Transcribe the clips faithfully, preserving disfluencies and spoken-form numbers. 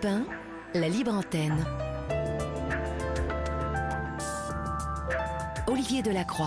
Europe un, la libre antenne. Olivier Delacroix.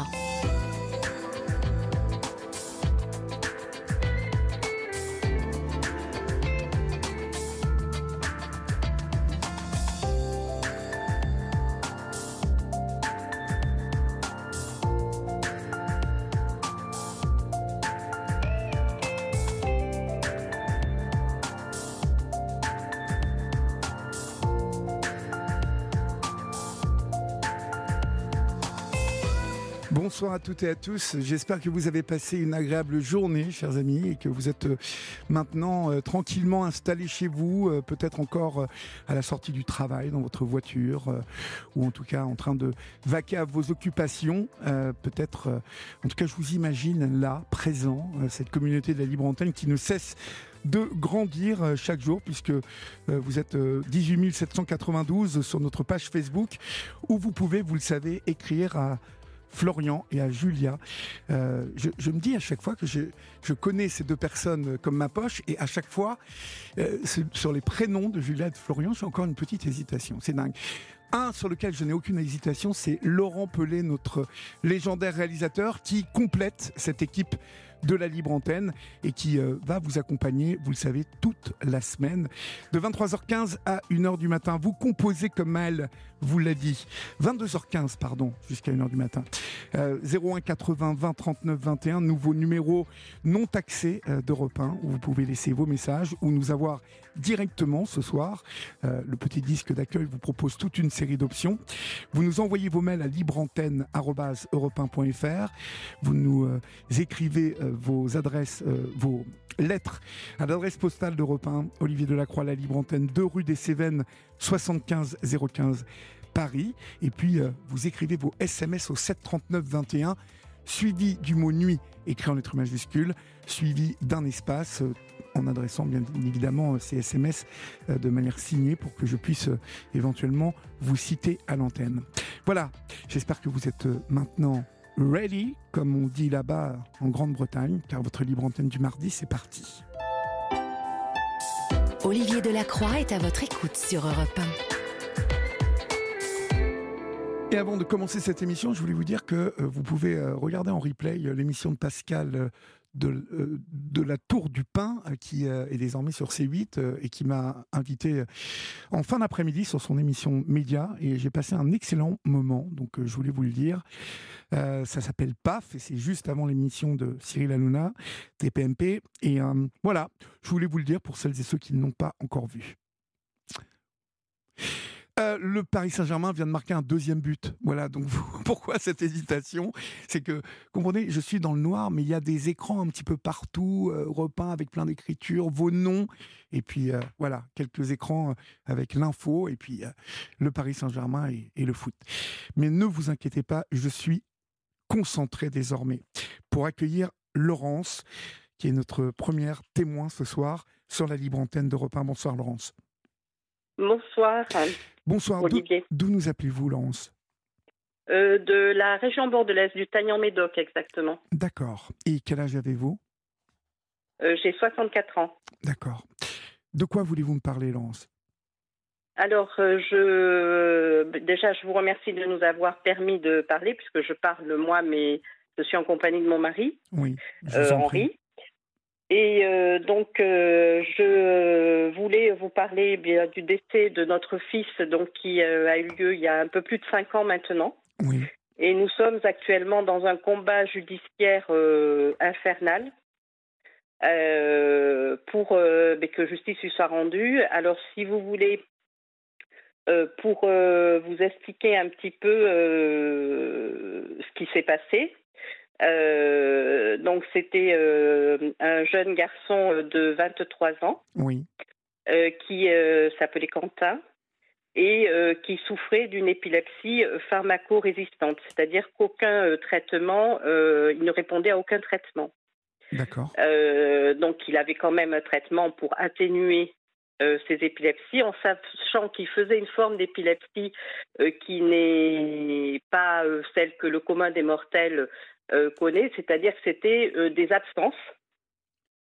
Bonsoir à toutes et à tous, j'espère que vous avez passé une agréable journée, chers amis, et que vous êtes maintenant euh, tranquillement installés chez vous, euh, peut-être encore euh, à la sortie du travail, dans votre voiture, euh, ou en tout cas en train de vaquer à vos occupations, euh, peut-être, euh, en tout cas je vous imagine là, présent, euh, cette communauté de la libre antenne qui ne cesse de grandir euh, chaque jour, puisque euh, vous êtes euh, dix-huit mille sept cent quatre-vingt-douze sur notre page Facebook, où vous pouvez, vous le savez, écrire à Florian et à Julia. Euh, je, je me dis à chaque fois que je, je connais ces deux personnes comme ma poche, et à chaque fois, euh, sur les prénoms de Julia et de Florian, j'ai encore une petite hésitation. C'est dingue. Un sur lequel je n'ai aucune hésitation, c'est Laurent Pelé, notre légendaire réalisateur, qui complète cette équipe de la libre antenne et qui euh, va vous accompagner, vous le savez, toute la semaine de vingt-trois heures quinze à une heure du matin. Vous composez comme elle vous l'a dit, vingt-deux heures quinze pardon, jusqu'à une heure du matin. euh, zéro un quatre-vingts vingt trente-neuf vingt et un, nouveau numéro non taxé euh, d'Europe un, où vous pouvez laisser vos messages ou nous avoir directement ce soir. Euh, le petit disque d'accueil vous propose toute une série d'options. Vous nous envoyez vos mails à libreantenne arobase europe un point f r. Vous nous euh, écrivez euh, vos adresses, euh, vos lettres à l'adresse postale d'Europe un, Olivier Delacroix, la libre antenne, deux rue des Cévennes, soixante-quinze zéro quinze Paris. Et puis euh, vous écrivez vos S M S au sept trente-neuf vingt et un, suivi du mot nuit écrit en lettres majuscules, suivi d'un espace, euh, en adressant bien évidemment ces S M S euh, de manière signée pour que je puisse euh, éventuellement vous citer à l'antenne. Voilà, j'espère que vous êtes euh, maintenant ready, comme on dit là-bas en Grande-Bretagne, car votre libre antenne du mardi, c'est parti. Olivier Delacroix est à votre écoute sur Europe un. Et avant de commencer cette émission, je voulais vous dire que euh, vous pouvez euh, regarder en replay euh, l'émission de Pascal euh, de, euh, de la Tour du Pin, euh, qui euh, est désormais sur C huit euh, et qui m'a invité euh, en fin d'après-midi sur son émission Média. Et j'ai passé un excellent moment, donc euh, je voulais vous le dire. Euh, ça s'appelle P A F et c'est juste avant l'émission de Cyril Hanouna, T P M P. Et euh, voilà, je voulais vous le dire pour celles et ceux qui ne l'ont pas encore vu. Euh, le Paris Saint-Germain vient de marquer un deuxième but. Voilà, donc pourquoi cette hésitation ? C'est que, comprenez, je suis dans le noir, mais il y a des écrans un petit peu partout, euh, repeints avec plein d'écritures, vos noms, et puis euh, voilà, quelques écrans avec l'info, et puis euh, le Paris Saint-Germain et, et le foot. Mais ne vous inquiétez pas, je suis concentré désormais pour accueillir Laurence, qui est notre première témoin ce soir sur la libre antenne d'Europe un. Bonsoir Laurence. Bonsoir. Bonsoir, Olivier. D'où, d'où nous appelez-vous, Laurence ? euh, De la région bordelaise, du Tagnan-Médoc exactement. D'accord. Et quel âge avez-vous ? euh, J'ai soixante-quatre ans. D'accord. De quoi voulez-vous me parler, Laurence ? Alors, euh, je déjà, je vous remercie de nous avoir permis de parler, puisque je parle moi, mais je suis en compagnie de mon mari, oui, je euh, vous en Henri. prie. Et euh, donc, euh, je voulais vous parler eh bien, du décès de notre fils, donc qui euh, a eu lieu il y a un peu plus de cinq ans maintenant. Oui. Et nous sommes actuellement dans un combat judiciaire euh, infernal euh, pour euh, ben, que justice lui soit rendue. Alors, si vous voulez, euh, pour euh, vous expliquer un petit peu euh, ce qui s'est passé. Euh, donc c'était euh, un jeune garçon de vingt-trois ans Oui. euh, qui euh, s'appelait Quentin et euh, qui souffrait d'une épilepsie pharmacorésistante, c'est-à-dire qu'aucun euh, traitement, euh, il ne répondait à aucun traitement. D'accord. Euh, donc il avait quand même un traitement pour atténuer euh, ses épilepsies, en sachant qu'il faisait une forme d'épilepsie euh, qui n'est pas euh, celle que le commun des mortels Euh, connaît, c'est-à-dire que c'était euh, des absences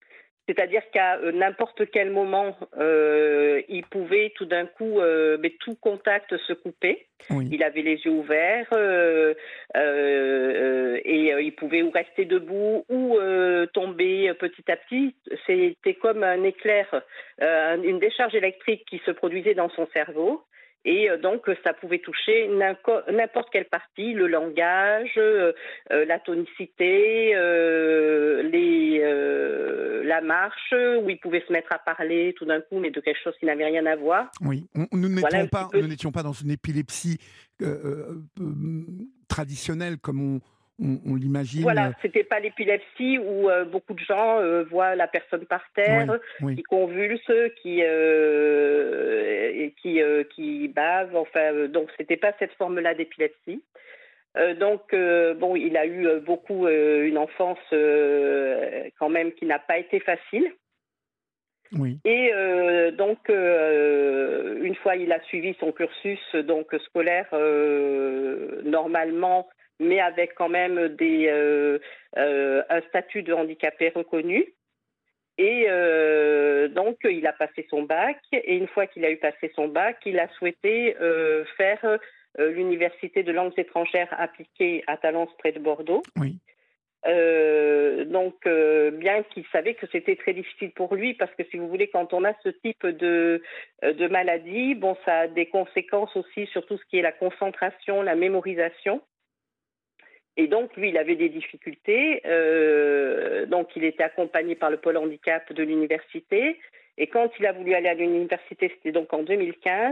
C'est-à-dire qu'à euh, n'importe quel moment, euh, il pouvait tout d'un coup, euh, mais tout contact se couper. Oui. Il avait les yeux ouverts euh, euh, et euh, il pouvait ou rester debout ou euh, tomber petit à petit. C'était comme un éclair, euh, une décharge électrique qui se produisait dans son cerveau. Et euh, donc, ça pouvait toucher n'importe quelle partie, le langage, euh, euh, la tonicité, euh, les, euh, la marche, où il pouvait se mettre à parler tout d'un coup, mais de quelque chose qui n'avait rien à voir. Oui, on, nous n'étions Voilà pas, nous n'étions pas dans une épilepsie euh, euh, euh, traditionnelle comme on, on, on l'imagine. Voilà, c'était pas l'épilepsie où euh, beaucoup de gens euh, voient la personne par terre, Oui, oui. qui convulse, qui euh, et qui euh, qui bave. Enfin, euh, donc c'était pas cette forme-là d'épilepsie. Euh, donc euh, bon, il a eu euh, beaucoup euh, une enfance euh, quand même qui n'a pas été facile. Oui. Et euh, donc, euh, une fois il a suivi son cursus donc scolaire euh, normalement, mais avec quand même des, euh, euh, un statut de handicapé reconnu. Et euh, donc, il a passé son bac. Et une fois qu'il a eu passé son bac, il a souhaité euh, faire euh, l'université de langues étrangères appliquées à Talence près de Bordeaux. Oui. Euh, donc, euh, bien qu'il savait que c'était très difficile pour lui, parce que si vous voulez, quand on a ce type de, de maladie, bon, ça a des conséquences aussi sur tout ce qui est la concentration, la mémorisation. Et donc, lui, il avait des difficultés. Euh, donc, il était accompagné par le pôle handicap de l'université. Et quand il a voulu aller à l'université, c'était donc en deux mille quinze,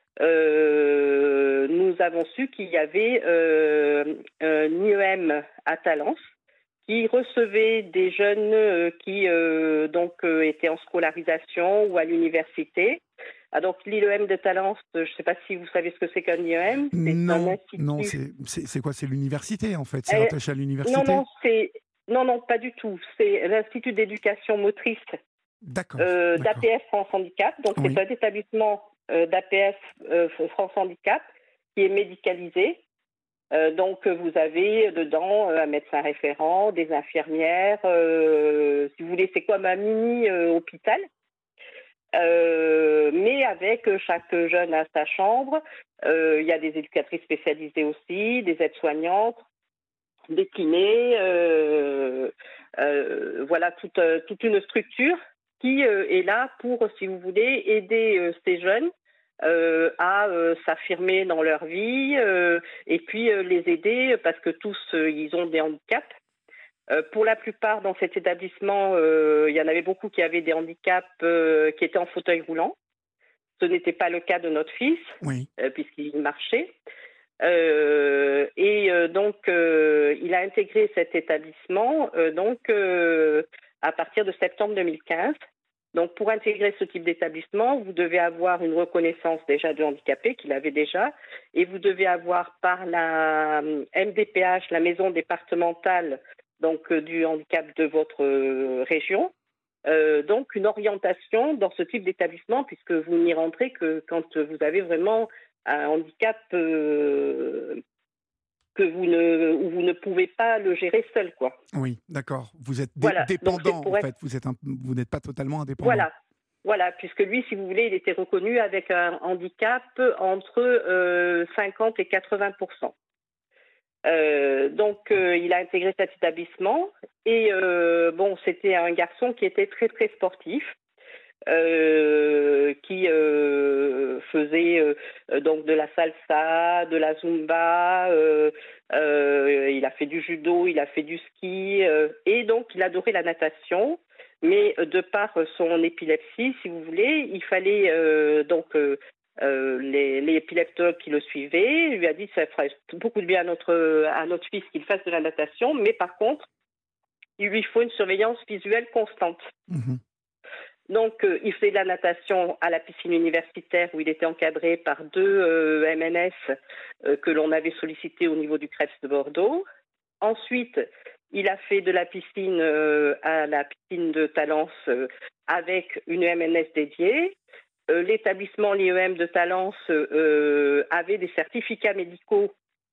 euh, nous avons su qu'il y avait euh, un I E M à Talence qui recevait des jeunes euh, qui euh, donc euh, étaient en scolarisation ou à l'université. Ah, donc l'I E M de Talence, je ne sais pas si vous savez ce que c'est qu'un I E M. C'est Non, un institut. non, c'est, c'est, c'est quoi? C'est l'université en fait. C'est Euh, rattaché à l'université. Non, non, c'est non, non, pas du tout. C'est l'Institut d'éducation motrice D'accord. euh, d'accord. d'A P F France Handicap. Donc Oui. c'est un établissement euh, d'A P F euh, France Handicap qui est médicalisé. Euh, donc, vous avez dedans euh, un médecin référent, des infirmières. Euh, si vous voulez, c'est comme un mini-hôpital. Euh, mais avec chaque jeune à sa chambre. Euh, il y a des éducatrices spécialisées aussi, des aides-soignantes, des kinés. Euh, euh, voilà, toute, toute une structure qui euh, est là pour, si vous voulez, aider euh, ces jeunes Euh, à euh, s'affirmer dans leur vie euh, et puis euh, les aider parce que tous euh, ils ont des handicaps. Euh, pour la plupart dans cet établissement, euh, il y en avait beaucoup qui avaient des handicaps euh, qui étaient en fauteuil roulant. Ce n'était pas le cas de notre fils Oui. euh, puisqu'il marchait. Euh, et euh, donc euh, il a intégré cet établissement euh, donc euh, à partir de septembre deux mille quinze. Donc, pour intégrer ce type d'établissement, vous devez avoir une reconnaissance déjà de handicapé, qu'il avait déjà, et vous devez avoir par la M D P H, la maison départementale donc, euh, du handicap de votre euh, région, euh, donc une orientation dans ce type d'établissement, puisque vous n'y rentrez que quand vous avez vraiment un handicap euh, que vous ne, où vous ne pouvez pas le gérer seul, quoi. Oui, d'accord. Vous êtes dé- Voilà. Donc, dépendant, c'est pour en être... fait. Vous êtes un- vous n'êtes pas totalement indépendant. Voilà. Voilà, puisque lui, si vous voulez, il était reconnu avec un handicap entre euh, cinquante et quatre-vingts pour cent. Euh, donc, euh, il a intégré cet établissement et euh, bon, c'était un garçon qui était très très sportif, euh, qui euh, faisait euh, donc de la salsa, de la zumba, euh, euh, il a fait du judo, il a fait du ski euh, et donc il adorait la natation. Mais de par son épilepsie, si vous voulez, il fallait euh, donc euh, euh, les, les épileptologues qui le suivaient lui a dit que ça ferait beaucoup de bien à notre à notre fils qu'il fasse de la natation, mais par contre, il lui faut une surveillance visuelle constante. Mmh. Donc, euh, il faisait de la natation à la piscine universitaire où il était encadré par deux euh, M N S euh, que l'on avait sollicités au niveau du C R E P S de Bordeaux. Ensuite, il a fait de la piscine euh, à la piscine de Talence euh, avec une M N S dédiée. Euh, l'établissement, l'I E M de Talence, euh, avait des certificats médicaux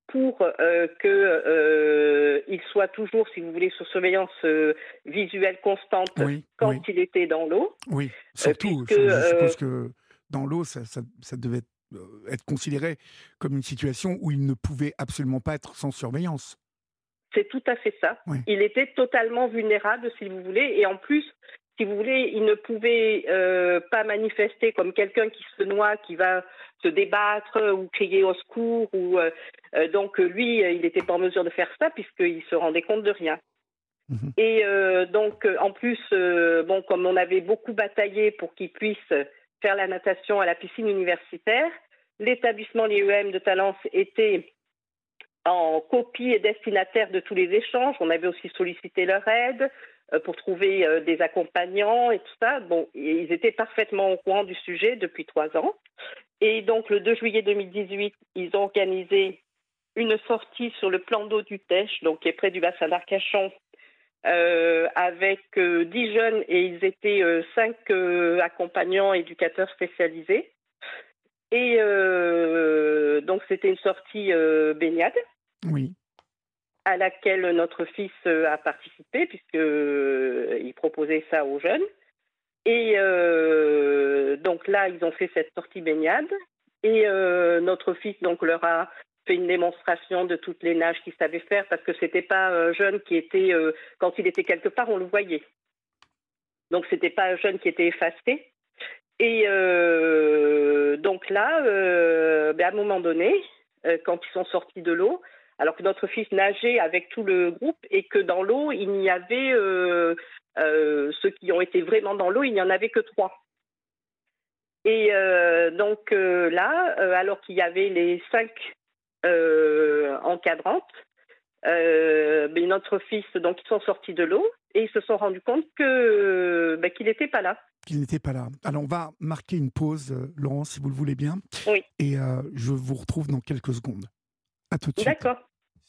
pour euh, que euh, il soit toujours, si vous voulez, sous surveillance euh, visuelle constante Oui, quand oui, il était dans l'eau. oui. Surtout, puisque, je, je euh, suppose que dans l'eau, ça, ça, ça devait être, euh, être considéré comme une situation où il ne pouvait absolument pas être sans surveillance. C'est tout à fait ça. Oui. Il était totalement vulnérable, si vous voulez, et en plus, si vous voulez, il ne pouvait euh, pas manifester comme quelqu'un qui se noie, qui va se débattre ou crier au secours. Ou, euh, euh, donc lui, il n'était pas en mesure de faire ça puisqu'il se rendait compte de rien. Mhm. Et euh, donc, en plus, euh, bon, comme on avait beaucoup bataillé pour qu'il puisse faire la natation à la piscine universitaire, l'établissement l'I E M de Talence était en copie et destinataire de tous les échanges. On avait aussi sollicité leur aide euh, pour trouver euh, des accompagnants et tout ça. Bon, et ils étaient parfaitement au courant du sujet depuis trois ans. Et donc, le deux juillet deux mille dix-huit, ils ont organisé une sortie sur le plan d'eau du Tech, donc qui est près du bassin d'Arcachon, euh, avec euh, dix jeunes, et ils étaient euh, cinq euh, accompagnants éducateurs spécialisés. Et euh, donc, c'était une sortie euh, baignade. Oui. À laquelle notre fils a participé, puisqu'il euh, proposait ça aux jeunes. Et euh, donc là, ils ont fait cette sortie baignade. Et euh, notre fils donc, leur a fait une démonstration de toutes les nages qu'il savait faire, parce que ce n'était pas un jeune qui était, euh, quand il était quelque part, on le voyait. Donc ce n'était pas un jeune qui était effacé. Et euh, donc là, euh, ben à un moment donné, euh, quand ils sont sortis de l'eau, alors que notre fils nageait avec tout le groupe et que dans l'eau, il n'y avait, euh, euh, ceux qui ont été vraiment dans l'eau, il n'y en avait que trois. Et euh, donc euh, là, euh, alors qu'il y avait les cinq euh, encadrantes, euh, ben notre fils, donc ils sont sortis de l'eau et ils se sont rendus compte que, ben, qu'il n'était pas là. Qu'il n'était pas là. Alors, on va marquer une pause, euh, Laurent, si vous le voulez bien. Oui. Et euh, je vous retrouve dans quelques secondes. À tout de suite. D'accord.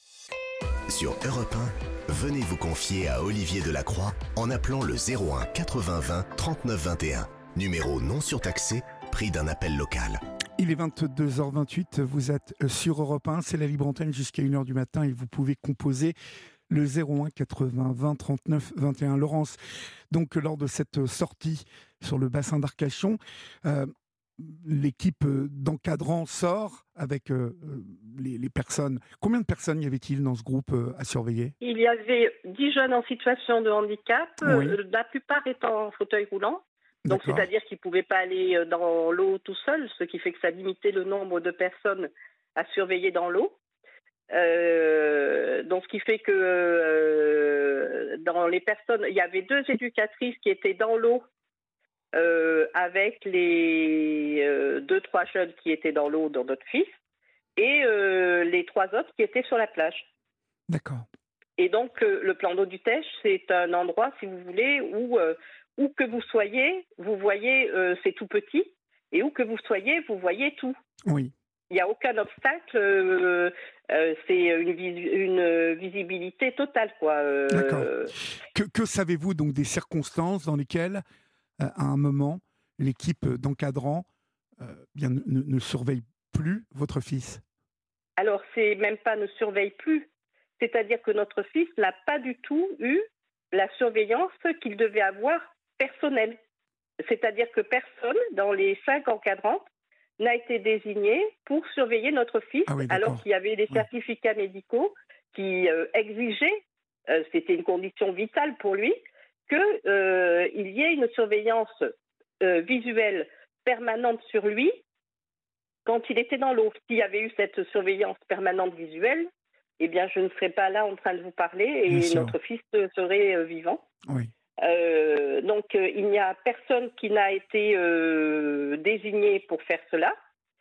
Sur Europe un, venez vous confier à Olivier Delacroix en appelant le zéro un quatre-vingts vingt trente-neuf vingt et un. Numéro non surtaxé, prix d'un appel local. Il est vingt-deux heures vingt-huit, vous êtes sur Europe un, c'est la libre antenne jusqu'à une heure du matin et vous pouvez composer le zéro un quatre-vingts vingt trente-neuf vingt et un. Laurence, donc lors de cette sortie sur le bassin d'Arcachon, euh, l'équipe d'encadrants sort avec euh, les, les personnes. Combien de personnes y avait-il dans ce groupe euh, à surveiller ? Il y avait dix jeunes en situation de handicap, Oui. euh, la plupart étant en fauteuil roulant. Donc, D'accord. c'est-à-dire qu'ils ne pouvaient pas aller dans l'eau tout seuls, ce qui fait que ça limitait le nombre de personnes à surveiller dans l'eau. Euh, donc, ce qui fait que euh, dans les personnes, il y avait deux éducatrices qui étaient dans l'eau euh, avec les euh, deux, trois jeunes qui étaient dans l'eau, dans notre fils, et euh, les trois autres qui étaient sur la plage. D'accord. Et donc, euh, le plan d'eau du Tech, c'est un endroit, si vous voulez, où, euh, où que vous soyez, vous voyez, euh, c'est tout petit, et où que vous soyez, vous voyez tout. Oui. Il n'y a aucun obstacle, euh, euh, c'est une, vis- une visibilité totale, quoi. Euh, D'accord. Que, que savez-vous donc des circonstances dans lesquelles, euh, à un moment, l'équipe d'encadrants euh, bien, ne, ne surveille plus votre fils ? Alors, c'est même pas ne surveille plus. C'est-à-dire que notre fils n'a pas du tout eu la surveillance qu'il devait avoir personnelle. C'est-à-dire que personne, dans les cinq encadrantes, n'a été désigné pour surveiller notre fils, Ah oui, alors qu'il y avait des oui. certificats médicaux qui euh, exigeaient, euh, c'était une condition vitale pour lui, qu'il euh, y ait une surveillance euh, visuelle permanente sur lui quand il était dans l'eau. S'il y avait eu cette surveillance permanente visuelle, eh bien, je ne serais pas là en train de vous parler et notre fils serait euh, vivant. Oui. Euh, donc, euh, il n'y a personne qui n'a été euh, désigné pour faire cela.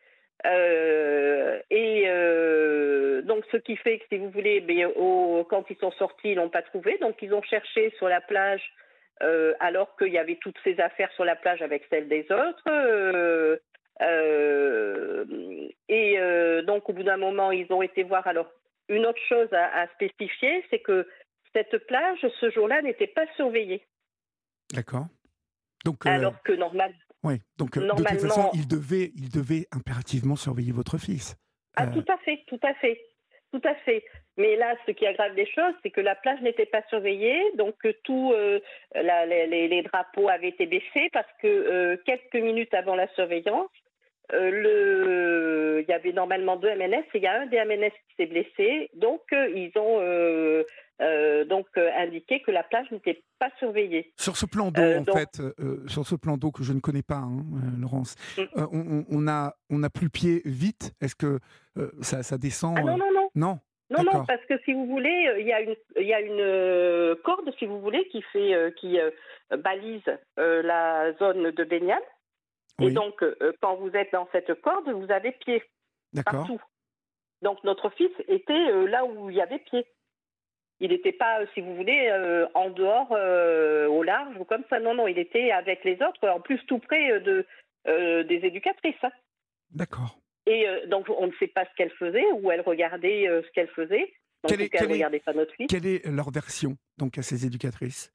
Euh, et euh, donc, ce qui fait que, si vous voulez, bien, au, quand ils sont sortis, ils l'ont pas trouvé. Donc, ils ont cherché sur la plage, euh, alors qu'il y avait toutes ces affaires sur la plage avec celles des autres. Euh, euh, et euh, donc, au bout d'un moment, ils ont été voir. Alors, une autre chose à, à spécifier, c'est que cette plage, ce jour-là, n'était pas surveillée. D'accord. Donc, euh, alors que normal, oui. Donc, euh, normalement... de toute façon, il devait, il devait impérativement surveiller votre fils. Ah, Euh, tout à fait, tout à fait. tout à fait. Mais là, ce qui aggrave les choses, c'est que la plage n'était pas surveillée, donc euh, tout, euh, la, les, les drapeaux avaient été baissés parce que euh, quelques minutes avant la surveillance, euh, le, il y avait normalement deux M N S et il y a un des M N S qui s'est blessé, donc euh, ils ont euh, euh, donc euh, indiqué que la plage n'était pas surveillée. Sur ce plan d'eau, Euh, en donc- fait, euh, sur ce plan d'eau que je ne connais pas, hein, euh, Laurence, Mm. euh, on, on- on a, on a plus pied vite. Est-ce que euh, ça, ça descend Ah non, euh, non, non. Non. Non, D'accord. non, parce que si vous voulez, euh, il y a une, il y a une euh, corde, si vous voulez, qui fait, euh, qui euh, balise euh, la zone de baignade. Et Oui. donc, euh, quand vous êtes dans cette corde, vous avez pied D'accord. partout. Donc, notre fils était euh, là où il y avait pied. Il n'était pas, euh, si vous voulez, euh, en dehors, euh, au large ou comme ça. Non, non, il était avec les autres, en plus tout près euh, de, euh, des éducatrices. hein. D'accord. Et euh, donc, on ne sait pas ce qu'elle faisait, ou elle regardait euh, ce qu'elle faisait. En Quelle tout est- cas, elle quelle est- ne regardait pas notre fils. Quelle est leur version, donc, à ces éducatrices?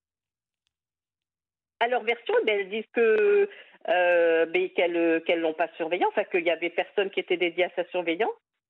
À leur version, ben, elles disent que euh, ben, qu'elles qu'elles l'ont pas surveillant, enfin qu'il y avait personne qui était dédié à sa surveillance.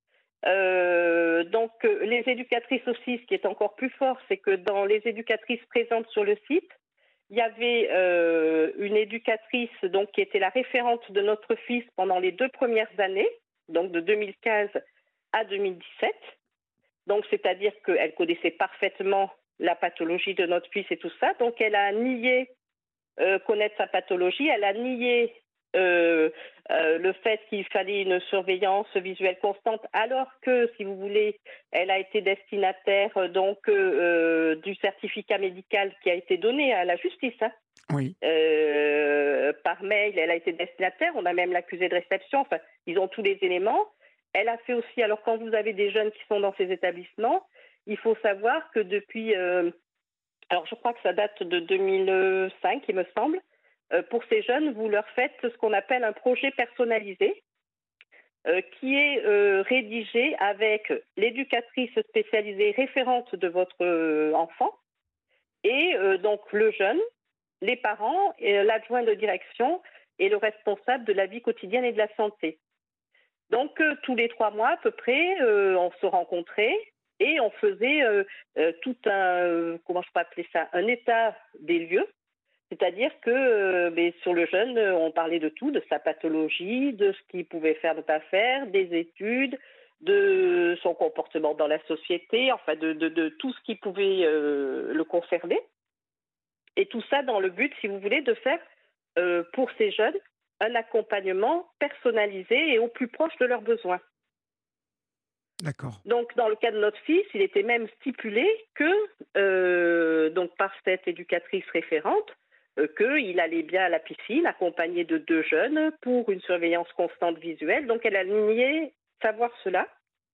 Euh, donc euh, les éducatrices aussi, ce qui est encore plus fort, c'est que dans les éducatrices présentes sur le site, il y avait euh, une éducatrice donc qui était la référente de notre fils pendant les deux premières années, donc de deux mille quinze à deux mille dix-sept. Donc c'est-à-dire qu'elle connaissait parfaitement la pathologie de notre fils et tout ça. Donc elle a nié euh, connaître sa pathologie, elle a nié euh, euh, le fait qu'il fallait une surveillance visuelle constante, alors que, si vous voulez, elle a été destinataire euh, donc euh, du certificat médical qui a été donné à la justice. hein. Oui. Euh, par mail, elle a été destinataire, on a même l'accusé de réception, enfin, ils ont tous les éléments. Elle a fait aussi, alors quand vous avez des jeunes qui sont dans ces établissements, il faut savoir que depuis, euh, alors je crois que ça date de deux mille cinq, il me semble, euh, pour ces jeunes, vous leur faites ce qu'on appelle un projet personnalisé, euh, qui est euh, rédigé avec l'éducatrice spécialisée référente de votre euh, enfant, et euh, donc le jeune, les parents, et l'adjoint de direction et le responsable de la vie quotidienne et de la santé. Donc, euh, tous les trois mois à peu près, euh, on se rencontrait et on faisait euh, euh, tout un, euh, comment je peux appeler ça, un état des lieux. C'est-à-dire que euh, ben, sur le jeune, euh, on parlait de tout, de sa pathologie, de ce qu'il pouvait faire, ne pas faire, des études, de son comportement dans la société, enfin de, de, de tout ce qui pouvait euh, le concerner. Et tout ça dans le but, si vous voulez, de faire euh, pour ces jeunes un accompagnement personnalisé et au plus proche de leurs besoins. D'accord. Donc, dans le cas de notre fils, il était même stipulé que, euh, donc par cette éducatrice référente, euh, qu'il allait bien à la piscine, accompagné de deux jeunes, pour une surveillance constante visuelle. Donc, elle a nié savoir cela.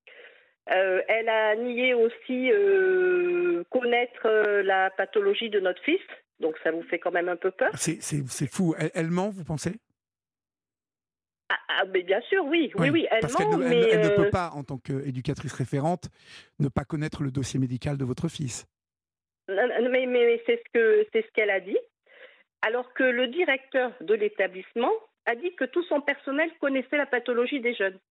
Euh, elle a nié aussi euh, connaître euh, la pathologie de notre fils. Donc, ça vous fait quand même un peu peur. C'est, c'est, c'est fou. Elle, elle ment, vous pensez? Ah, ah, mais bien sûr, oui, oui, oui, elle Parce ment, qu'elle ne, elle- mais elle ne euh, peut pas, en tant qu'éducatrice référente, ne pas connaître le dossier médical de votre fils. Non, non, Mais, mais c'est ce que c'est ce qu'elle a dit. Alors que le directeur de l'établissement a dit que tout son personnel connaissait la pathologie des jeunes.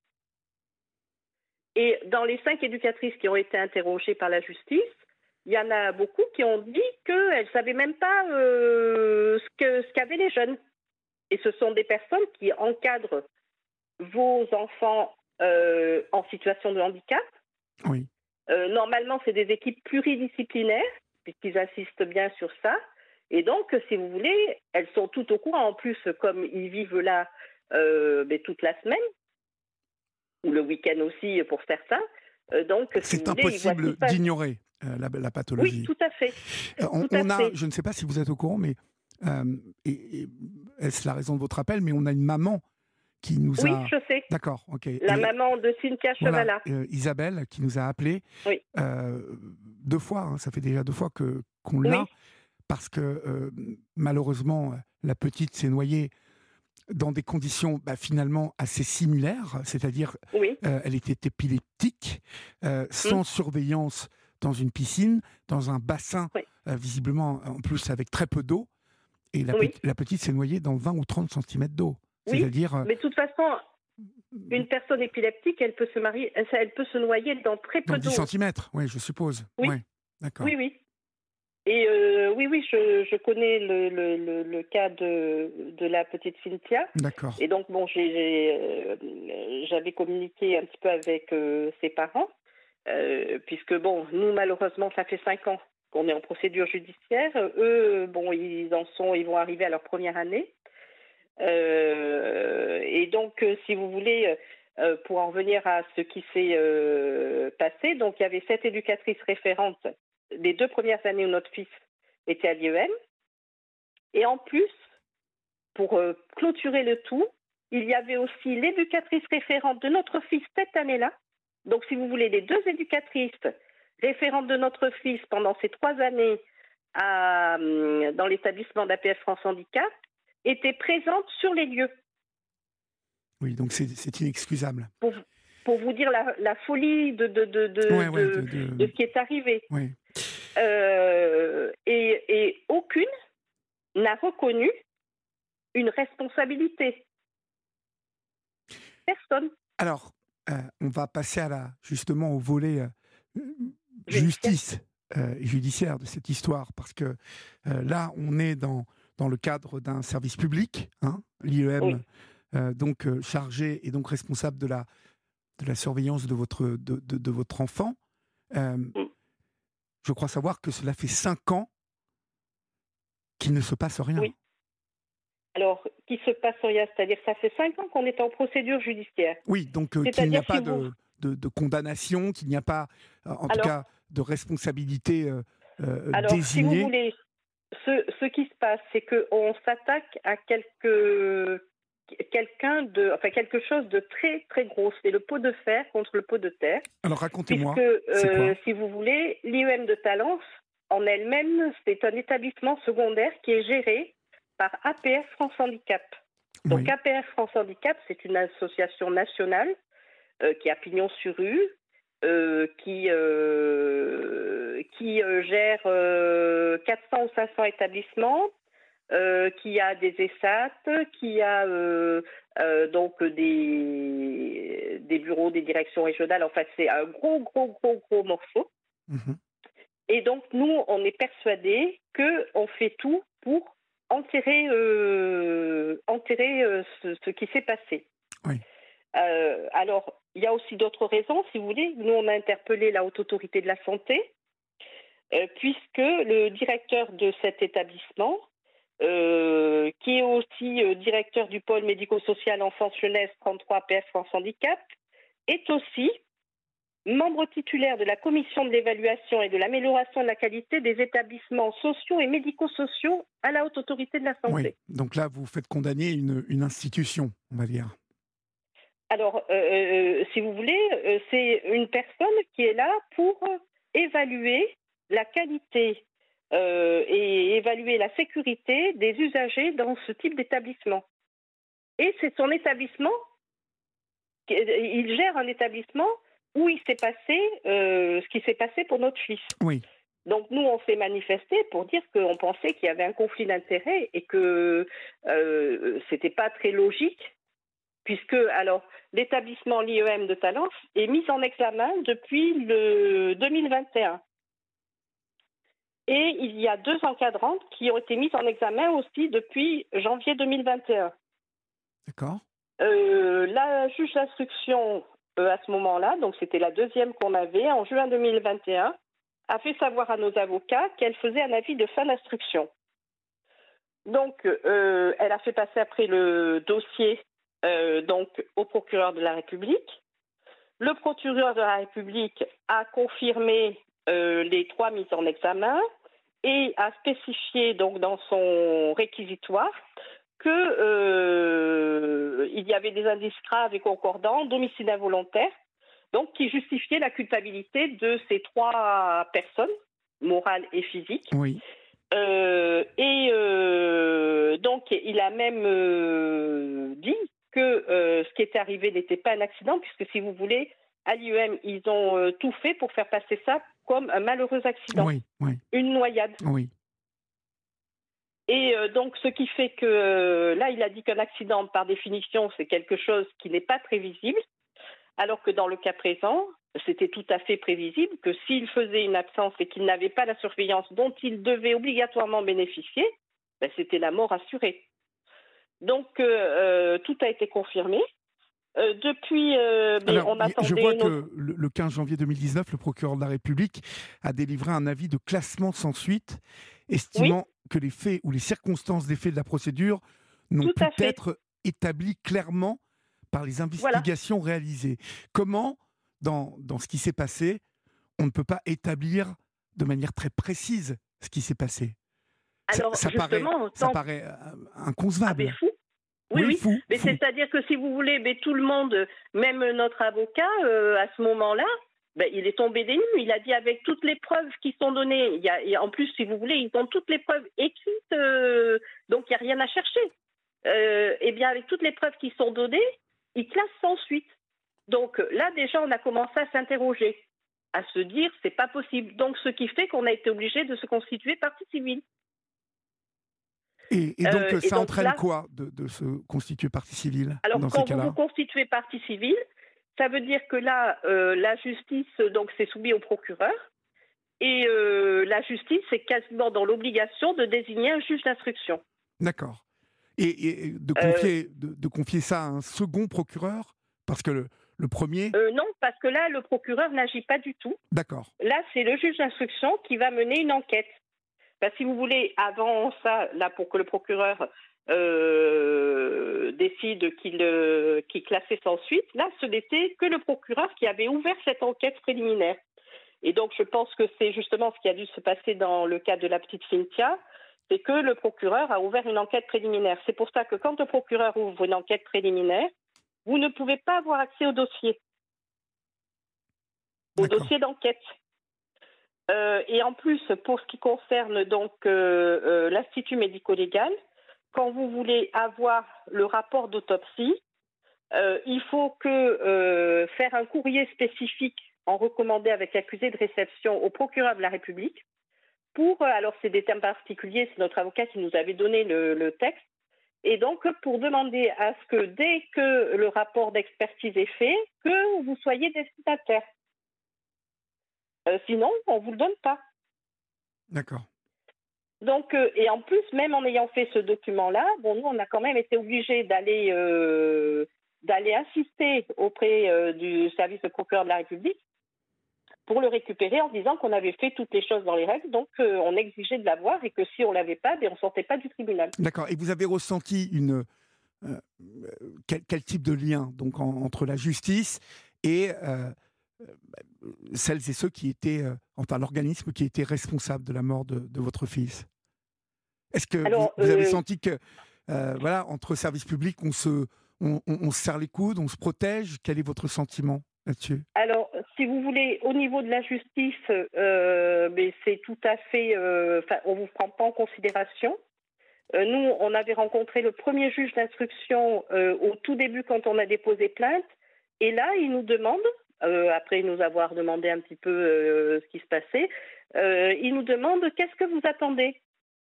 Et dans les cinq éducatrices qui ont été interrogées par la justice, il y en a beaucoup qui ont dit qu'elles ne savaient même pas euh, ce, que, ce qu'avaient les jeunes. Et ce sont des personnes qui encadrent vos enfants euh, en situation de handicap. Oui. Euh, normalement, c'est des équipes pluridisciplinaires, puisqu'ils insistent bien sur ça. Et donc, si vous voulez, elles sont toutes au courant. En plus, comme ils vivent là euh, mais toute la semaine, ou le week-end aussi pour certains, euh, donc si C'est vous voulez, ils voient impossible ce qui se passe. d'ignorer euh, la, la pathologie. Oui, tout à fait. Euh, on, tout à on a, fait. je ne sais pas si vous êtes au courant, mais euh, et, et, est-ce la raison de votre appel? Mais on a une maman qui nous Oui, a. je sais. D'accord, ok. La Et maman de Cynthia voilà, Chevala. euh, Isabelle, qui nous a appelé Oui. euh, deux fois. Hein, ça fait déjà deux fois que qu'on Oui. l'a, parce que euh, malheureusement, la petite s'est noyée dans des conditions bah, finalement assez similaires, c'est-à-dire Oui, euh, elle était épileptique, euh, sans surveillance dans une piscine, dans un bassin, Oui. euh, visiblement en plus avec très peu d'eau, et la, Oui. petite, la petite s'est noyée dans vingt ou trente centimètres d'eau. Oui, C'est-à-dire, euh, mais de toute façon, Une personne épileptique, elle peut se marier, elle, elle peut se noyer dans très peu Dans d'eau. dix centimètres, oui, je suppose. Oui. Ouais, d'accord. Oui, oui. Et euh, oui, oui, je, je connais le, le, le, le cas de, de la petite Cynthia. D'accord. Et donc, bon, j'ai, j'ai, euh, j'avais communiqué un petit peu avec euh, ses parents, euh, puisque, bon, nous, malheureusement, ça fait cinq ans qu'on est en procédure judiciaire. Eux, bon, ils en sont, ils vont arriver à leur première année. Euh, et donc, euh, si vous voulez, euh, pour en revenir à ce qui s'est euh, passé, donc il y avait sept éducatrices référentes les deux premières années où notre fils était à l'I E M. Et en plus, pour euh, clôturer le tout, il y avait aussi l'éducatrice référente de notre fils cette année-là. Donc, si vous voulez, les deux éducatrices référentes de notre fils pendant ces trois années à, dans l'établissement d'A P F France Handicap étaient présentes sur les lieux. Oui, donc c'est, c'est inexcusable. Pour, pour vous dire la, la folie de, de, de, de, ouais, ouais, de, de, de... de ce qui est arrivé. Oui. Euh, et, et aucune n'a reconnu une responsabilité. Personne. Alors, euh, on va passer à la, justement au volet euh, justice euh, judiciaire de cette histoire, parce que euh, là, on est dans, dans le cadre d'un service public, hein, l'I E M, oui. euh, donc euh, chargé et donc responsable de la, de la surveillance de votre, de, de, de votre enfant. Euh, oui. Je crois savoir que cela fait cinq ans qu'il ne se passe rien. Oui. Alors, qu'il se passe rien, c'est-à-dire ça fait cinq ans qu'on est en procédure judiciaire. Oui, donc euh, qu'il n'y a pas si vous... de, de, de condamnation, qu'il n'y a pas, euh, en alors, tout cas, de responsabilité euh, euh, alors, désignée. Si vous voulez, ce, ce qui se passe, c'est qu'on s'attaque à quelque, quelqu'un de, enfin quelque chose de très très gros. C'est le pot de fer contre le pot de terre. Alors racontez-moi. Puisque, euh, si vous voulez, l'I E M de Talence, en elle-même, c'est un établissement secondaire qui est géré par A P F France Handicap. Donc oui. A P F France Handicap, c'est une association nationale euh, qui a pignon sur rue, euh, qui, euh, qui euh, gère euh, quatre cents ou cinq cents établissements, euh, qui a des E S A T, qui a euh, euh, donc des, des bureaux, des directions régionales. Enfin, c'est un gros, gros, gros, gros morceau. Mmh. Et donc, nous, on est persuadés qu'on fait tout pour enterrer, euh, enterrer euh, ce, ce qui s'est passé. Oui. Euh, alors, il y a aussi d'autres raisons, si vous voulez. Nous, on a interpellé la Haute Autorité de la Santé, euh, puisque le directeur de cet établissement, euh, qui est aussi euh, directeur du pôle médico-social enfance-jeunesse trente-trois A P F France Handicap, est aussi membre titulaire de la commission de l'évaluation et de l'amélioration de la qualité des établissements sociaux et médico-sociaux à la Haute Autorité de la Santé. Oui, donc là, vous faites condamner une, une institution, on va dire. Alors, euh, si vous voulez, euh, c'est une personne qui est là pour évaluer la qualité euh, et évaluer la sécurité des usagers dans ce type d'établissement. Et c'est son établissement, il gère un établissement où il s'est passé euh, ce qui s'est passé pour notre fils. Oui. Donc nous, on s'est manifesté pour dire qu'on pensait qu'il y avait un conflit d'intérêts et que euh, c'était pas très logique, puisque alors l'établissement l'I E M de Talence est mis en examen depuis le deux mille vingt et un. Et il y a deux encadrantes qui ont été mises en examen aussi depuis janvier deux mille vingt et un. D'accord. Euh, la juge d'instruction Euh, à ce moment-là, donc c'était la deuxième qu'on avait, en juin deux mille vingt et un, a fait savoir à nos avocats qu'elle faisait un avis de fin d'instruction. Donc, euh, elle a fait passer après le dossier euh, donc, au procureur de la République. Le procureur de la République a confirmé euh, les trois mises en examen et a spécifié donc, dans son réquisitoire qu'il euh, y avait des indices graves et concordants d'homicide involontaire, donc qui justifiaient la culpabilité de ces trois personnes, morale et physique. Oui. Euh, et euh, donc, il a même euh, dit que euh, ce qui était arrivé n'était pas un accident, puisque si vous voulez, à l'I E M, ils ont euh, tout fait pour faire passer ça comme un malheureux accident. Oui, oui. Une noyade. Oui. Et euh, donc, ce qui fait que euh, là, il a dit qu'un accident, par définition, c'est quelque chose qui n'est pas prévisible, alors que dans le cas présent, c'était tout à fait prévisible que s'il faisait une absence et qu'il n'avait pas la surveillance dont il devait obligatoirement bénéficier, ben, c'était la mort assurée. Donc, euh, euh, tout a été confirmé. Euh, depuis, euh, mais Alors, on attendait... je vois une que autre... le, le quinze janvier deux mille dix-neuf, le procureur de la République a délivré un avis de classement sans suite, estimant oui. que les faits ou les circonstances des faits de la procédure n'ont pu être établis clairement par les investigations voilà. réalisées. Comment, dans, dans ce qui s'est passé, on ne peut pas établir de manière très précise ce qui s'est passé? Alors, ça, ça, justement, paraît, tant... ça paraît inconcevable. Ah, mais fou. Oui, oui, fou, mais fou. c'est-à-dire que si vous voulez, mais tout le monde, même notre avocat, euh, à ce moment-là, ben, il est tombé des nues. Il a dit avec toutes les preuves qui sont données, il y a, et en plus, si vous voulez, ils ont toutes les preuves écrites, euh, donc il n'y a rien à chercher. Euh, et bien, avec toutes les preuves qui sont données, il classe sans suite. Donc là, déjà, on a commencé à s'interroger, à se dire, c'est pas possible. Donc, ce qui fait qu'on a été obligé de se constituer partie civile. Et, et donc, euh, ça et donc entraîne là, quoi de, de se constituer partie civile? Alors, dans quand ces vous vous constituez partie civile, ça veut dire que là, euh, la justice, donc, c'est soumis au procureur. Et euh, la justice est quasiment dans l'obligation de désigner un juge d'instruction. D'accord. Et, et de, confier, euh, de, de confier ça à un second procureur? Parce que le, le premier... Euh, non, parce que là, le procureur n'agit pas du tout. D'accord. Là, c'est le juge d'instruction qui va mener une enquête. Ben, si vous voulez, avant ça, là, pour que le procureur euh, décide qu'il euh, qu'il classait sans suite, là, ce n'était que le procureur qui avait ouvert cette enquête préliminaire. Et donc, je pense que c'est justement ce qui a dû se passer dans le cas de la petite Cynthia, c'est que le procureur a ouvert une enquête préliminaire. C'est pour ça que quand le procureur ouvre une enquête préliminaire, vous ne pouvez pas avoir accès au dossier, au D'accord. dossier d'enquête. Euh, et en plus, pour ce qui concerne donc euh, euh, l'Institut médico-légal, quand vous voulez avoir le rapport d'autopsie, euh, il faut que euh, faire un courrier spécifique en recommandé avec accusé de réception au procureur de la République. Pour, alors c'est des termes particuliers, c'est notre avocat qui nous avait donné le, le texte, et donc pour demander à ce que dès que le rapport d'expertise est fait, que vous soyez destinataire. Euh, sinon, on ne vous le donne pas. D'accord. Donc, euh, et en plus, même en ayant fait ce document-là, bon, nous, on a quand même été obligés d'aller, euh, d'aller insister auprès euh, du service de procureur de la République pour le récupérer en disant qu'on avait fait toutes les choses dans les règles, donc euh, on exigeait de l'avoir et que si on ne l'avait pas, ben, on ne sortait pas du tribunal. D'accord. Et vous avez ressenti une, euh, quel, quel type de lien donc, en, entre la justice et... Euh, celles et ceux qui étaient, euh, enfin l'organisme qui était responsable de la mort de, de votre fils? Est-ce que Alors, vous, vous avez euh... senti que, euh, voilà, entre services publics, on se, on, on, on se serre les coudes, on se protège? Quel est votre sentiment là-dessus? Alors, si vous voulez, au niveau de la justice, euh, mais c'est tout à fait, euh, on ne vous prend pas en considération. Euh, nous, on avait rencontré le premier juge d'instruction euh, au tout début quand on a déposé plainte, et là, il nous demande. Euh, après nous avoir demandé un petit peu euh, ce qui se passait, euh, il nous demande « Qu'est-ce que vous attendez?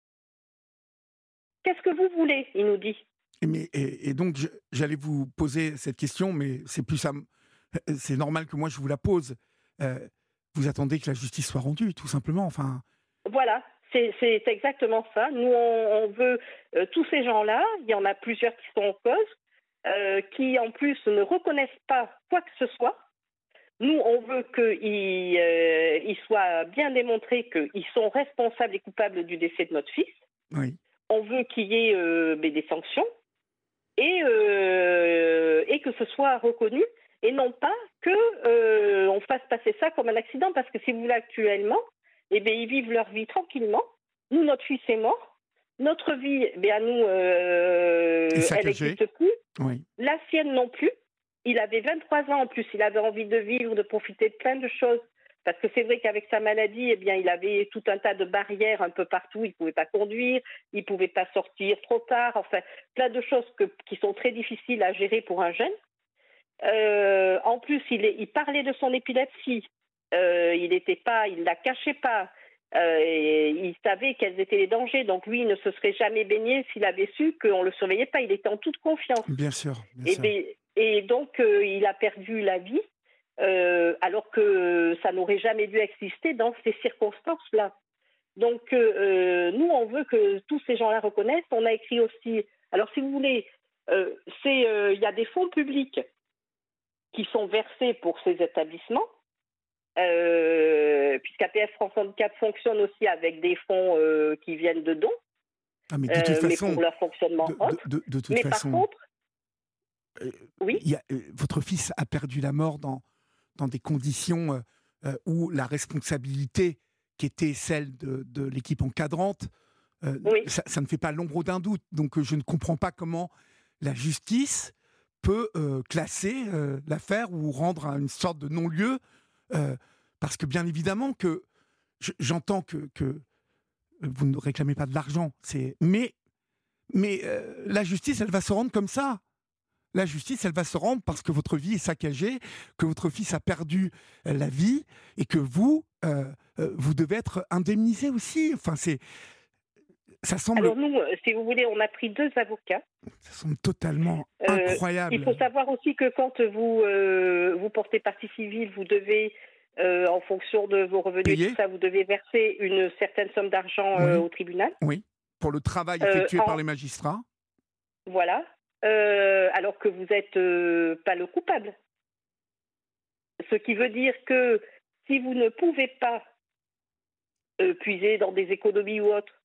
Qu'est-ce que vous voulez ?» il nous dit. Mais, et, et donc, je, j'allais vous poser cette question, mais c'est plus ça, c'est normal que moi je vous la pose. Euh, vous attendez que la justice soit rendue, tout simplement. Enfin. Voilà, c'est, c'est exactement ça. Nous, on, on veut euh, tous ces gens-là, il y en a plusieurs qui sont en cause, euh, qui en plus ne reconnaissent pas quoi que ce soit. Nous, on veut qu'il euh, il soit bien démontré qu'ils sont responsables et coupables du décès de notre fils. Oui. On veut qu'il y ait euh, des sanctions et, euh, et que ce soit reconnu et non pas qu'on euh, fasse passer ça comme un accident. Parce que si vous voulez actuellement, eh bien, ils vivent leur vie tranquillement. Nous, notre fils est mort. Notre vie, eh bien, à nous, euh, elle n'existe plus. Oui. La sienne non plus. Il avait vingt-trois ans en plus, il avait envie de vivre, de profiter de plein de choses. Parce que c'est vrai qu'avec sa maladie, eh bien, il avait tout un tas de barrières un peu partout. Il ne pouvait pas conduire, il ne pouvait pas sortir trop tard. Enfin, plein de choses que, qui sont très difficiles à gérer pour un jeune. Euh, en plus, il, est, il parlait de son épilepsie. Euh, il était pas, il ne la cachait pas. Euh, et il savait quels étaient les dangers. Donc lui, il ne se serait jamais baigné s'il avait su qu'on ne le surveillait pas. Il était en toute confiance. Bien sûr, bien et, sûr. bien, et donc, euh, il a perdu la vie, euh, alors que ça n'aurait jamais dû exister dans ces circonstances-là. Donc, euh, nous, on veut que tous ces gens-là reconnaissent. On a écrit aussi... Alors, si vous voulez, euh, c'est, euh, y a des fonds publics qui sont versés pour ces établissements, euh, puisqu'A P F France Handicap fonctionne aussi avec des fonds euh, qui viennent de dons, Ah, mais de toute euh, façon, mais pour leur fonctionnement de, autre. de, de, de toute mais façon, par contre, euh, oui. y a, euh, votre fils a perdu la mort dans, dans des conditions euh, euh, où la responsabilité qui était celle de, de l'équipe encadrante, euh, Oui. ça, ça ne fait pas l'ombre d'un doute. Donc euh, je ne comprends pas comment la justice peut euh, classer euh, l'affaire ou rendre à une sorte de non-lieu, euh, parce que bien évidemment que je, j'entends que, que vous ne réclamez pas de l'argent, c'est, mais, mais euh, la justice, elle va se rendre comme ça. La justice, elle va se rendre parce que votre vie est saccagée, que votre fils a perdu euh, la vie et que vous, euh, euh, vous devez être indemnisé aussi. Enfin, c'est, ça semble, Alors nous, euh, si vous voulez, on a pris deux avocats. ça semble totalement Euh, incroyable. Il faut savoir aussi que quand vous, euh, vous portez partie civile, vous devez, euh, en fonction de vos revenus Payer. et tout ça, vous devez verser une certaine somme d'argent euh, Oui. au tribunal. Oui, pour le travail Euh, effectué en- par les magistrats. Voilà. Euh, alors que vous n'êtes euh, pas le coupable. Ce qui veut dire que si vous ne pouvez pas euh, puiser dans des économies ou autres,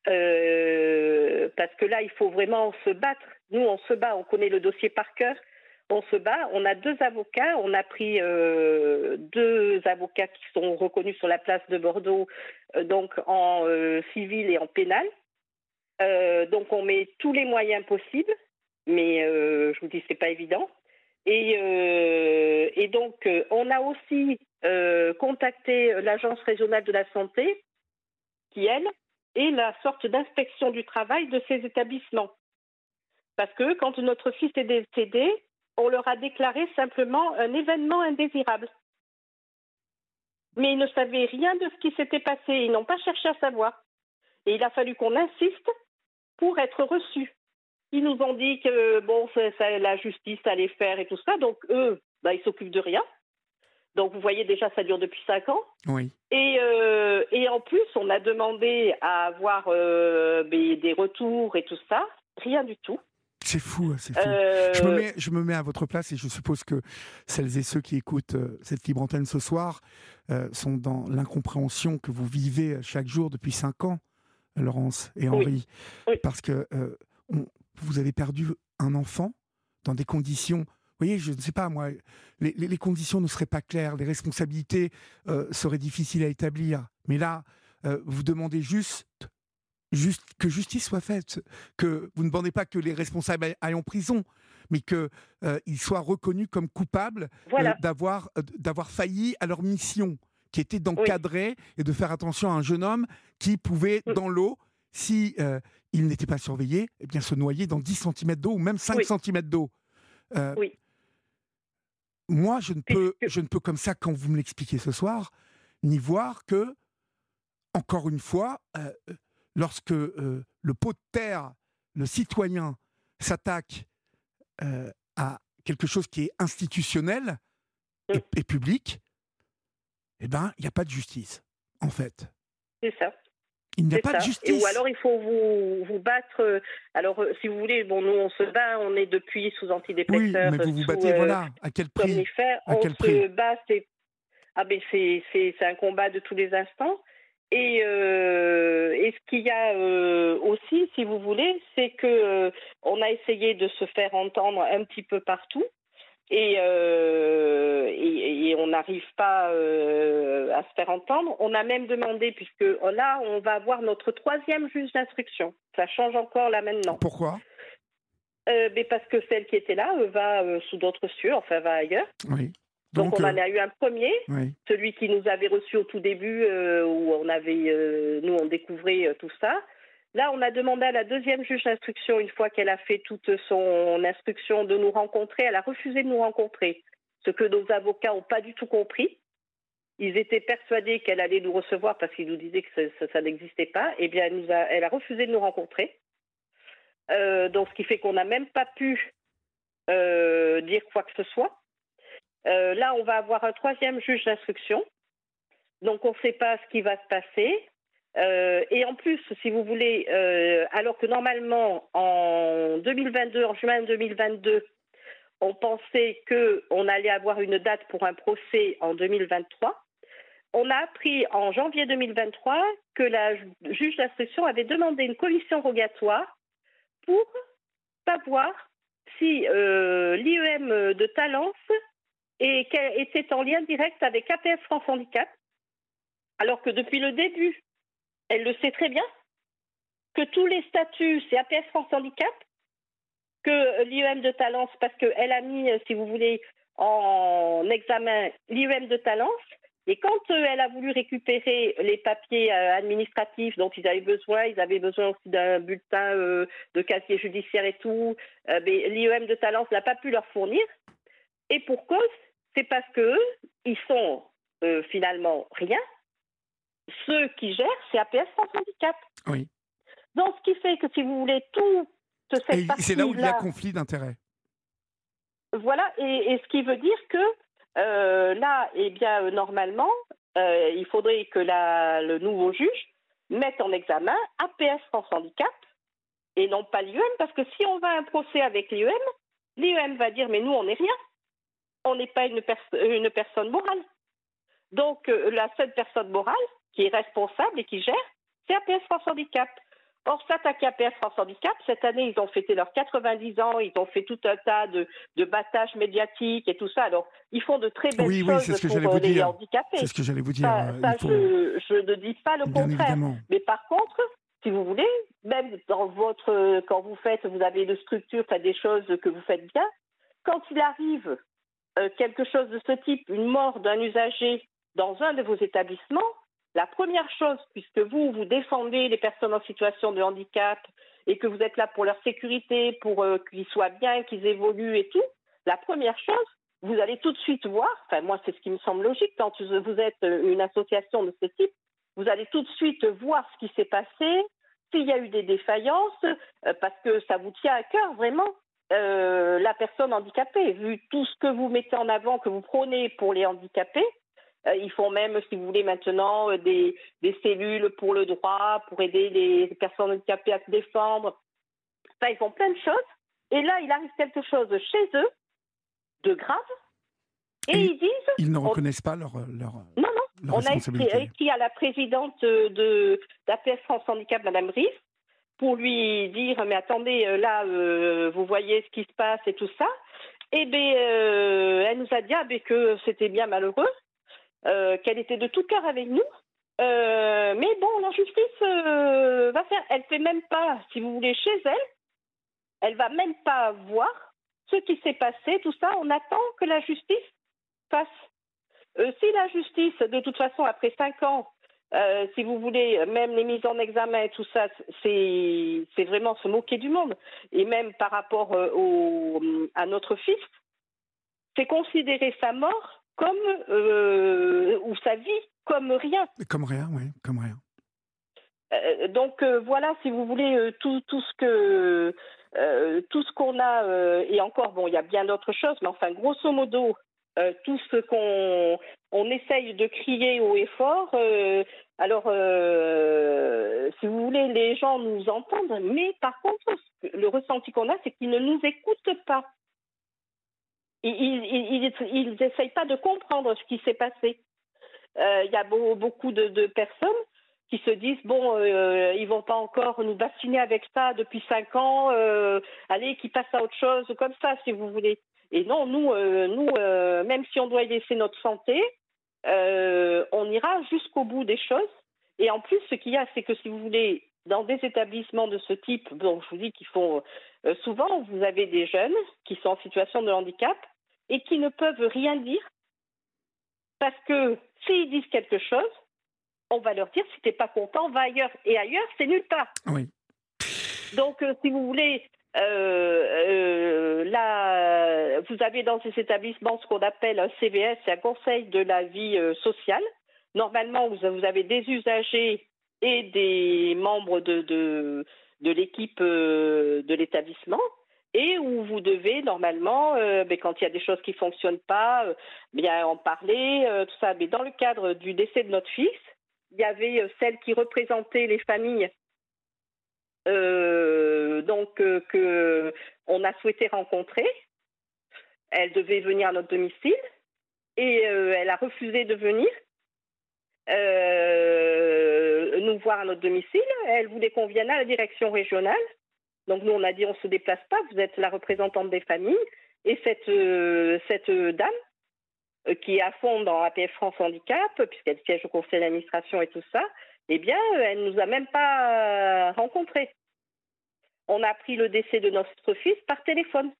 euh, parce que là, il faut vraiment se battre. Nous, on se bat, on connaît le dossier par cœur. On se bat, on a deux avocats, on a pris euh, deux avocats qui sont reconnus sur la place de Bordeaux, euh, donc en euh, civil et en pénal. Euh, donc on met tous les moyens possibles, mais euh, je vous dis, c'est pas évident. Et, euh, et donc, euh, on a aussi euh, contacté l'Agence régionale de la santé, qui, elle, est la sorte d'inspection du travail de ces établissements. Parce que quand notre fils est décédé, on leur a déclaré simplement un événement indésirable. Mais ils ne savaient rien de ce qui s'était passé. Ils n'ont pas cherché à savoir. Et il a fallu qu'on insiste pour être reçus. Ils nous ont dit que bon, ça, ça, la justice allait faire et tout ça. Donc eux, bah, ils s'occupent de rien. Donc vous voyez déjà, ça dure depuis cinq ans. Oui. Et, euh, et en plus, on a demandé à avoir euh, des, des retours et tout ça. Rien du tout. C'est fou, c'est fou. Euh, Je, me mets, je me mets à votre place et je suppose que celles et ceux qui écoutent euh, cette libre antenne ce soir euh, sont dans l'incompréhension que vous vivez chaque jour depuis cinq ans, Laurence et Henri. Oui. Oui. Parce que euh, on, vous avez perdu un enfant dans des conditions... Vous voyez, je ne sais pas, moi, les, les, les conditions ne seraient pas claires, les responsabilités euh, seraient difficiles à établir. Mais là, euh, vous demandez juste... Juste, que justice soit faite, que vous ne demandez pas que les responsables aillent en prison, mais qu'ils euh, soient reconnus comme coupables Voilà. euh, d'avoir, euh, d'avoir failli à leur mission, qui était d'encadrer oui. et de faire attention à un jeune homme qui pouvait, oui. dans l'eau, si euh, il n'était pas surveillé, eh bien, se noyer dans dix centimètres d'eau ou même cinq oui. centimètres d'eau. Euh, oui. Moi, je ne, peux, je ne peux comme ça, quand vous me l'expliquez ce soir, ni voir que, encore une fois, euh, lorsque euh, le pot de terre, le citoyen, s'attaque euh, à quelque chose qui est institutionnel et, et public, eh ben, il n'y a pas de justice, en fait. C'est ça. Il n'y a C'est pas ça. de justice. Et, ou alors, il faut vous, vous battre. Alors, si vous voulez, bon, nous, on se bat, on est depuis sous antidépresseurs. Oui, mais vous vous sous, battez, euh, voilà. À quel prix somnifères. À On quel se prix bat, c'est... Ah, ben, c'est, c'est, c'est un combat de tous les instants. Et, euh, et ce qu'il y a euh, aussi, si vous voulez, c'est que euh, on a essayé de se faire entendre un petit peu partout, et, euh, et, et on n'arrive pas euh, à se faire entendre. On a même demandé, puisque là, on va avoir notre troisième juge d'instruction. Ça change encore là maintenant. Pourquoi euh, mais parce que celle qui était là euh, va euh, sous d'autres cieux, enfin va ailleurs. Oui. Donc, Donc on euh... en a eu un premier, oui. celui qui nous avait reçus au tout début, euh, où on avait, euh, nous on découvrait euh, tout ça. Là, on a demandé à la deuxième juge d'instruction, une fois qu'elle a fait toute son instruction, de nous rencontrer. Elle a refusé de nous rencontrer, ce que nos avocats n'ont pas du tout compris. Ils étaient persuadés qu'elle allait nous recevoir parce qu'ils nous disaient que ça, ça, ça n'existait pas. Eh bien, elle, nous a, elle a refusé de nous rencontrer. Euh, donc, ce qui fait qu'on n'a même pas pu euh, dire quoi que ce soit. Euh, là, on va avoir un troisième juge d'instruction. Donc, on ne sait pas ce qui va se passer. Euh, et en plus, si vous voulez, euh, alors que normalement, en deux mille vingt-deux, en juin deux mille vingt-deux, on pensait qu'on allait avoir une date pour un procès en deux mille vingt-trois. On a appris en janvier deux mille vingt-trois que la juge d'instruction avait demandé une commission rogatoire pour savoir si euh, l'I E M de Talence était en lien direct avec A P S France Handicap, alors que depuis le début, elle le sait très bien, que tous les statuts, c'est A P S France Handicap, que l'I E M de Talence, parce qu'elle a mis, si vous voulez, en examen l'I E M de Talence, et quand euh, elle a voulu récupérer les papiers euh, administratifs dont ils avaient besoin, ils avaient besoin aussi d'un bulletin euh, de casier judiciaire et tout, euh, mais l'I E M de Talence n'a pas pu leur fournir. Et pour cause, c'est parce qu'eux, ils sont euh, finalement rien. Ceux qui gèrent, c'est A P S France Handicap. Oui. Donc, ce qui fait que, si vous voulez, tout cette et partie-là... c'est là où il y a conflit d'intérêts. Voilà, et, et ce qui veut dire que euh, là, eh bien, euh, normalement, euh, il faudrait que la, le nouveau juge mette en examen A P S France Handicap et non pas l'I E M, parce que si on va à un procès avec l'I E M, l'I E M va dire « mais nous, on n'est rien, on n'est pas une, pers- une personne morale ». Donc, euh, la seule personne morale qui est responsable et qui gère, c'est A P S France Handicap. Or, s'attaquer à A P S France Handicap, cette année, ils ont fêté leurs quatre-vingt-dix ans, ils ont fait tout un tas de, de battages médiatiques et tout ça. Alors, ils font de très belles oui, choses oui, c'est ce que pour j'allais vous les dire. handicapés. C'est ce que j'allais vous dire. Ça, ça, il faut... je, je ne dis pas le Bien contraire. évidemment. Mais par contre, si vous voulez, même dans votre, quand vous faites, vous avez une structure, faites des choses que vous faites bien. Quand il arrive euh, quelque chose de ce type, une mort d'un usager dans un de vos établissements, la première chose, puisque vous, vous défendez les personnes en situation de handicap et que vous êtes là pour leur sécurité, pour euh, qu'ils soient bien, qu'ils évoluent et tout, la première chose, vous allez tout de suite voir, enfin moi c'est ce qui me semble logique, quand vous êtes une association de ce type, vous allez tout de suite voir ce qui s'est passé, s'il y a eu des défaillances, euh, parce que ça vous tient à cœur vraiment, euh, la personne handicapée, vu tout ce que vous mettez en avant, que vous prônez pour les handicapés. Euh, ils font même, si vous voulez, maintenant euh, des, des cellules pour le droit, pour aider les personnes handicapées à se défendre. Enfin, ils font plein de choses. Et là, il arrive quelque chose chez eux de grave. Et, et ils disent... Ils ne on... reconnaissent pas leur, leur, non, non. leur on responsabilité. a écrit à la présidente de d'A P S France Handicap, Madame Riff, pour lui dire, mais attendez, là, euh, vous voyez ce qui se passe et tout ça. Et bien, euh, elle nous a dit ah, ben, que c'était bien malheureux. Euh, qu'elle était de tout cœur avec nous, euh, mais bon, la justice euh, va faire, elle fait même pas, si vous voulez, chez elle, elle va même pas voir ce qui s'est passé, tout ça, on attend que la justice fasse. Euh, si la justice, de toute façon, après cinq ans, euh, si vous voulez, même les mises en examen et tout ça, c'est, c'est vraiment se moquer du monde, et même par rapport euh, au, à notre fils, c'est considérer sa mort comme, euh, ou sa vie, comme rien. Comme rien, oui, comme rien. Euh, donc euh, voilà, si vous voulez, euh, tout, tout ce que, euh, tout ce qu'on a, euh, et encore, bon, il y a bien d'autres choses, mais enfin, grosso modo, euh, tout ce qu'on on essaye de crier haut et fort, euh, alors, euh, si vous voulez, les gens nous entendent, mais par contre, le ressenti qu'on a, c'est qu'ils ne nous écoutent pas. Ils, ils, ils, ils essayent pas de comprendre ce qui s'est passé. Euh, il y a beau, beaucoup de, de personnes qui se disent bon, euh, ils vont pas encore nous bassiner avec ça depuis cinq ans. Euh, allez, qu'ils passent à autre chose, comme ça, si vous voulez. Et non, nous, euh, nous, euh, même si on doit y laisser notre santé, euh, on ira jusqu'au bout des choses. Et en plus, ce qu'il y a, c'est que si vous voulez, dans des établissements de ce type, bon, je vous dis qu'ils font euh, souvent, vous avez des jeunes qui sont en situation de handicap et qui ne peuvent rien dire parce que s'ils disent quelque chose, on va leur dire si t'es pas content, va ailleurs. Et ailleurs, c'est nulle part. Oui. Donc, euh, si vous voulez, euh, euh, là, vous avez dans ces établissements ce qu'on appelle un C V S, c'est un conseil de la vie euh, sociale. Normalement, vous, vous avez des usagers et des membres de, de, de l'équipe euh, de l'établissement, et où vous devez normalement, euh, mais quand il y a des choses qui ne fonctionnent pas, euh, bien en parler, euh, tout ça. Mais dans le cadre du décès de notre fils, il y avait euh, celle qui représentait les familles, euh, donc euh, que on a souhaité rencontrer. Elle devait venir à notre domicile et euh, elle a refusé de venir euh, nous voir à notre domicile. Elle voulait qu'on vienne à la direction régionale. Donc nous, on a dit on ne se déplace pas, vous êtes la représentante des familles. Et cette, euh, cette dame, euh, qui est à fond dans A P F France Handicap, puisqu'elle siège au conseil d'administration et tout ça, eh bien, elle ne nous a même pas rencontrés. On a appris le décès de notre fils par téléphone.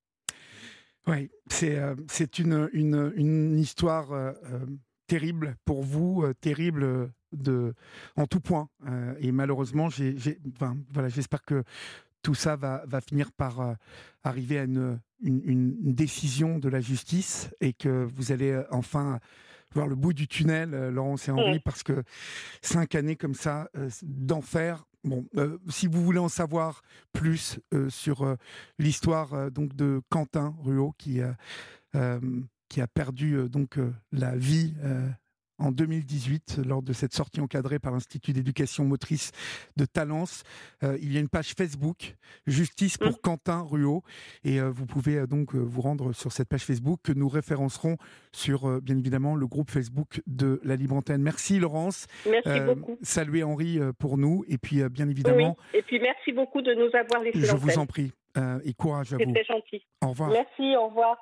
Oui, c'est, euh, c'est une, une, une histoire euh, euh, terrible pour vous, euh, terrible de, en tout point. Euh, et malheureusement, j'ai, j'ai, enfin, voilà, j'espère que tout ça va, va finir par euh, arriver à une, une, une décision de la justice et que vous allez euh, enfin voir le bout du tunnel, euh, Laurence et Henri, mmh. parce que cinq années comme ça euh, d'enfer. Bon, euh, si vous voulez en savoir plus euh, sur euh, l'histoire euh, donc de Quentin Ruot qui, euh, euh, qui a perdu euh, donc euh, la vie euh, en deux mille dix-huit lors de cette sortie encadrée par l'Institut d'éducation motrice de Talence, euh, il y a une page Facebook Justice pour mmh. Quentin Ruot et euh, vous pouvez euh, donc euh, vous rendre sur cette page Facebook que nous référencerons sur euh, bien évidemment le groupe Facebook de la Libre Antenne. Merci Laurence. Merci euh, beaucoup. Saluez Henri euh, pour nous et puis euh, bien évidemment. Oui. Et puis merci beaucoup de nous avoir laissé Je l'antenne. vous en prie euh, et courage à C'est vous. C'est très gentil. Au revoir. Merci, au revoir.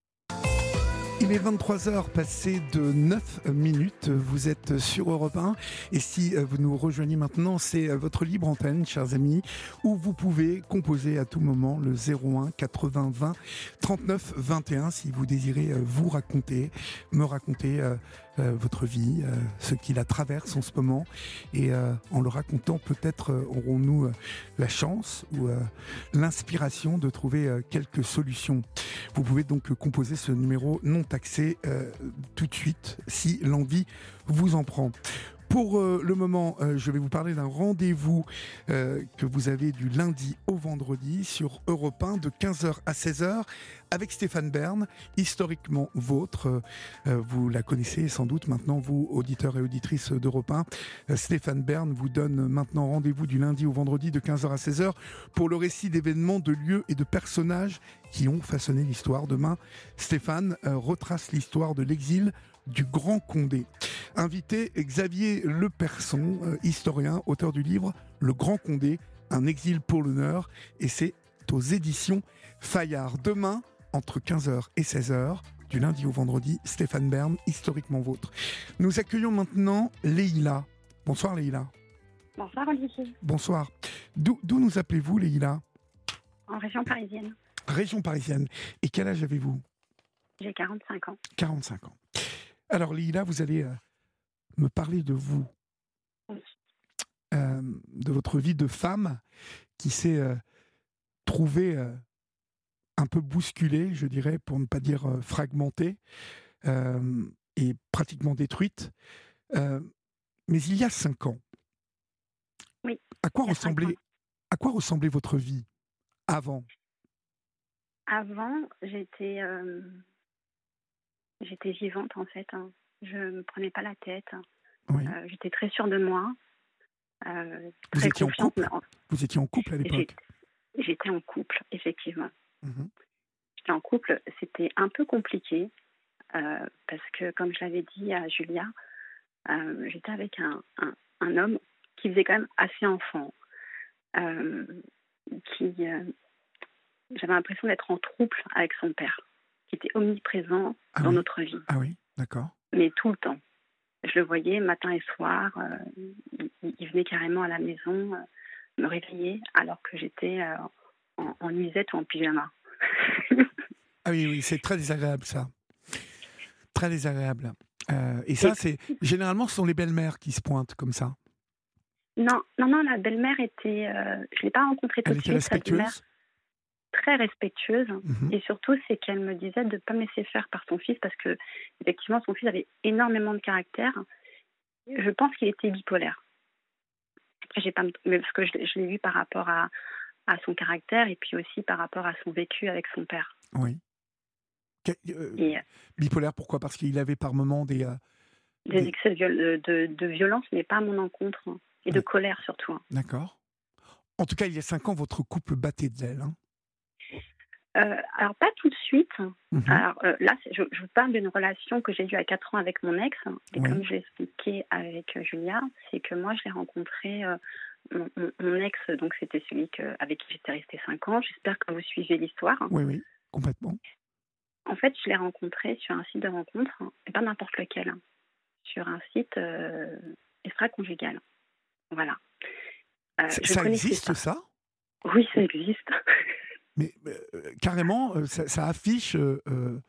Il est vingt-trois heures passées de neuf minutes, vous êtes sur Europe un et si vous nous rejoignez maintenant, c'est votre libre antenne, chers amis, où vous pouvez composer à tout moment le zéro un quatre-vingts vingt trente-neuf vingt et un si vous désirez vous raconter, me raconter euh, euh, votre vie, euh, ce qui la traverse en ce moment et euh, en le racontant peut-être euh, aurons-nous euh, la chance ou euh, l'inspiration de trouver euh, quelques solutions. Vous pouvez donc composer ce numéro non taxé euh, tout de suite si l'envie vous en prend. Pour euh, le moment, euh, je vais vous parler d'un rendez-vous euh, que vous avez du lundi au vendredi sur Europe un de quinze heures à seize heures avec Stéphane Bern, historiquement vôtre. Euh, vous la connaissez sans doute maintenant, vous, auditeurs et auditrices d'Europe un. Euh, Stéphane Bern vous donne maintenant rendez-vous du lundi au vendredi de quinze heures à seize heures pour le récit d'événements, de lieux et de personnages qui ont façonné l'histoire. Demain, Stéphane euh, retrace l'histoire de l'exil du Grand Condé. Invité Xavier Leperson, euh, historien, auteur du livre Le Grand Condé, un exil pour l'honneur, et c'est aux éditions Fayard. Demain, entre quinze heures et seize heures, du lundi au vendredi, Stéphane Bern, historiquement vôtre. Nous accueillons maintenant Leïla. Bonsoir Leïla. Bonsoir Olivier. Bonsoir. D'où, d'où nous appelez-vous Leïla ? En région parisienne. Région parisienne. Et quel âge avez-vous ? J'ai quarante-cinq ans. quarante-cinq ans. Alors Leïla, vous allez euh, me parler de vous, oui. euh, de votre vie de femme qui s'est euh, trouvée euh, un peu bousculée, je dirais, pour ne pas dire euh, fragmentée euh, et pratiquement détruite. Euh, mais il y a cinq ans, oui, à quoi ressemblait, à quoi ressemblait votre vie avant ? Avant, j'étais... Euh... J'étais vivante en fait, hein. Je ne me prenais pas la tête, oui. euh, j'étais très sûre de moi. Euh, Vous très étiez en couple en... Vous étiez en couple à l'époque ? J'étais, j'étais en couple, effectivement. Mm-hmm. J'étais en couple, c'était un peu compliqué, euh, parce que comme je l'avais dit à Julia, euh, j'étais avec un, un, un homme qui faisait quand même assez enfant, euh, qui, euh, j'avais l'impression d'être en trouble avec son père, qui était omniprésent ah dans oui. notre vie. Ah oui, d'accord. Mais tout le temps. Je le voyais matin et soir. Euh, il, il venait carrément à la maison euh, me réveiller alors que j'étais euh, en, en nuisette ou en pyjama. Ah oui, oui, c'est très désagréable ça. Très désagréable. Euh, et ça, et... c'est généralement, ce sont les belles-mères qui se pointent comme ça. Non, non, non, la belle-mère était... Euh, je ne l'ai pas rencontrée tout de suite. Elle était respectueuse ? très respectueuse. Mhm. Et surtout, c'est qu'elle me disait de ne pas me laisser faire par son fils parce que, effectivement, son fils avait énormément de caractère. Je pense qu'il était bipolaire. Après, j'ai pas, mais parce que je, je l'ai vu par rapport à, à son caractère et puis aussi par rapport à son vécu avec son père. Oui. Que- euh, Et euh, bipolaire, pourquoi? Parce qu'il avait par moments des... euh, des des... excès de, viol- de, de violence, mais pas à mon encontre. hein. Et de Ouais. colère surtout. hein. D'accord. En tout cas, il y a cinq ans, votre couple battait de l'aile. Hein. Euh, alors, pas tout de suite. Mhm. Alors euh, là, c'est- je, je vous parle d'une relation que j'ai eue à quatre ans avec mon ex. Et Oui. comme je l'ai expliqué avec euh, Julia, c'est que moi, je l'ai rencontré, euh, mon, mon- mon ex, donc c'était celui que, avec qui j'étais restée cinq ans. J'espère que vous suivez l'histoire. Oui, oui, complètement. En fait, je l'ai rencontré sur un site de rencontre, et pas n'importe lequel, hein, sur un site euh, extra-conjugal. Voilà. Euh, Ça, je ça connaissais existe, pas. ça? Oui, ça existe. Mais euh, carrément, euh, ça, ça affiche euh, euh,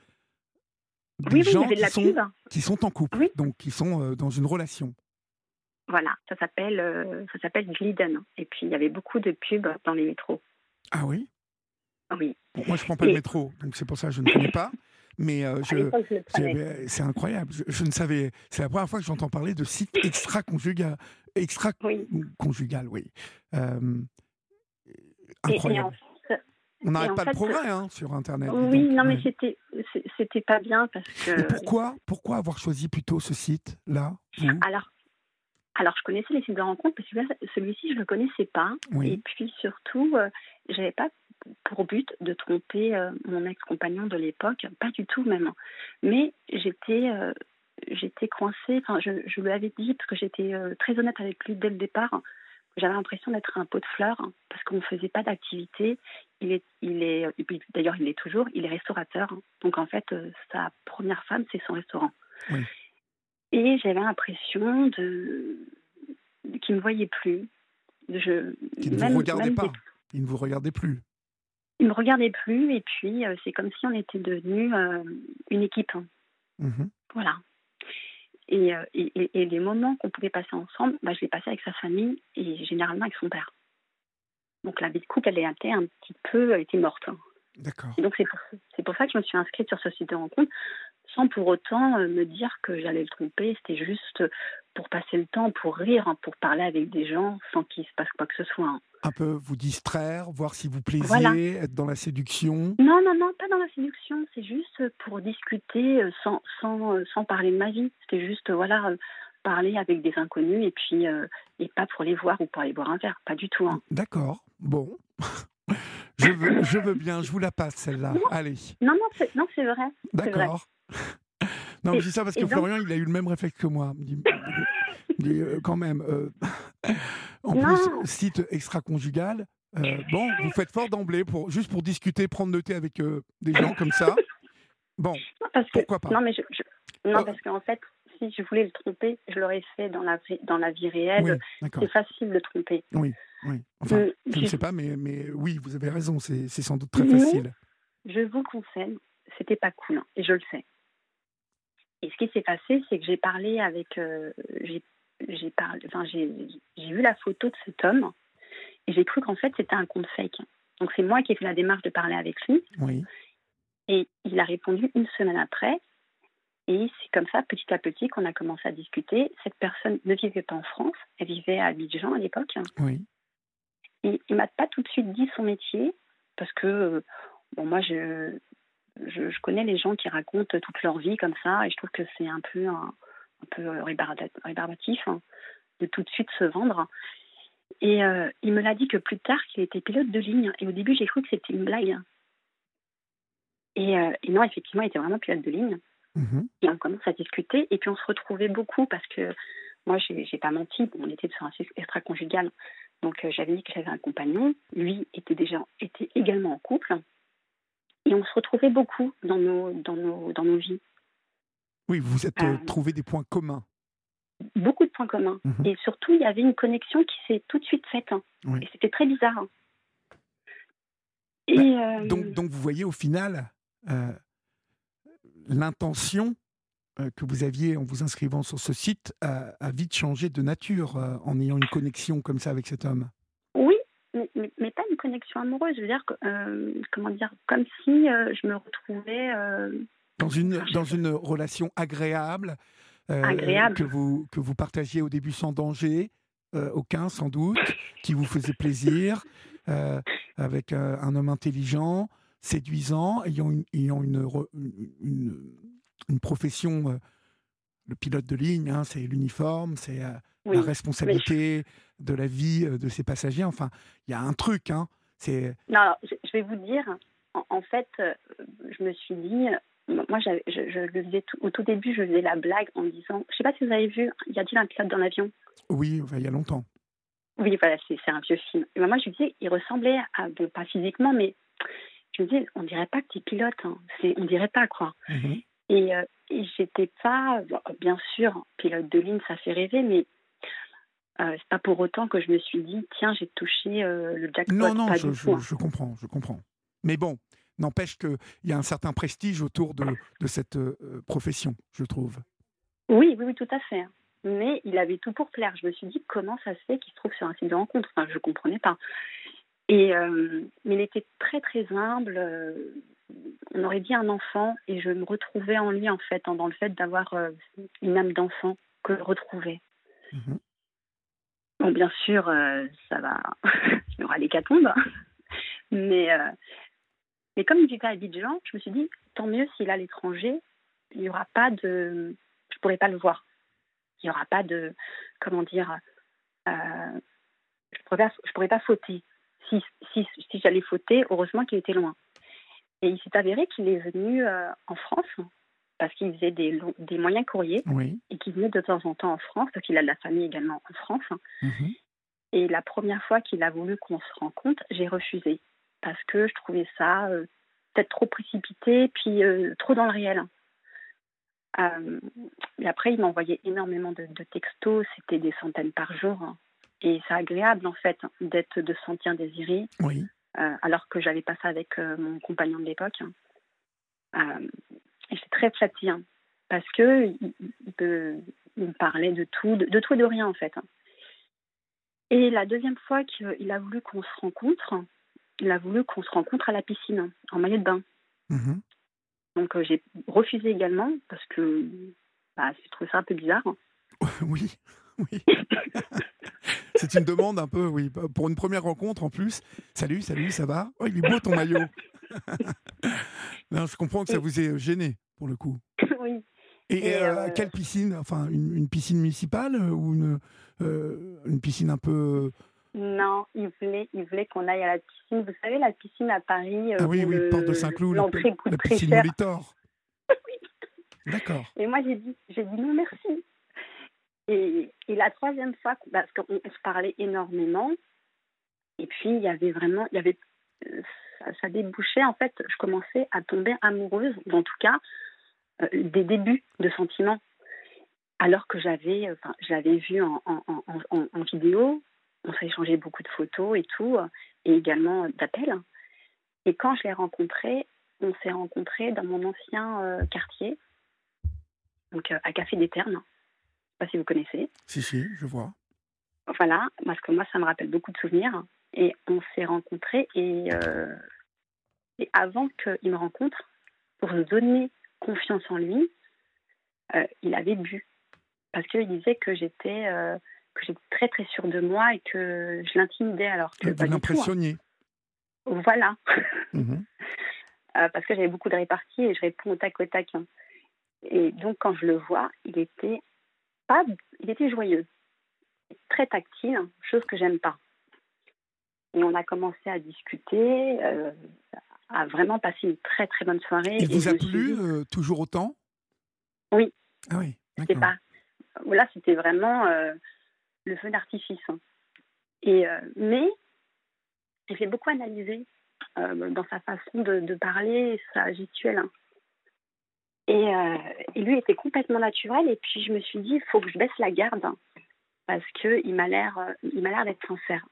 des Oui, oui, il y gens avait de qui la sont, pub. qui sont en couple, Oui. donc qui sont euh, dans une relation. Voilà, ça s'appelle euh, ça s'appelle Glidden. Et puis, il y avait beaucoup de pubs dans les métros. Ah oui? Oui. Bon, moi, je ne prends pas le Et- métro, donc c'est pour ça que je ne connais pas. Mais euh, À je, l'époque, je le c'est, prenais. ben, c'est incroyable. Je, je ne savais. C'est la première fois que j'entends parler de site extra-conjugal. Oui. Extra-conjugal, oui. Euh, Et, et incroyable. en fait, On et n'arrête en pas fait, le progrès hein, sur Internet. dis oui, donc. non, mais Ouais. c'était c'est- c'était pas bien parce Et que. pourquoi, pourquoi avoir choisi plutôt ce site-là, vous? Alors, alors, je connaissais les sites de rencontres, mais celui-là, celui-ci, je le connaissais pas. Oui. Et puis surtout, euh, j'avais pas pour but de tromper euh, mon ex-compagnon de l'époque, pas du tout même. Mais j'étais euh, j'étais coincée. Enfin, je, je lui avais dit parce que j'étais euh, très honnête avec lui dès le départ. que J'avais l'impression d'être un pot de fleurs hein, parce qu'on ne faisait pas d'activité. Il est, il est, et puis, d'ailleurs, il l'est toujours. Il est restaurateur. Donc en fait, euh, sa première femme, c'est son restaurant. Oui. Et j'avais l'impression de qu'il ne me voyait plus. Je, Qui ne vous même- regardait même pas. des- Il ne vous regardait plus. Il me regardait plus et puis euh, c'est comme si on était devenus euh, une équipe. hein. Mhm. Voilà. Et, euh, et, et- et les moments qu'on pouvait passer ensemble, bah, je les passais avec sa famille et généralement avec son père. Donc la vie de couple, elle était un petit peu, elle était morte. hein. D'accord. Et donc c'est pour, c'est pour ça que je me suis inscrite sur ce site de rencontre, sans pour autant euh, me dire que j'allais le tromper. C'était juste pour passer le temps, pour rire, hein, pour parler avec des gens sans qu'il se passe quoi que ce soit. hein. Un peu vous distraire, voir si vous plaisiez, Voilà. être dans la séduction. Non, non, non, pas dans la séduction. C'est juste pour discuter euh, sans, sans, euh, sans parler de ma vie. C'était juste, euh, voilà, euh, parler avec des inconnus et puis euh, et pas pour les voir ou pour aller boire un verre. Pas du tout. hein. D'accord. Bon. je, veux, je veux bien, je vous la passe celle-là. Non. Allez. Non, non, c'est, non, c'est vrai. C'est vrai. D'accord. Non, Et- je dis ça parce et que donc- Florian, il a eu le même réflexe que moi. Il dit, il dit, euh, quand même. euh, en Non. plus, site extra-conjugal. euh, bon, vous faites fort d'emblée pour juste pour discuter, prendre le thé avec euh, des gens comme ça. Bon, Non, parce que, Pourquoi pas Non, mais je, je- non, Euh. parce qu'en fait, si je voulais le tromper, je l'aurais fait dans la, vie- dans la vie réelle. oui, d'accord. C'est facile de tromper. Oui, oui. Enfin, Euh, je ne je- sais pas, mais, mais oui, vous avez raison. C'est c'est sans doute très Mais- facile. Je vous conseille, c'était pas cool, hein, et je le sais. Et ce qui s'est passé, c'est que j'ai parlé avec, euh, j'ai, j'ai parlé, enfin j'ai, j'ai vu la photo de cet homme et j'ai cru qu'en fait c'était un compte fake. Donc c'est moi qui ai fait la démarche de parler avec lui Oui, et il a répondu une semaine après. Et c'est comme ça, petit à petit, qu'on a commencé à discuter. Cette personne ne vivait pas en France, elle vivait à Abidjan à l'époque. oui. Et il m'a pas tout de suite dit son métier parce que euh, bon moi je Je, je connais les gens qui racontent toute leur vie comme ça et je trouve que c'est un peu un, un peu rébarbat- rébarbatif hein, de tout de suite se vendre. Et euh, il me l'a dit que plus tard qu'il était pilote de ligne et au début j'ai cru que c'était une blague. Et, euh, et non, effectivement, il était vraiment pilote de ligne. Mhm. Et on commence à discuter et puis on se retrouvait beaucoup parce que moi j'ai, j'ai pas menti, bon, on était sur un site extra-conjugal, donc euh, j'avais dit que j'avais un compagnon, lui était déjà était également en couple. Et on se retrouvait beaucoup dans nos, dans nos, dans nos vies. Oui, vous vous êtes euh, Euh. trouvé des points communs. Beaucoup de points communs. Mhm. Et surtout, il y avait une connexion qui s'est tout de suite faite. hein. Oui. Et c'était très bizarre. hein. Et, Bah, euh, Donc, donc, vous voyez au final euh, l'intention euh, que vous aviez en vous inscrivant sur ce site a, a vite changé de nature euh, en ayant une connexion comme ça avec cet homme. oui, mais, mais, mais pas une connexion amoureuse. Je veux dire, euh, comment dire, comme si euh, je me retrouvais euh, dans une dans une relation agréable, euh, agréable. que vous que vous partagiez au début sans danger, euh, aucun sans doute, qui vous faisait plaisir, euh, avec euh, un homme intelligent, séduisant, ayant une ayant une une, une profession. Euh, le pilote de ligne, hein, c'est l'uniforme, c'est euh, Oui, la mais responsabilité je- de la vie euh, de ses passagers. Enfin, il y a un truc. Hein, c'est non, alors, je, je vais vous dire, en, en fait, euh, je me suis dit, euh, moi, j'avais- je, je le faisais tout- au tout début, je faisais la blague en disant, je sais pas si vous avez vu, y a-t-il un pilote dans l'avion? oui, enfin, il y a longtemps. Oui, voilà, c'est c'est un vieux film. Et ben, moi, je lui disais, il ressemblait à, bon, pas physiquement, mais je me disais, on dirait pas que tu es pilote, hein. C'est, on dirait pas, quoi. Mhm. Et, euh, et j'étais pas, bon, bien sûr, pilote de ligne, ça fait rêver, mais euh, c'est pas pour autant que je me suis dit, tiens, j'ai touché euh, le jackpot, Non, non, pas je, du je, tout. Hein. je comprends, je comprends. Mais bon, n'empêche qu'il y a un certain prestige autour de, de cette euh, profession, je trouve. Oui, oui, oui, tout à fait. Mais il avait tout pour plaire. Je me suis dit, comment ça se fait qu'il se trouve sur un site de rencontre? Enfin, je comprenais pas. Et euh, mais il était très, très humble. euh, on aurait dit un enfant, et je me retrouvais en lui, en fait, hein, dans le fait d'avoir euh, une âme d'enfant que je retrouvais. Mhm. Bon, bien sûr, euh, ça va, il y aura l'hécatombe, mais, euh, mais comme il vivait à Abidjan, je me suis dit, tant mieux s'il est à l'étranger, il n'y aura pas de... Je ne pourrai pas le voir. Il n'y aura pas de... Comment dire... Euh, je ne pourrais, pas- je pourrais pas fauter. Si, si, si j'allais fauter, heureusement qu'il était loin. Et il s'est avéré qu'il est venu euh, en France, parce qu'il faisait des, lo- des moyens courriers, Oui. et qu'il venait de temps en temps en France, parce qu'il a de la famille également en France. Mhm. Et la première fois qu'il a voulu qu'on se rencontre, j'ai refusé. Parce que je trouvais ça euh, peut-être trop précipité, puis euh, trop dans le réel. Euh, et après, il m'envoyait énormément de, de textos, c'était des centaines par jour. Hein. Et c'est agréable, en fait, d'être, de se sentir désiré, Oui. euh, alors que j'avais pas ça avec euh, mon compagnon de l'époque. Hein. Euh, et j'étais très flattée, hein, parce que il, il, peut- il me parlait de tout, de, de tout et de rien, en fait. Hein. Et la deuxième fois qu'il a voulu qu'on se rencontre, il a voulu qu'on se rencontre à la piscine, en maillot de bain. Mhm. Donc euh, j'ai refusé également, parce que bah, j'ai trouvé ça un peu bizarre. Oui. Oui. C'est une demande un peu, oui, pour une première rencontre en plus. Salut, salut, ça va? Oh, il est beau ton maillot. Non, je comprends que ça Et, vous ait gêné pour le coup. oui. Et Et euh, euh, quelle piscine? Enfin, une, une piscine municipale euh, ou une, euh, une piscine un peu. non, il voulait, il voulait qu'on aille à la piscine. Vous savez, la piscine à Paris, Ah euh, oui, où oui, Porte de le, Saint-Cloud, la, l'entrée coûte la très piscine cher. Molitor. D'accord. Et moi, j'ai dit, j'ai dit non, merci. Et, et la troisième fois, parce qu'on on se parlait énormément, et puis il y avait vraiment, il y avait, euh, ça, ça débouchait, en fait, je commençais à tomber amoureuse, ou en tout cas, euh, des débuts de sentiments. Alors que j'avais, euh, enfin, je l'avais vu en, en, en, en, en vidéo, on s'est échangé beaucoup de photos et tout, euh, et également euh, d'appels. Et quand je l'ai rencontré, on s'est rencontrés dans mon ancien euh, quartier, donc euh, à Café des Ternes. Je ne sais pas si vous connaissez. Si, si, je vois. Voilà, parce que moi, ça me rappelle beaucoup de souvenirs. Et on s'est rencontrés, et, euh, et avant qu'il me rencontre, pour se donner confiance en lui, euh, il avait bu. Parce qu'il disait que j'étais, euh, que j'étais très très sûre de moi et que je l'intimidais, alors que Vous pas du tout. Hein. l'impressionniez. Voilà. Mhm. Euh, parce que j'avais beaucoup de réparties et je réponds au tac au tac. Hein. Et donc quand je le vois, il était pas, il était joyeux, très tactile, chose que j'aime pas. Et on a commencé à discuter, euh, à vraiment passer une très très bonne soirée. Il Et vous je a me suis plu dit, euh, toujours autant? oui, Ah oui, c'était d'accord. pas, là c'était vraiment euh, le feu d'artifice. Hein. Et euh, mais j'ai fait beaucoup analyser euh, dans sa façon de, de parler, sa gestuelle. Hein. Et, euh, et lui était complètement naturel. Et puis je me suis dit, il faut que je baisse la garde, hein, parce qu'il m'a l'air, euh, il m'a l'air d'être sincère.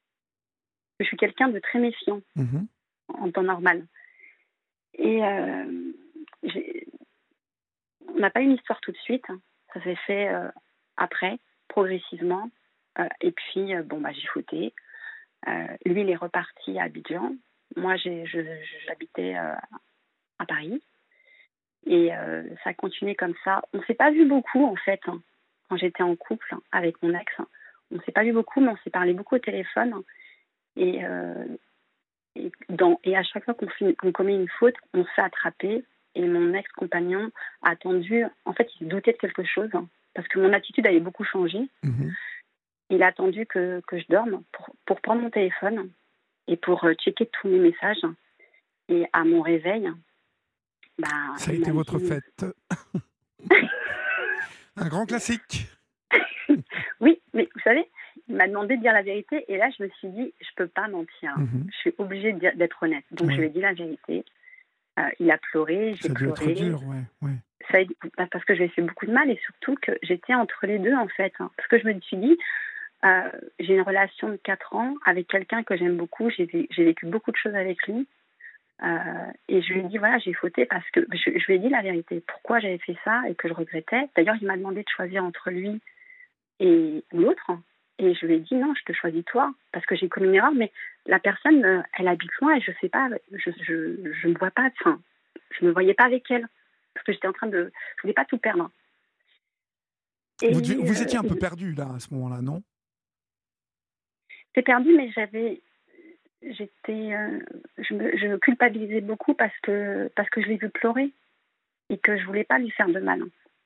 Je suis quelqu'un de très méfiant Mhm. en temps normal. Et euh, j'ai... on n'a pas eu une histoire tout de suite. Hein. Ça s'est fait euh, après, progressivement. Euh, et puis, euh, bon, bah, j'ai fauté. Euh, lui, il est reparti à Abidjan. Moi, j'ai, je, j'habitais euh, à Paris. Et euh, ça a continué comme ça. On ne s'est pas vu beaucoup, en fait, hein, quand j'étais en couple hein, avec mon ex. On ne s'est pas vu beaucoup, mais on s'est parlé beaucoup au téléphone. Et, euh, et, dans, et à chaque fois qu'on, finit, qu'on commet une faute, on se fait attraper. Et mon ex-compagnon a attendu... En fait, il se doutait de quelque chose, hein, parce que mon attitude avait beaucoup changé. Mmh. Il a attendu que, que je dorme pour, pour prendre mon téléphone et pour checker tous mes messages. Et à mon réveil... Bah, ça a été votre dit... fête. Un grand classique. Oui, mais vous savez, il m'a demandé de dire la vérité et là, je me suis dit, je ne peux pas mentir. Mm-hmm. Je suis obligée de dire, d'être honnête. Donc, ouais. je lui ai dit la vérité. Euh, il a pleuré, j'ai ça pleuré. Ça a dû être dur, ouais. ouais. Ça a, parce que je lui ai fait beaucoup de mal et surtout que j'étais entre les deux, en fait. Hein, parce que je me suis dit, euh, j'ai une relation de quatre ans avec quelqu'un que j'aime beaucoup. J'ai, j'ai vécu beaucoup de choses avec lui. Euh, et je lui ai dit, voilà, j'ai fauté parce que je, je lui ai dit la vérité, pourquoi j'avais fait ça et que je regrettais. D'ailleurs, il m'a demandé de choisir entre lui et l'autre. Et je lui ai dit, non, je te choisis toi, parce que j'ai commis une erreur, mais la personne, elle habite loin et je sais pas, je je, je me vois pas, enfin, je me voyais pas avec elle, parce que j'étais en train de, je voulais pas tout perdre. Et vous, vous étiez un peu perdu là, à ce moment-là, non? J'étais perdue, mais j'avais... J'étais, euh, je, me, je me culpabilisais beaucoup parce que, parce que je l'ai vu pleurer et que je voulais pas lui faire de mal.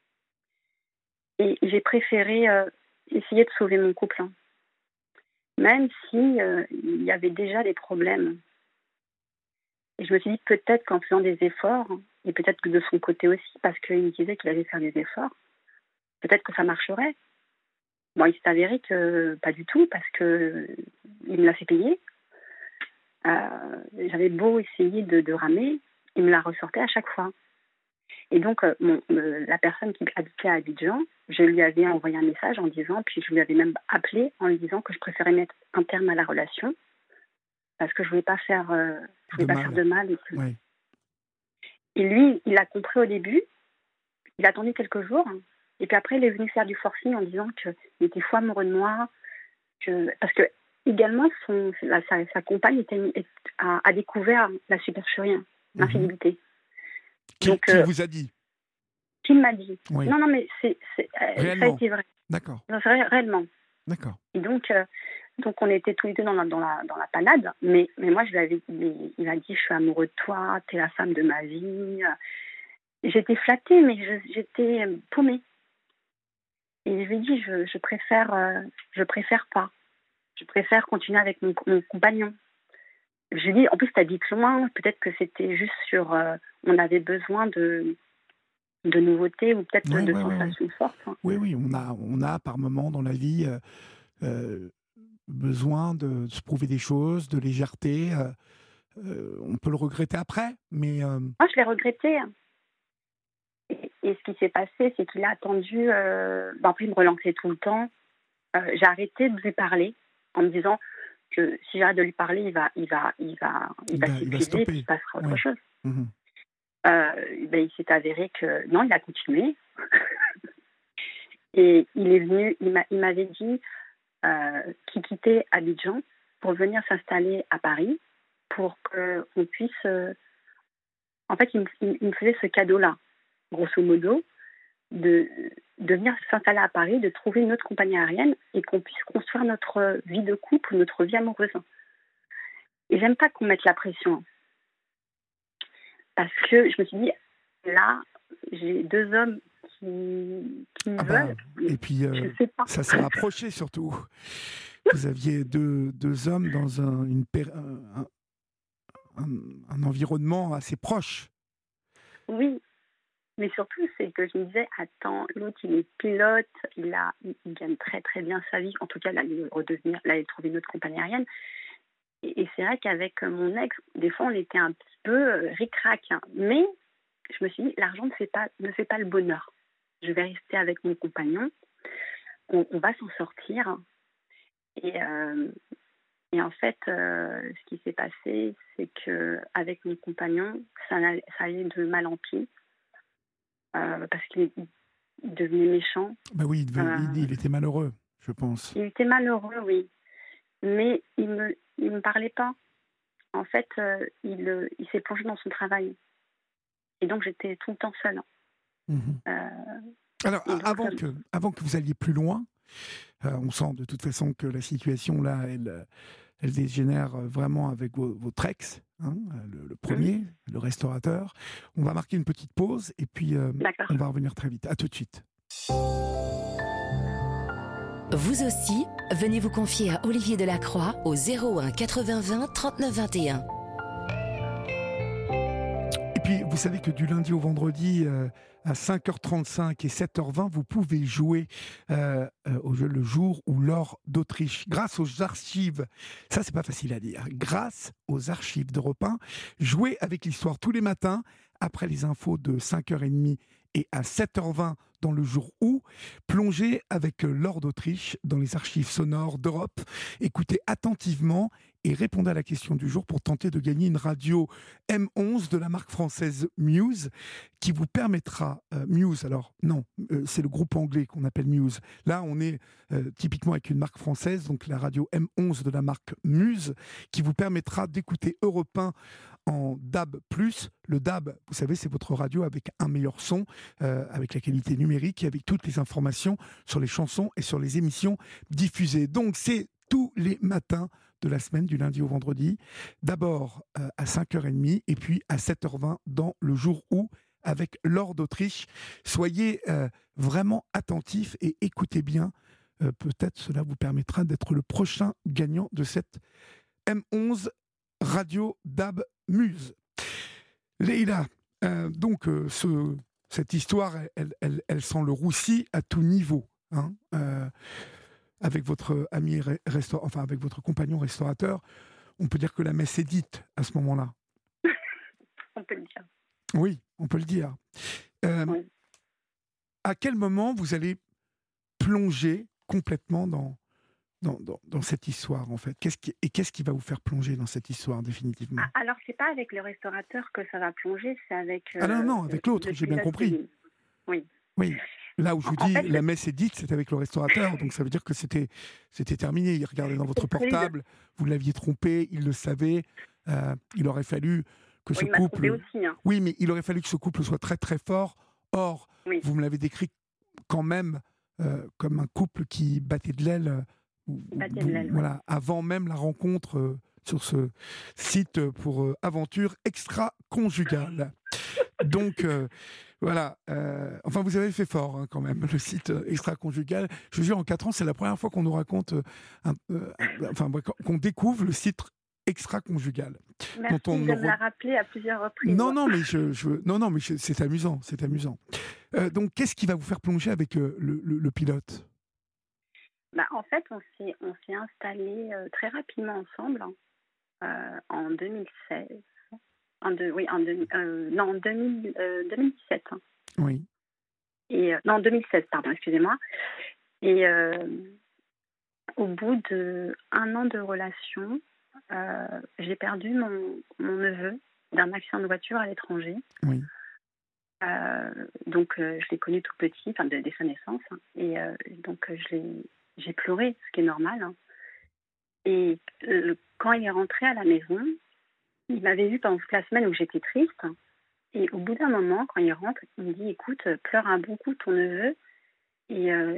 Et j'ai préféré euh, essayer de sauver mon couple, hein. Même si euh, il y avait déjà des problèmes. Et je me suis dit peut-être qu'en faisant des efforts, et peut-être que de son côté aussi, parce qu'il me disait qu'il allait faire des efforts, peut-être que ça marcherait. Bon, il s'est avéré que pas du tout, parce que il me l'a fait payer. Euh, j'avais beau essayer de, de ramer, il me la ressortait à chaque fois. Et donc, euh, mon, euh, la personne qui habitait à Abidjan, je lui avais envoyé un message en disant, puis je lui avais même appelé en lui disant que je préférais mettre un terme à la relation parce que je voulais pas faire, euh, je voulais de pas mal. faire de mal. Et, oui. et lui, il a compris au début, il a attendu quelques jours, et puis après, il est venu faire du forcing en disant qu'il était fou amoureux de moi, que, parce que également, son, la, sa, sa compagne était, a, a découvert la supercherie, l'infidélité. Mmh. Qui, Donc, qui euh, vous a dit? Qui m'a dit? Oui. Non, non, mais c'est, c'est, ça a été vrai. D'accord. Non, c'est vrai, réellement. D'accord. Et donc, euh, donc, on était tous les deux dans la, dans la, dans la panade, mais, mais moi, je lui avais, il, il a dit, je suis amoureux de toi, t'es la femme de ma vie. J'étais flattée, mais je, j'étais paumée. Et je lui ai dit, je, je préfère, euh, je préfère pas. Je préfère continuer avec mon, mon compagnon. Je lui ai dit, en plus, t'habites loin, peut-être que c'était juste sur... Euh, on avait besoin de, de nouveautés ou peut-être oui, de, de oui, sensations oui. fortes. Hein. Oui, oui, on a, on a par moments dans la vie euh, euh, besoin de se prouver des choses, de légèreté. Euh, euh, on peut le regretter après, mais... Euh... Moi, je l'ai regretté. Et, et ce qui s'est passé, c'est qu'il a attendu... Euh, ben après, il me relançait tout le temps. Euh, j'ai arrêté de lui parler en me disant que si j'arrête de lui parler, il va, il va, il va, il, il va, va s'épuiser et puis il passera autre oui. chose. Mmh. Euh, ben, il s'est avéré que non, il a continué. Et il est venu, il, m'a, il m'avait dit euh, qu'il quittait Abidjan pour venir s'installer à Paris pour qu'on puisse... Euh... En fait, il me, il me faisait ce cadeau-là, grosso modo, de, de venir s'installer à Paris, de trouver une autre compagnie aérienne et qu'on puisse construire notre vie de couple, notre vie amoureuse. Et j'aime pas qu'on mette la pression. Parce que je me suis dit, là, j'ai deux hommes qui, qui me ah bah, veulent. Et puis, euh, je sais pas. ça s'est rapproché surtout. Vous aviez deux, deux hommes dans un, une, un, un, un environnement assez proche. Oui, mais surtout, c'est que je me disais, attends, l'autre, il est pilote, il, a, il, il gagne très très bien sa vie. En tout cas, là, il redevenir, là, il trouve une autre compagnie aérienne. Et, et c'est vrai qu'avec mon ex, des fois, on était un petit peu euh, ric-rac. Hein. Mais je me suis dit, l'argent ne fait pas, ne fait pas le bonheur. Je vais rester avec mon compagnon. On, on va s'en sortir. Et, euh, et en fait, euh, ce qui s'est passé, c'est qu'avec mon compagnon, ça, ça allait de mal en pis. Euh, parce qu'il il devenait méchant. Bah oui, il, devait, euh, il, il était malheureux, je pense. Il était malheureux, oui. Mais il me, il ne me parlait pas. En fait, euh, il, euh, il s'est plongé dans son travail. Et donc, j'étais tout le temps seule. Mmh. Euh, Alors, donc, avant, euh, que, avant que vous alliez plus loin, euh, on sent de toute façon que la situation, là, elle, elle dégénère vraiment avec vos, votre ex, hein, le, le premier, mmh. le restaurateur. On va marquer une petite pause et puis euh, on va revenir très vite. À tout de suite. Vous aussi, venez vous confier à Olivier Delacroix au zéro un quatre-vingts vingt trente-neuf vingt et un. Et puis, vous savez que du lundi au vendredi, euh, à cinq heures trente-cinq et sept heures vingt, vous pouvez jouer euh, euh, au jeu Le Jour ou l'Or d'Autriche. Grâce aux archives, ça c'est pas facile à dire, grâce aux archives d'Europe un, jouez avec l'histoire tous les matins, après les infos de cinq heures trente et à sept heures vingt dans Le Jour où, plongez avec l'Or d'Autriche dans les archives sonores d'Europe. Écoutez attentivement et répondez à la question du jour pour tenter de gagner une radio M onze de la marque française Muse qui vous permettra, euh, Muse, alors non, euh, c'est le groupe anglais qu'on appelle Muse. Là, on est euh, typiquement avec une marque française, donc la radio M onze de la marque Muse, qui vous permettra d'écouter Europe un en D A B plus. Le D A B, vous savez, c'est votre radio avec un meilleur son, euh, avec la qualité numérique et avec toutes les informations sur les chansons et sur les émissions diffusées. Donc, c'est tous les matins de la semaine, du lundi au vendredi. D'abord euh, à cinq heures trente et puis à sept heures vingt dans Le Jour où, avec l'Or d'Autriche. Soyez euh, vraiment attentifs et écoutez bien. Euh, peut-être cela vous permettra d'être le prochain gagnant de cette M onze Radio D A B Muse. Leïla, euh, donc euh, ce, cette histoire, elle, elle, elle sent le roussi à tout niveau. Hein, euh, avec votre ami, resta- enfin avec votre compagnon restaurateur, on peut dire que la messe est dite à ce moment-là. On peut le dire. Oui, on peut le dire. Euh, oui. À quel moment vous allez plonger complètement dans, dans, dans, dans cette histoire, en fait ? Qu'est-ce qui, Et qu'est-ce qui va vous faire plonger dans cette histoire, définitivement ? Ah, alors, c'est pas avec le restaurateur que ça va plonger, c'est avec... Euh, ah non, non, avec l'autre, le j'ai bien compris. Oui. Oui. Là où je vous en dis, fait, la messe est dite, c'est avec le restaurateur, donc ça veut dire que c'était, c'était terminé. Il regardait dans votre portable, vous l'aviez trompé, il le savait, euh, il aurait fallu que oui, ce il m'a couple... aussi, hein. Oui, mais il aurait fallu que ce couple soit très très fort. Or, oui. vous me l'avez décrit quand même euh, comme un couple qui battait de l'aile, euh, battait de l'aile voilà, oui. avant même la rencontre euh, sur ce site pour euh, aventure extra-conjugale. Donc... Euh, Voilà, euh, enfin vous avez fait fort hein, quand même, le site euh, extra-conjugal. Je vous jure, en quatre ans, c'est la première fois qu'on nous raconte, euh, un, euh, enfin qu'on découvre le site extra-conjugal. Merci dont on de me re... la rappeler à plusieurs reprises. Non, non, mais, je, je, non, non, mais je, c'est amusant, c'est amusant. Euh, donc qu'est-ce qui va vous faire plonger avec euh, le, le, le pilote ? Bah, en fait, on s'est, on s'est installés euh, très rapidement ensemble euh, en deux mille seize. En deux, oui, en deux, euh, non, en deux mille, euh, deux mille dix-sept. Hein. Oui. Et, euh, non, deux mille seize, pardon, excusez-moi. Et euh, au bout d'un an de relation, euh, j'ai perdu mon, mon neveu d'un accident de voiture à l'étranger. Oui. Euh, donc, euh, je l'ai connu tout petit, enfin, de, dès sa naissance. Hein, et euh, donc, je l'ai, j'ai pleuré, ce qui est normal. Hein. Et euh, quand il est rentré à la maison, il m'avait vu pendant toute la semaine où j'étais triste. Et au bout d'un moment, quand il rentre, il me dit « Écoute, pleure un bon coup ton neveu et euh,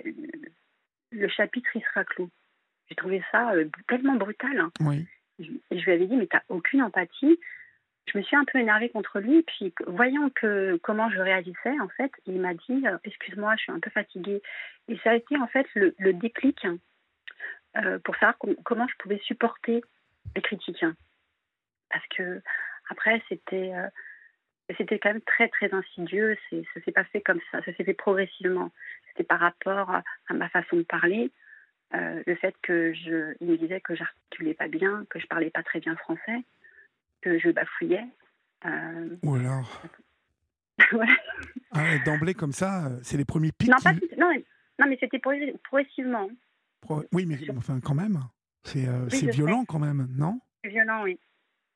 le chapitre, il sera clos. » J'ai trouvé ça euh, tellement brutal. Hein. Oui. Et je lui avais dit « Mais t'as aucune empathie ?» Je me suis un peu énervée contre lui. Puis, voyant que, comment je réagissais, en fait, il m'a dit « Excuse-moi, je suis un peu fatiguée. » Et ça a été, en fait, le, le déclic euh, pour savoir com- comment je pouvais supporter les critiques. Parce que après, c'était, euh, c'était quand même très, très insidieux. C'est, ça ne s'est pas fait comme ça. Ça s'est fait progressivement. C'était par rapport à, à ma façon de parler. Euh, le fait que je, il me disait que j'articulais pas bien, que je parlais pas très bien français, que je bafouillais. Euh... Ou alors... ouais. ah, d'emblée comme ça, c'est les premiers pics. Non, qui... pas, non, non, mais c'était progressivement. Pro... Oui, mais enfin, quand même. C'est, euh, oui, c'est violent sais. Quand même, non ? C'est violent, oui.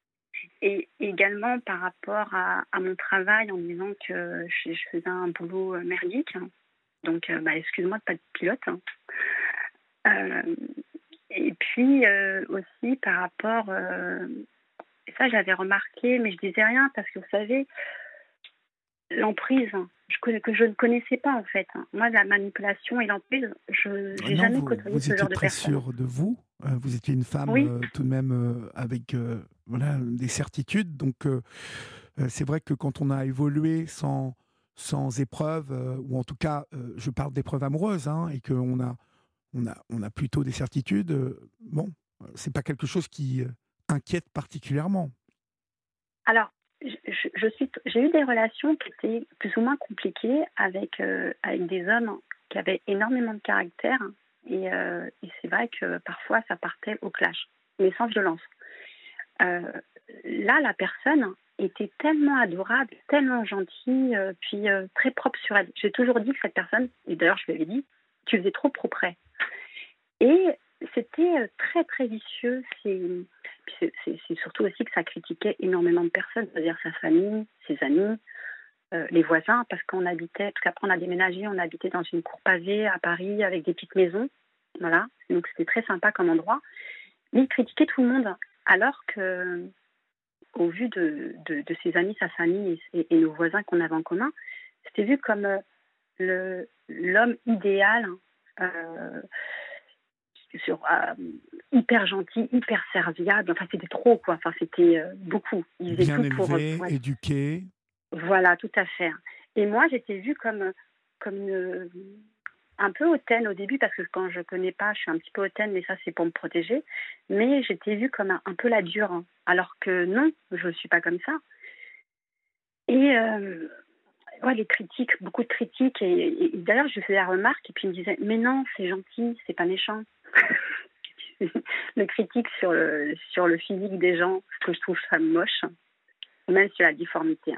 Et également par rapport à, à mon travail, en disant que je, je faisais un boulot merdique. Donc, euh, bah, excuse-moi de pas être pilote. Hein. Euh, Et puis euh, aussi par rapport, euh, et ça j'avais remarqué, mais je disais rien parce que vous savez, l'emprise, je connais, que je ne connaissais pas en fait. Moi, la manipulation et l'emprise, je n'ai Non, jamais vous, côtoyé vous ce étiez genre de très personne. sûre de vous. Euh, vous étiez une femme Oui, euh, tout de même euh, avec euh, voilà, des certitudes. Donc, euh, euh, c'est vrai que quand on a évolué sans, sans épreuve, euh, ou en tout cas, euh, je parle d'épreuves amoureuses, hein, et qu'on a, on a, on a plutôt des certitudes, euh, bon, euh, c'est pas quelque chose qui euh, inquiète particulièrement. alors je, je, je suis, j'ai eu des relations qui étaient plus ou moins compliquées avec, euh, avec des hommes qui avaient énormément de caractère. Et, euh, et c'est vrai que parfois ça partait au clash, mais sans violence. Euh, là, la personne était tellement adorable, tellement gentille, euh, puis euh, très propre sur elle. J'ai toujours dit que cette personne, et d'ailleurs je lui avais dit, tu faisais trop propre. Et c'était euh, très très vicieux. C'est, c'est, c'est, c'est surtout aussi que ça critiquait énormément de personnes, c'est-à-dire sa famille, ses amis, euh, les voisins, parce qu'on habitait, parce qu'après on a déménagé, on habitait dans une cour pavée à Paris avec des petites maisons, voilà. Donc c'était très sympa comme endroit. Mais il critiquait tout le monde, alors que au vu de, de, de ses amis, sa famille et, et nos voisins qu'on avait en commun, c'était vu comme euh, le, l'homme idéal, euh, sur, euh, hyper gentil, hyper serviable. Enfin, c'était trop, quoi. Enfin, c'était euh, beaucoup. Il faisait Bien tout pour... élevé, pour être... éduqué. Voilà, tout à fait. Et moi, j'étais vue comme, comme une, un peu hautaine au début, parce que quand je ne connais pas, je suis un petit peu hautaine, mais ça, c'est pour me protéger. Mais j'étais vue comme un, un peu la dure, hein. Alors que non, je ne suis pas comme ça. Et euh, ouais, les critiques, beaucoup de critiques. Et, et, et d'ailleurs, je faisais la remarque, et puis il me disait, mais non, c'est gentil, c'est pas méchant. Le critique sur le, sur le physique des gens, ce que je trouve ça moche, même sur la difformité.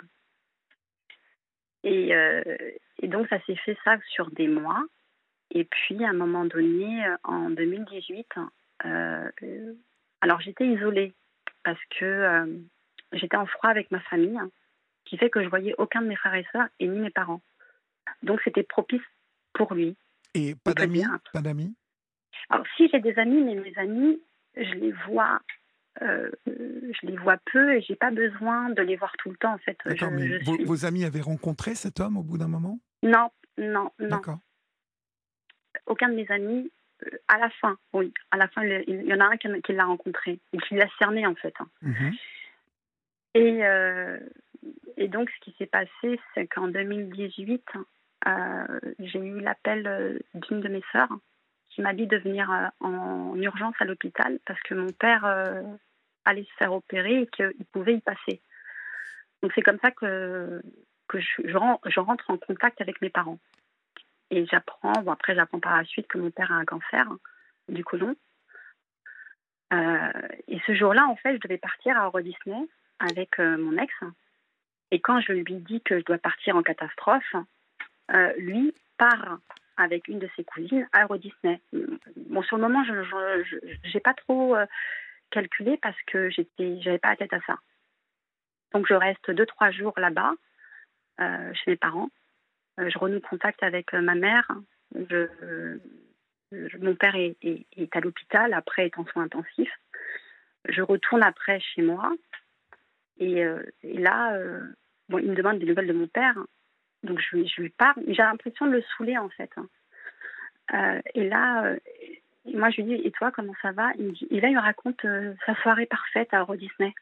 Et, euh, et donc, ça s'est fait ça sur des mois. Et puis, à un moment donné, en deux mille dix-huit, euh, alors j'étais isolée parce que euh, j'étais en froid avec ma famille, qui fait que je voyais aucun de mes frères et sœurs et ni mes parents. Donc, c'était propice pour lui. Et pas d'amis, pas d'amis. Alors, si j'ai des amis, mais mes amis, je les vois, euh, je les vois peu et j'ai pas besoin de les voir tout le temps en fait. D'accord, je, mais je vos, suis... vos amis avaient rencontré cet homme au bout d'un moment? Non, non, non. D'accord. Aucun de mes amis. Euh, à la fin, oui, à la fin, il, il y en a un qui, qui l'a rencontré, ou qui l'a cerné en fait. Mmh. Et, euh, et donc, ce qui s'est passé, c'est qu'en deux mille dix-huit, euh, j'ai eu l'appel d'une de mes sœurs qui m'a dit de venir euh, en urgence à l'hôpital parce que mon père euh, allait se faire opérer et qu'il pouvait y passer. Donc c'est comme ça que, que je, je, je rentre en contact avec mes parents. Et j'apprends, bon après j'apprends par la suite que mon père a un cancer du côlon. Euh, et ce jour-là, en fait, je devais partir à Euro Disney avec euh, mon ex. Et quand je lui dis que je dois partir en catastrophe, euh, lui part avec une de ses cousines à Euro Disney. Bon, sur le moment, je n'ai pas trop euh, calculé parce que j'étais, j'avais pas la tête à ça. Donc, je reste deux, trois jours là-bas, euh, chez mes parents. Euh, je renoue contact avec euh, ma mère. Je, je, mon père est, est, est à l'hôpital, après est en soins intensifs. Je retourne après chez moi. Et, euh, et là, euh, bon, il me demande des nouvelles de mon père. Donc, je, je lui parle. J'ai l'impression de le saouler, en fait. Euh, et là, euh, moi, je lui dis, et toi, comment ça va? Il me dit, et là, il me raconte euh, sa soirée parfaite à Euro Disney.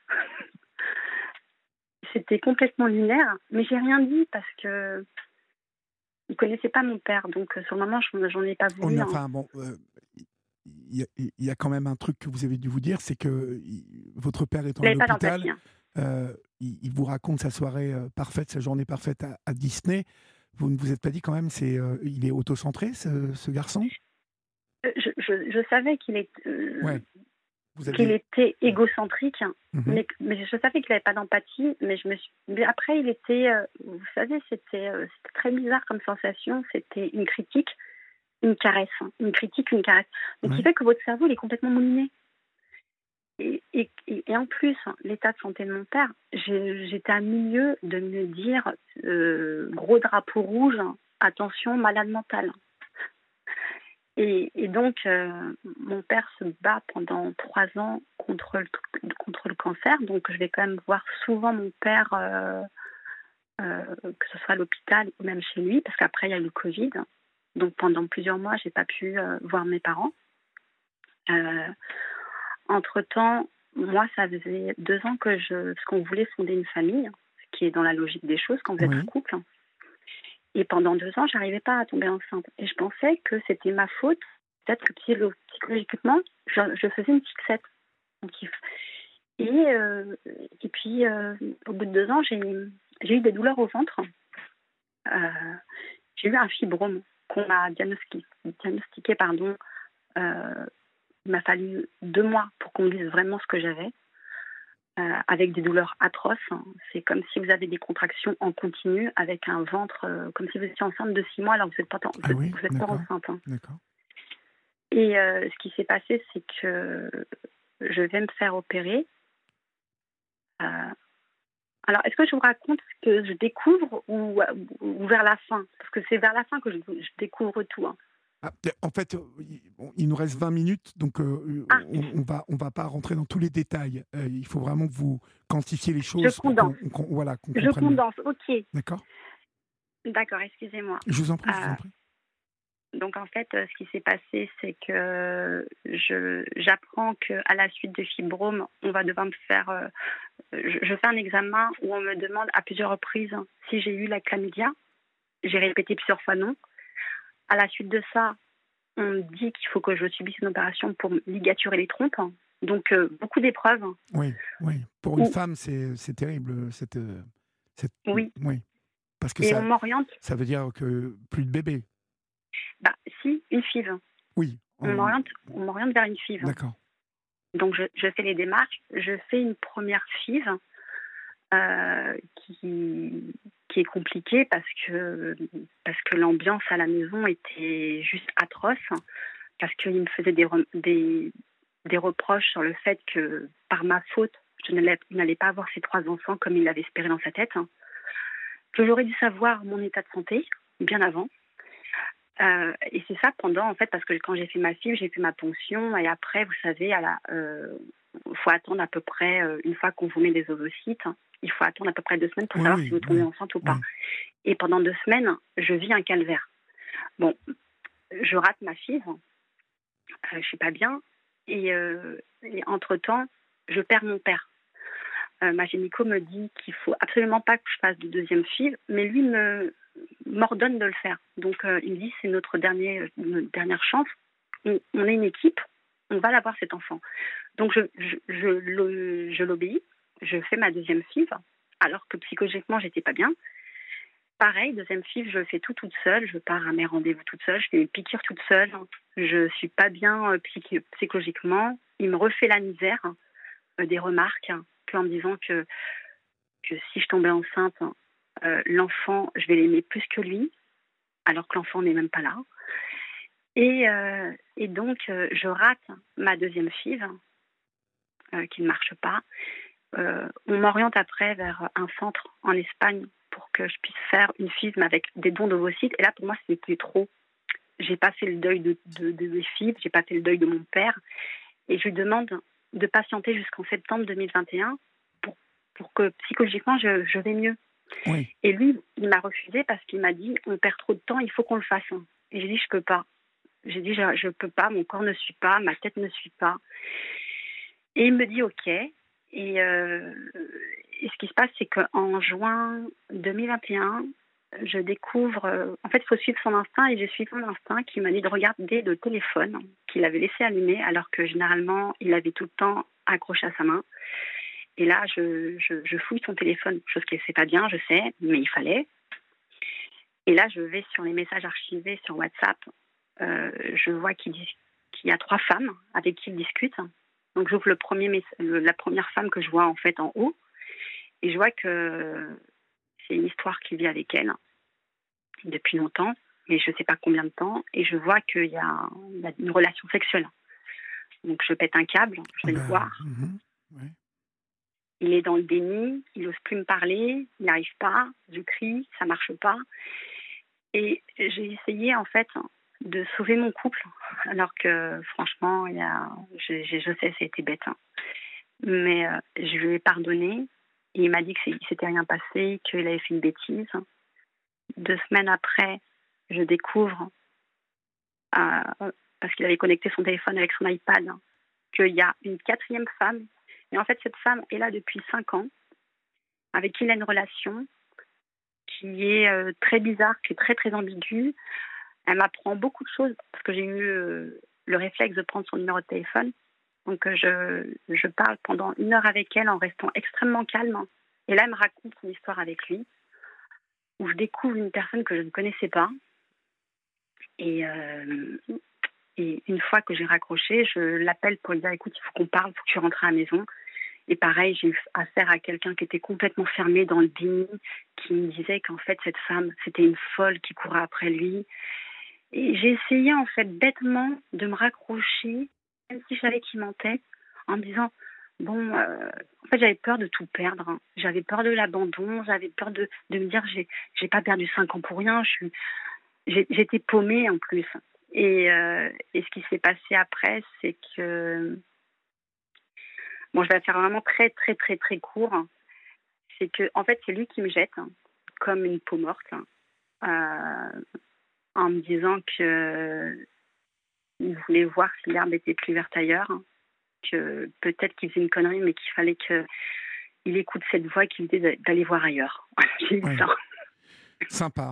C'était complètement lunaire, mais j'ai rien dit parce que il connaissait pas mon père, donc euh, sur le moment, je, j'en ai pas voulu. Oh, mais hein. enfin, bon, il euh, y, y a quand même un truc que vous avez dû vous dire, c'est que y, votre père étant à l'hôpital, hein. euh, il, il vous raconte sa soirée euh, parfaite, sa journée parfaite à, à Disney. Vous ne vous êtes pas dit quand même, c'est, euh, il est autocentré, ce, ce garçon? euh, je, je, je savais qu'il est, euh, ouais. Vous qu'il aviez... était égocentrique, mmh. mais, mais je savais qu'il n'avait pas d'empathie. Mais je me suis... mais après, il était, euh, vous savez, c'était, euh, c'était très bizarre comme sensation. C'était une critique, une caresse, hein. Une critique, une caresse. Donc, ouais. Il fait que votre cerveau il est complètement mouliné. Et, et, et en plus, l'état de santé de mon père, j'ai, j'étais à milieu de me dire euh, gros drapeau rouge, attention, malade mental. Et, et donc, euh, mon père se bat pendant trois ans contre le, contre le cancer. Donc, je vais quand même voir souvent mon père, euh, euh, que ce soit à l'hôpital ou même chez lui, parce qu'après, il y a eu le Covid. Donc, pendant plusieurs mois, je n'ai pas pu euh, voir mes parents. Euh, entre-temps, moi, ça faisait deux ans que je, parce qu'on voulait fonder une famille, ce qui est dans la logique des choses quand vous êtes Oui. un couple. Et pendant deux ans, je n'arrivais pas à tomber enceinte. Et je pensais que c'était ma faute. Peut-être que psy- psychologiquement, je, je faisais une fixette. Donc, il- et, euh, et puis, euh, au bout de deux ans, j'ai, j'ai eu des douleurs au ventre. Euh, j'ai eu un fibrome qu'on m'a diagnostiqué, diagnostiqué pardon. Euh, il m'a fallu deux mois pour qu'on me dise vraiment ce que j'avais. Euh, avec des douleurs atroces. C'est comme si vous avez des contractions en continu avec un ventre, euh, comme si vous étiez enceinte de six mois alors que vous n'êtes pas, vous Ah êtes, oui, vous êtes pas d'accord. enceinte. Hein. D'accord. Et euh, ce qui s'est passé, c'est que je vais me faire opérer. Euh, alors, est-ce que je vous raconte ce que je découvre ou, ou vers la fin? Parce que c'est vers la fin que je, je découvre tout. Hein. Ah, en fait, euh, il- bon, il nous reste vingt minutes, donc euh, Ah. on, on va on va pas rentrer dans tous les détails. Euh, il faut vraiment que vous quantifiez les Je choses pour condense. qu'on, qu'on- voilà, qu'on Je comprenne mieux. condense, ok. D'accord. D'accord, excusez-moi. Je vous en prie, je vous Euh, en prie. Donc en fait, euh, ce qui s'est passé, c'est que je, j'apprends qu'à la suite de fibrome, on va devoir me faire... euh, je, je fais un examen où on me demande à plusieurs reprises si j'ai eu la chlamydia. J'ai répété plusieurs fois non. À la suite de ça, on me dit qu'il faut que je subisse une opération pour me ligaturer les trompes. Donc euh, beaucoup d'épreuves. Oui, oui. Pour une Ou- femme, c'est, c'est terrible. Cette, euh, cette, Oui. oui. Parce que Et ça, on m'oriente... ça veut dire que plus de bébés. Bah si, une F I V. Oui. On m'oriente, on m'oriente vers une F I V. D'accord. Donc je, je fais les démarches. Je fais une première F I V. Euh, qui, qui est compliqué parce que, parce que l'ambiance à la maison était juste atroce, parce qu'il me faisait des, re, des, des reproches sur le fait que par ma faute, je n'allais, n'allais pas avoir ces trois enfants comme il l'avait espéré dans sa tête, que j'aurais dû savoir mon état de santé bien avant. Euh, et c'est ça pendant, en fait, parce que quand j'ai fait ma F I V, j'ai fait ma ponction, et après, vous savez, à la, euh, faut attendre à peu près, euh, une fois qu'on vous met des ovocytes, il faut attendre à peu près deux semaines pour Oui, savoir oui, si vous tombez oui, enceinte ou pas. oui. Et pendant deux semaines, je vis un calvaire. Bon, je rate ma F I V, euh, je suis pas bien, et, euh, et entre-temps, je perds mon père. Euh, ma gynéco me dit qu'il faut absolument pas que je fasse de deuxième F I V, mais lui me m'ordonne de le faire. Donc, euh, il me dit c'est notre, dernier, notre dernière chance. On, on est une équipe, on va l'avoir cet enfant. Donc, je, je, je, le, je l'obéis, je fais ma deuxième F I V, alors que psychologiquement, j'étais pas bien. Pareil, deuxième F I V, je fais tout toute seule, je pars à mes rendez-vous toute seule, je fais mes piqûres toute seule, je suis pas bien euh, psych- psychologiquement. Il me refait la misère, euh, des remarques, en me disant que, que si je tombais enceinte, euh, l'enfant, je vais l'aimer plus que lui, alors que l'enfant n'est même pas là. Et, euh, et donc, euh, je rate ma deuxième F I V, euh, qui ne marche pas. Euh, on m'oriente après vers un centre en Espagne pour que je puisse faire une F I V, mais avec des dons d'ovocytes. Et là, pour moi, c'était trop. J'ai pas fait le deuil de, de, de mes F I V, j'ai pas fait le deuil de mon père. Et je lui demande de patienter jusqu'en septembre deux mille vingt et un pour, pour que psychologiquement, je, je vais mieux. Oui. Et lui, il m'a refusé parce qu'il m'a dit, on perd trop de temps, il faut qu'on le fasse. Et j'ai dit, je peux pas. J'ai dit, je, je peux pas, mon corps ne suit pas, ma tête ne suit pas. Et il me dit, ok. Et, euh, et ce qui se passe, c'est qu'en juin deux mille vingt et un, je découvre... Euh, en fait, il faut suivre son instinct, et j'ai suivi son instinct qui m'a dit de regarder le téléphone qu'il avait laissé allumer, alors que généralement, il avait tout le temps accroché à sa main. Et là, je, je, je fouille son téléphone, chose qui ne fait pas bien, je sais, mais il fallait. Et là, je vais sur les messages archivés sur WhatsApp. Euh, je vois qu'il, dit, qu'il y a trois femmes avec qui il discute. Donc, j'ouvre le premier mess- le, la première femme que je vois en fait en haut. Et je vois que c'est une histoire qu'il vit avec elle depuis longtemps, mais je ne sais pas combien de temps. Et je vois qu'il y a, il y a une relation sexuelle. Donc, je pète un câble, je vais Ben, le voir. mhm, ouais. Il est dans le déni, il n'ose plus me parler, il n'arrive pas, je crie, ça ne marche pas. Et j'ai essayé, en fait, de sauver mon couple, alors que franchement, il y a, je, je, je sais, c'était bête. Hein. Mais euh, je lui ai pardonné. Et il m'a dit qu'il ne s'était rien passé, qu'il avait fait une bêtise. Deux semaines après, je découvre, euh, parce qu'il avait connecté son téléphone avec son iPad, qu'il y a une quatrième femme. Et en fait, cette femme est là depuis cinq ans, avec qui il a une relation qui est euh, très bizarre, qui est très, très ambiguë. Elle m'apprend beaucoup de choses, parce que j'ai eu euh, le réflexe de prendre son numéro de téléphone. Donc, euh, je, je parle pendant une heure avec elle en restant extrêmement calme. Et là, elle me raconte son histoire avec lui, où je découvre une personne que je ne connaissais pas. Et, euh, et une fois que j'ai raccroché, je l'appelle pour lui dire « Écoute, il faut qu'on parle, il faut que tu rentres à la maison ». Et pareil, j'ai eu affaire à quelqu'un qui était complètement fermé dans le déni, qui me disait qu'en fait, cette femme, c'était une folle qui courait après lui. Et j'ai essayé, en fait, bêtement, de me raccrocher, même si je savais qu'il mentait, en me disant, bon, euh, en fait, j'avais peur de tout perdre. Hein. J'avais peur de l'abandon, j'avais peur de, de me dire, j'ai, j'ai pas perdu cinq ans pour rien, je suis, j'ai, j'étais paumée en plus. Et, euh, et ce qui s'est passé après, c'est que, bon, je vais faire vraiment très, très, très, très court. C'est que, en fait, c'est lui qui me jette, hein, comme une peau morte, hein, euh, en me disant que il voulait voir si l'herbe était plus verte ailleurs, que peut-être qu'il faisait une connerie, mais qu'il fallait qu'il écoute cette voix qui lui disait d'aller voir ailleurs. J'ai eu Oui. ça. Sympa.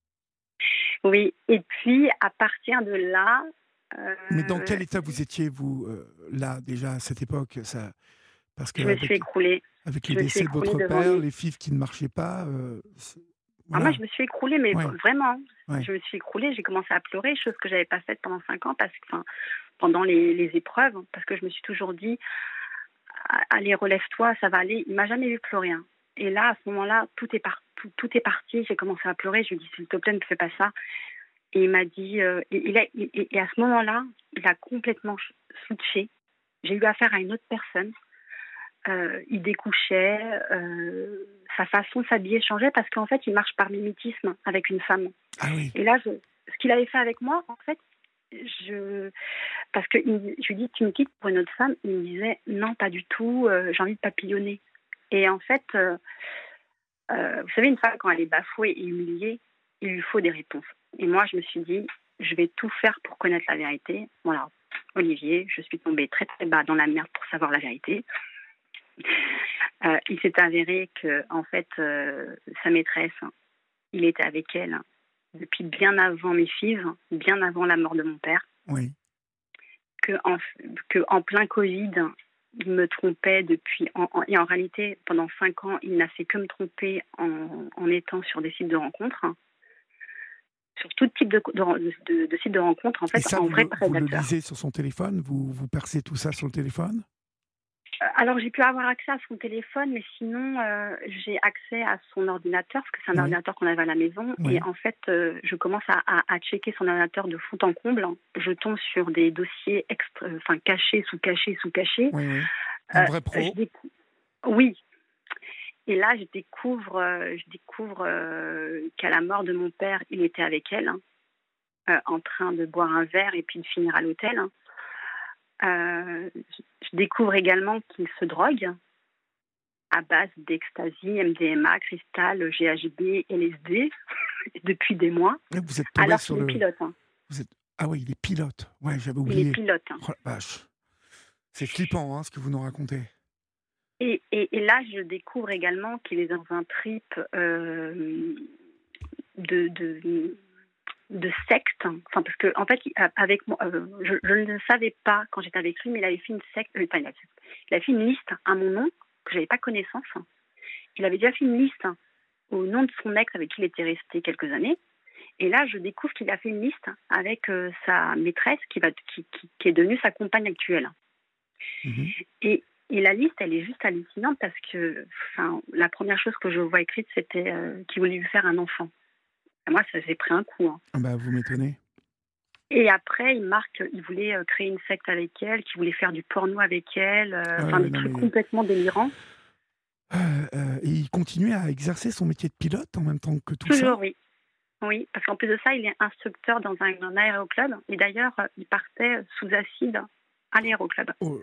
Oui, et puis à partir de là... Euh, mais dans quel état vous étiez, vous, euh, là, déjà, à cette époque ça... Parce que Je me avec, suis écroulée. Avec le je décès de votre père, les fifs qui ne marchaient pas... Euh, voilà. Ah, moi, je me suis écroulée, mais ouais. vraiment. Ouais. Je me suis écroulée, j'ai commencé à pleurer, chose que je n'avais pas faite pendant cinq ans, parce que, enfin, pendant les, les épreuves, parce que je me suis toujours dit, allez, relève-toi, ça va aller. Il ne m'a jamais vu pleurer. Hein. Et là, à ce moment-là, tout est, par, tout, tout est parti, j'ai commencé à pleurer, je lui ai dit, s'il te plaît, ne fais pas ça. Et il m'a dit, euh, et, il a, et, et à ce moment-là, il a complètement switché. J'ai eu affaire à une autre personne. Euh, il découchait, euh, sa façon de s'habiller changeait parce qu'en fait, il marche par mimétisme avec une femme. Ah oui. Et là, je, ce qu'il avait fait avec moi, en fait, je, parce que il, je lui dis, tu me quittes pour une autre femme. Il me disait, non, pas du tout, euh, j'ai envie de papillonner. Et en fait, euh, euh, vous savez, une femme, quand elle est bafouée et humiliée, il lui faut des réponses. Et moi, je me suis dit, je vais tout faire pour connaître la vérité. Voilà, Olivier, je suis tombée très très bas dans la merde pour savoir la vérité. Euh, il s'est avéré que, en fait, euh, sa maîtresse, il était avec elle depuis bien avant mes filles, bien avant la mort de mon père. Oui. Que en, que en plein Covid, il me trompait depuis. En, en, et en réalité, pendant cinq ans, il n'a fait que me tromper en, en étant sur des sites de rencontres. Sur tout type de, de, de, de sites de rencontres, en fait, et ça, en vous vrai le, prédateur. Vous le lisez sur son téléphone, vous, vous percez tout ça sur le téléphone? Alors, j'ai pu avoir accès à son téléphone, mais sinon, euh, j'ai accès à son ordinateur, parce que c'est un oui. ordinateur qu'on avait à la maison. Oui. Et en fait, euh, je commence à, à, à checker son ordinateur de fond en comble. Je tombe sur des dossiers extra, enfin, cachés, sous cachés, sous cachés. Oui, oui. Un euh, vrai pro. Décou... Oui. Et là, je découvre, euh, je découvre euh, qu'à la mort de mon père, il était avec elle, hein, euh, en train de boire un verre et puis de finir à l'hôtel. Hein. Euh, je découvre également qu'il se drogue à base d'ecstasy, M D M A, cristal, G H B, L S D depuis des mois. Vous êtes tombé alors sur qu'il le... est pilote. Hein. Vous êtes... Ah oui, il est pilote. Ouais, j'avais oublié. Il est pilote. Hein. Oh la vache. C'est flippant, hein, ce que vous nous racontez. Et, et, et là, je découvre également qu'il est dans un trip euh, de... de de secte, enfin parce que en fait avec moi, euh, je, je ne le savais pas quand j'étais avec lui, mais il avait fait une secte, euh, pas une secte, il avait fait une liste à mon nom que j'avais pas connaissance. Il avait déjà fait une liste au nom de son ex avec qui il était resté quelques années, et là je découvre qu'il a fait une liste avec euh, sa maîtresse qui va qui, qui, qui est devenue sa compagne actuelle. Mm-hmm. Et Et la liste, elle est juste hallucinante parce que, enfin, la première chose que je vois écrite, c'était euh, qu'il voulait lui faire un enfant. Et moi, ça s'est pris un coup. Hein. Ah bah, vous m'étonnez. Et après, il marque, il voulait euh, créer une secte avec elle, qu'il voulait faire du porno avec elle, euh, ah enfin ouais, des non, trucs mais... complètement délirants. Euh, euh, et il continuait à exercer son métier de pilote en même temps que tout Toujours, ça. oui. Oui, parce qu'en plus de ça, il est instructeur dans un, un aéroclub. Et d'ailleurs, il partait sous acide à l'aéroclub. Oh.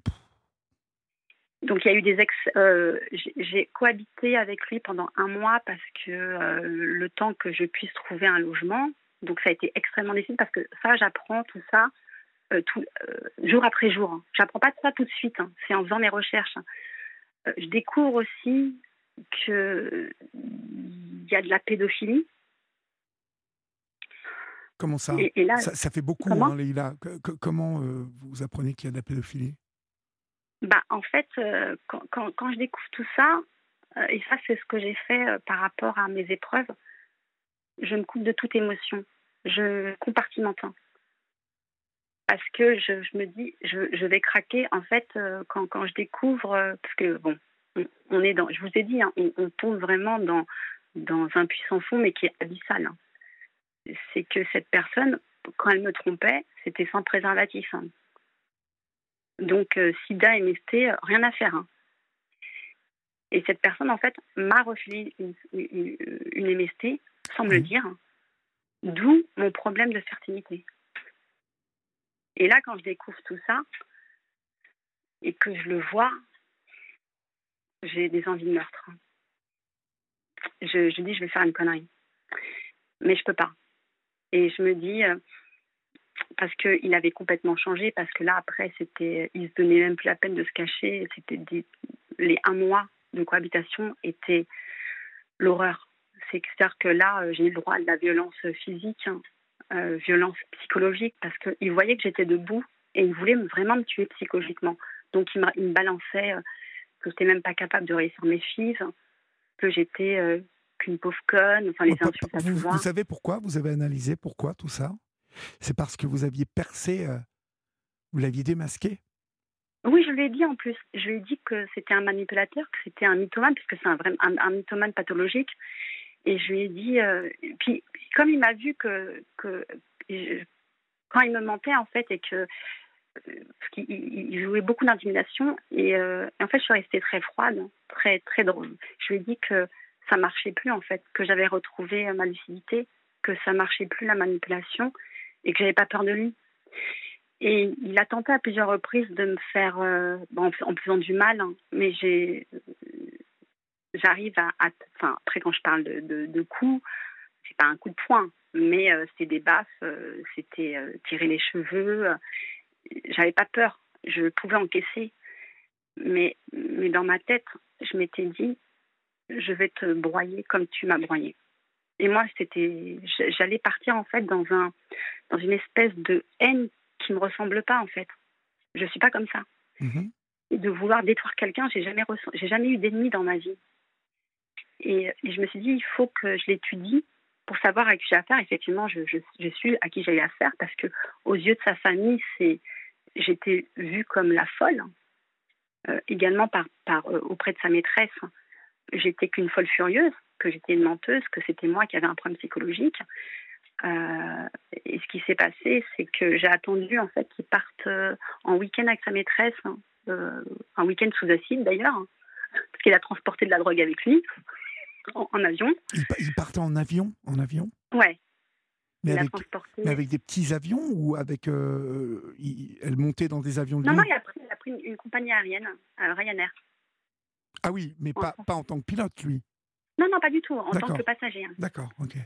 Donc il y a eu des ex. Euh, j'ai, j'ai cohabité avec lui pendant un mois parce que euh, le temps que je puisse trouver un logement. Donc ça a été extrêmement difficile parce que ça, j'apprends tout ça euh, tout, euh, jour après jour. Hein. J'apprends pas tout ça tout de suite. Hein. C'est en faisant mes recherches. Euh, je découvre aussi que il y a de la pédophilie. Comment ça, et, et là, ça Ça fait beaucoup, comment, hein, Leïla. Que, que, comment euh, vous apprenez qu'il y a de la pédophilie? Bah, en fait, euh, quand, quand, quand je découvre tout ça, euh, et ça, c'est ce que j'ai fait euh, par rapport à mes épreuves, je me coupe de toute émotion. Je compartimente. Parce que je, je me dis, je, je vais craquer, en fait, euh, quand, quand je découvre, euh, parce que, bon, on, on est dans, je vous ai dit, hein, on, on tombe vraiment dans, dans un puissant fond, mais qui est abyssal. Hein. C'est que cette personne, quand elle me trompait, c'était sans préservatif. Hein. Donc, euh, sida, M S T, euh, rien à faire. Hein. Et cette personne, en fait, m'a refilé une, une, une M S T sans me le dire, d'où mon problème de fertilité. Et là, quand je découvre tout ça et que je le vois, j'ai des envies de meurtre. Je, je dis, je vais faire une connerie. Mais je peux pas. Et je me dis, euh, parce qu'il avait complètement changé, parce que là, après, c'était, il se donnait même plus la peine de se cacher. C'était des, les un mois de cohabitation étaient l'horreur. C'est-à-dire que là, j'ai eu le droit à de la violence physique, hein, euh, violence psychologique, parce qu'il voyait que j'étais debout et il voulait vraiment me tuer psychologiquement. Donc, il me, il me balançait euh, que je n'étais même pas capable de réussir mes filles, que j'étais euh, qu'une pauvre conne, enfin les insultes à tout va. Vous savez pourquoi? Vous avez analysé pourquoi tout ça? C'est parce que vous aviez percé, euh, vous l'aviez démasqué? Oui, je lui ai dit en plus. Je lui ai dit que c'était un manipulateur, que c'était un mythomane, parce que c'est un, vrai, un, un mythomane pathologique. Et je lui ai dit... Euh, puis, comme il m'a vu que... que je, quand il me mentait, en fait, et que... Parce qu'il il jouait beaucoup d'intimidation. Et, euh, et en fait, je suis restée très froide, très, très drôle. Je lui ai dit que ça marchait plus, en fait, que j'avais retrouvé ma lucidité, que ça marchait plus, la manipulation, et que j'avais pas peur de lui. Et il a tenté à plusieurs reprises de me faire, euh, bon, en me faisant du mal, hein, mais j'ai, j'arrive à, à, enfin, après quand je parle de, de, de coups, c'est pas un coup de poing, mais euh, c'était des baffes, euh, c'était euh, tirer les cheveux. Euh, j'avais pas peur, je pouvais encaisser, mais, mais dans ma tête, je m'étais dit, je vais te broyer comme tu m'as broyé. Et moi, c'était, j'allais partir en fait dans un, dans une espèce de haine qui me ressemble pas en fait. Je suis pas comme ça. Mmh. Et de vouloir détruire quelqu'un, j'ai jamais ressent... j'ai jamais eu d'ennemi dans ma vie. Et, et je me suis dit, il faut que je l'étudie pour savoir à qui j'ai affaire. Effectivement, je, je, je suis à qui j'ai affaire parce que aux yeux de sa famille, c'est, j'étais vue comme la folle. Euh, également par, par euh, auprès de sa maîtresse, j'étais qu'une folle furieuse, que j'étais une menteuse, que c'était moi qui avais un problème psychologique. Euh, et ce qui s'est passé, c'est que j'ai attendu en fait qu'il parte euh, en week-end avec sa maîtresse, hein, euh, un week-end sous acide d'ailleurs, hein, parce qu'il a transporté de la drogue avec lui en, en avion. Il, il partait en avion, en avion. Ouais. Mais il avec, a transporté. Mais avec des petits avions ou avec euh, il, elle montait dans des avions de Non, ligne? non, il a pris, il a pris une, une compagnie aérienne, euh, Ryanair. Ah oui, mais pas, pas en tant que pilote, lui. Non, non, pas du tout, en D'accord. tant que passager. Hein. D'accord, ok.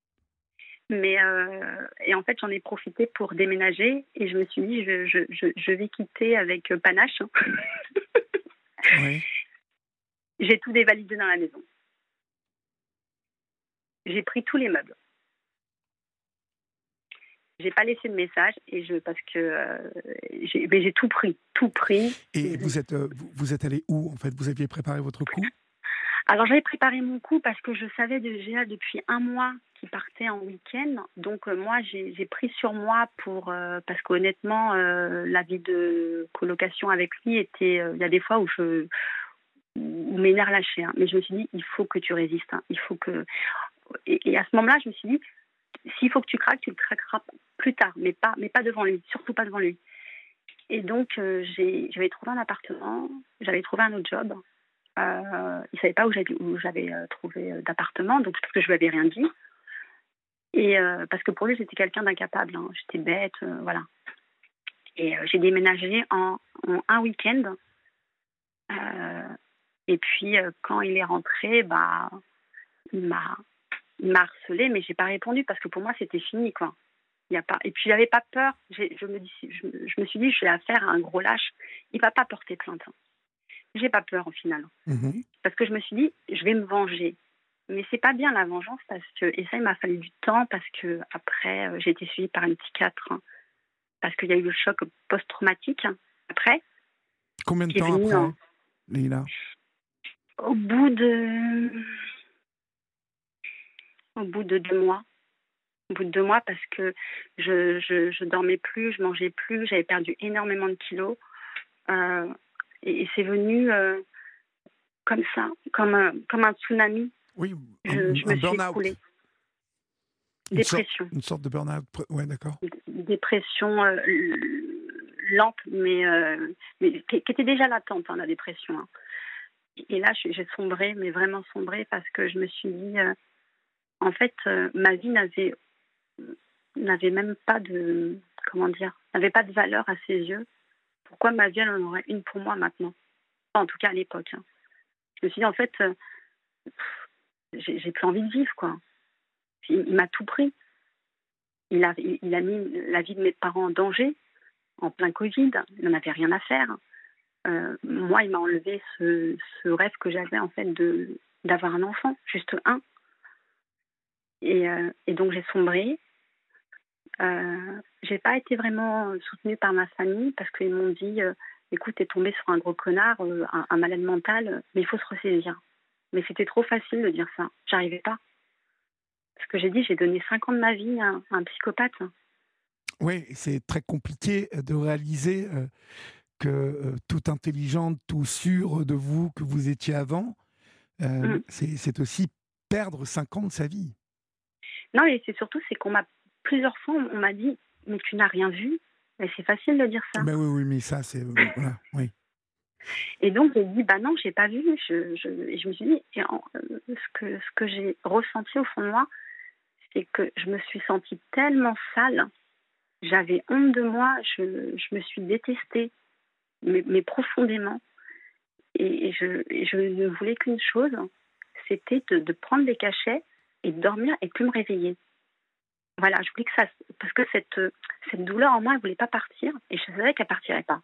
Mais euh, et en fait, j'en ai profité pour déménager et je me suis dit, je, je, je, je vais quitter avec panache. Hein. Oui. J'ai tout dévalisé dans la maison. J'ai pris tous les meubles. J'ai pas laissé de message et je parce que euh, j'ai, mais j'ai tout pris, tout pris. Et vous êtes euh, vous, vous êtes allé où en fait? Vous aviez préparé votre coup? Alors j'avais préparé mon coup parce que je savais déjà depuis un mois qu'il partait en week-end. Donc euh, moi j'ai, j'ai pris sur moi pour euh, parce qu'honnêtement euh, la vie de colocation avec lui était il euh, y a des fois où je où mes nerfs lâchaient. Hein. Mais je me suis dit il faut que tu résistes. Hein. Il faut que et, et à ce moment-là je me suis dit s'il faut que tu craques, tu le craqueras plus tard, mais pas, mais pas devant lui, surtout pas devant lui. Et donc, euh, j'ai, j'avais trouvé un appartement, j'avais trouvé un autre job. Euh, il ne savait pas où j'avais, où j'avais euh, trouvé euh, d'appartement, donc parce que je lui avais rien dit. Et euh, parce que pour lui, j'étais quelqu'un d'incapable. Hein. J'étais bête, euh, voilà. Et euh, j'ai déménagé en, en un week-end. Euh, et puis, euh, quand il est rentré, bah, il m'a, il m'a harcelée, mais j'ai pas répondu parce que pour moi, c'était fini, quoi. Il y a pas... Et puis, j'avais pas peur. J'ai, je, me dis, je, je me suis dit, je vais affaire à un gros lâche. Il va pas porter plainte. Hein. J'ai pas peur, au final. Mmh. Parce que je me suis dit, je vais me venger. Mais c'est pas bien la vengeance parce que et ça il m'a fallu du temps parce que après euh, j'ai été suivie par une psychiatre hein, parce qu'il y a eu le choc post-traumatique hein, après. Combien de Qui est temps venu, après, hein, Leïla? au bout de au bout de deux mois. Au bout de deux mois parce que je je, je dormais plus, je mangeais plus, j'avais perdu énormément de kilos euh, et, et c'est venu euh, comme ça, comme un comme un tsunami. Oui, un, Je, je un me suis burn-out. écroulée. Une sorte, Dépression. une sorte de burn-out. Ouais, d'accord. Dépression euh, lente, mais, euh, mais qui, qui était déjà latente, hein, la dépression. Hein. Et là, j'ai sombré, mais vraiment sombré, parce que je me suis dit, euh, en fait, euh, ma vie n'avait, n'avait même pas de, comment dire, n'avait pas de valeur à ses yeux. Pourquoi ma vie, elle en aurait une pour moi maintenant? Enfin, en tout cas, à l'époque. Hein. Je me suis dit, en fait, euh, j'ai, j'ai plus envie de vivre, quoi. Il, il m'a tout pris. Il a, il, il a mis la vie de mes parents en danger, en plein Covid. Il n'en avait rien à faire. Euh, moi, il m'a enlevé ce, ce rêve que j'avais, en fait, de, d'avoir un enfant, juste un. Et, euh, et donc, j'ai sombré. Euh, j'ai pas été vraiment soutenue par ma famille parce qu'ils m'ont dit euh, écoute, t'es tombée sur un gros connard, euh, un, un malade mental, mais il faut se ressaisir. Mais c'était trop facile de dire ça. J'arrivais pas. Parce que j'ai dit, j'ai donné cinq ans de ma vie à, à un psychopathe. Oui, c'est très compliqué de réaliser euh, que euh, toute intelligente, tout sûr de vous que vous étiez avant, euh, Mm. c'est, c'est aussi perdre cinq ans de sa vie. Non, et c'est surtout, c'est qu'on m'a, plusieurs fois, on m'a dit, mais tu n'as rien vu. Et c'est facile de dire ça. Ben oui, oui, mais ça, c'est... Voilà, oui. Et donc, j'ai dit, bah non, j'ai pas vu. Je, je, et je me suis dit, et en, euh, ce que, ce que j'ai ressenti au fond de moi, c'est que je me suis sentie tellement sale. J'avais honte de moi. Je, je me suis détestée, mais, mais profondément. Et, et, je, et je ne voulais qu'une chose, c'était de, de prendre des cachets et de dormir et plus me réveiller. Voilà, je voulais que ça... Parce que cette, cette douleur en moi, elle ne voulait pas partir. Et je savais qu'elle ne partirait pas.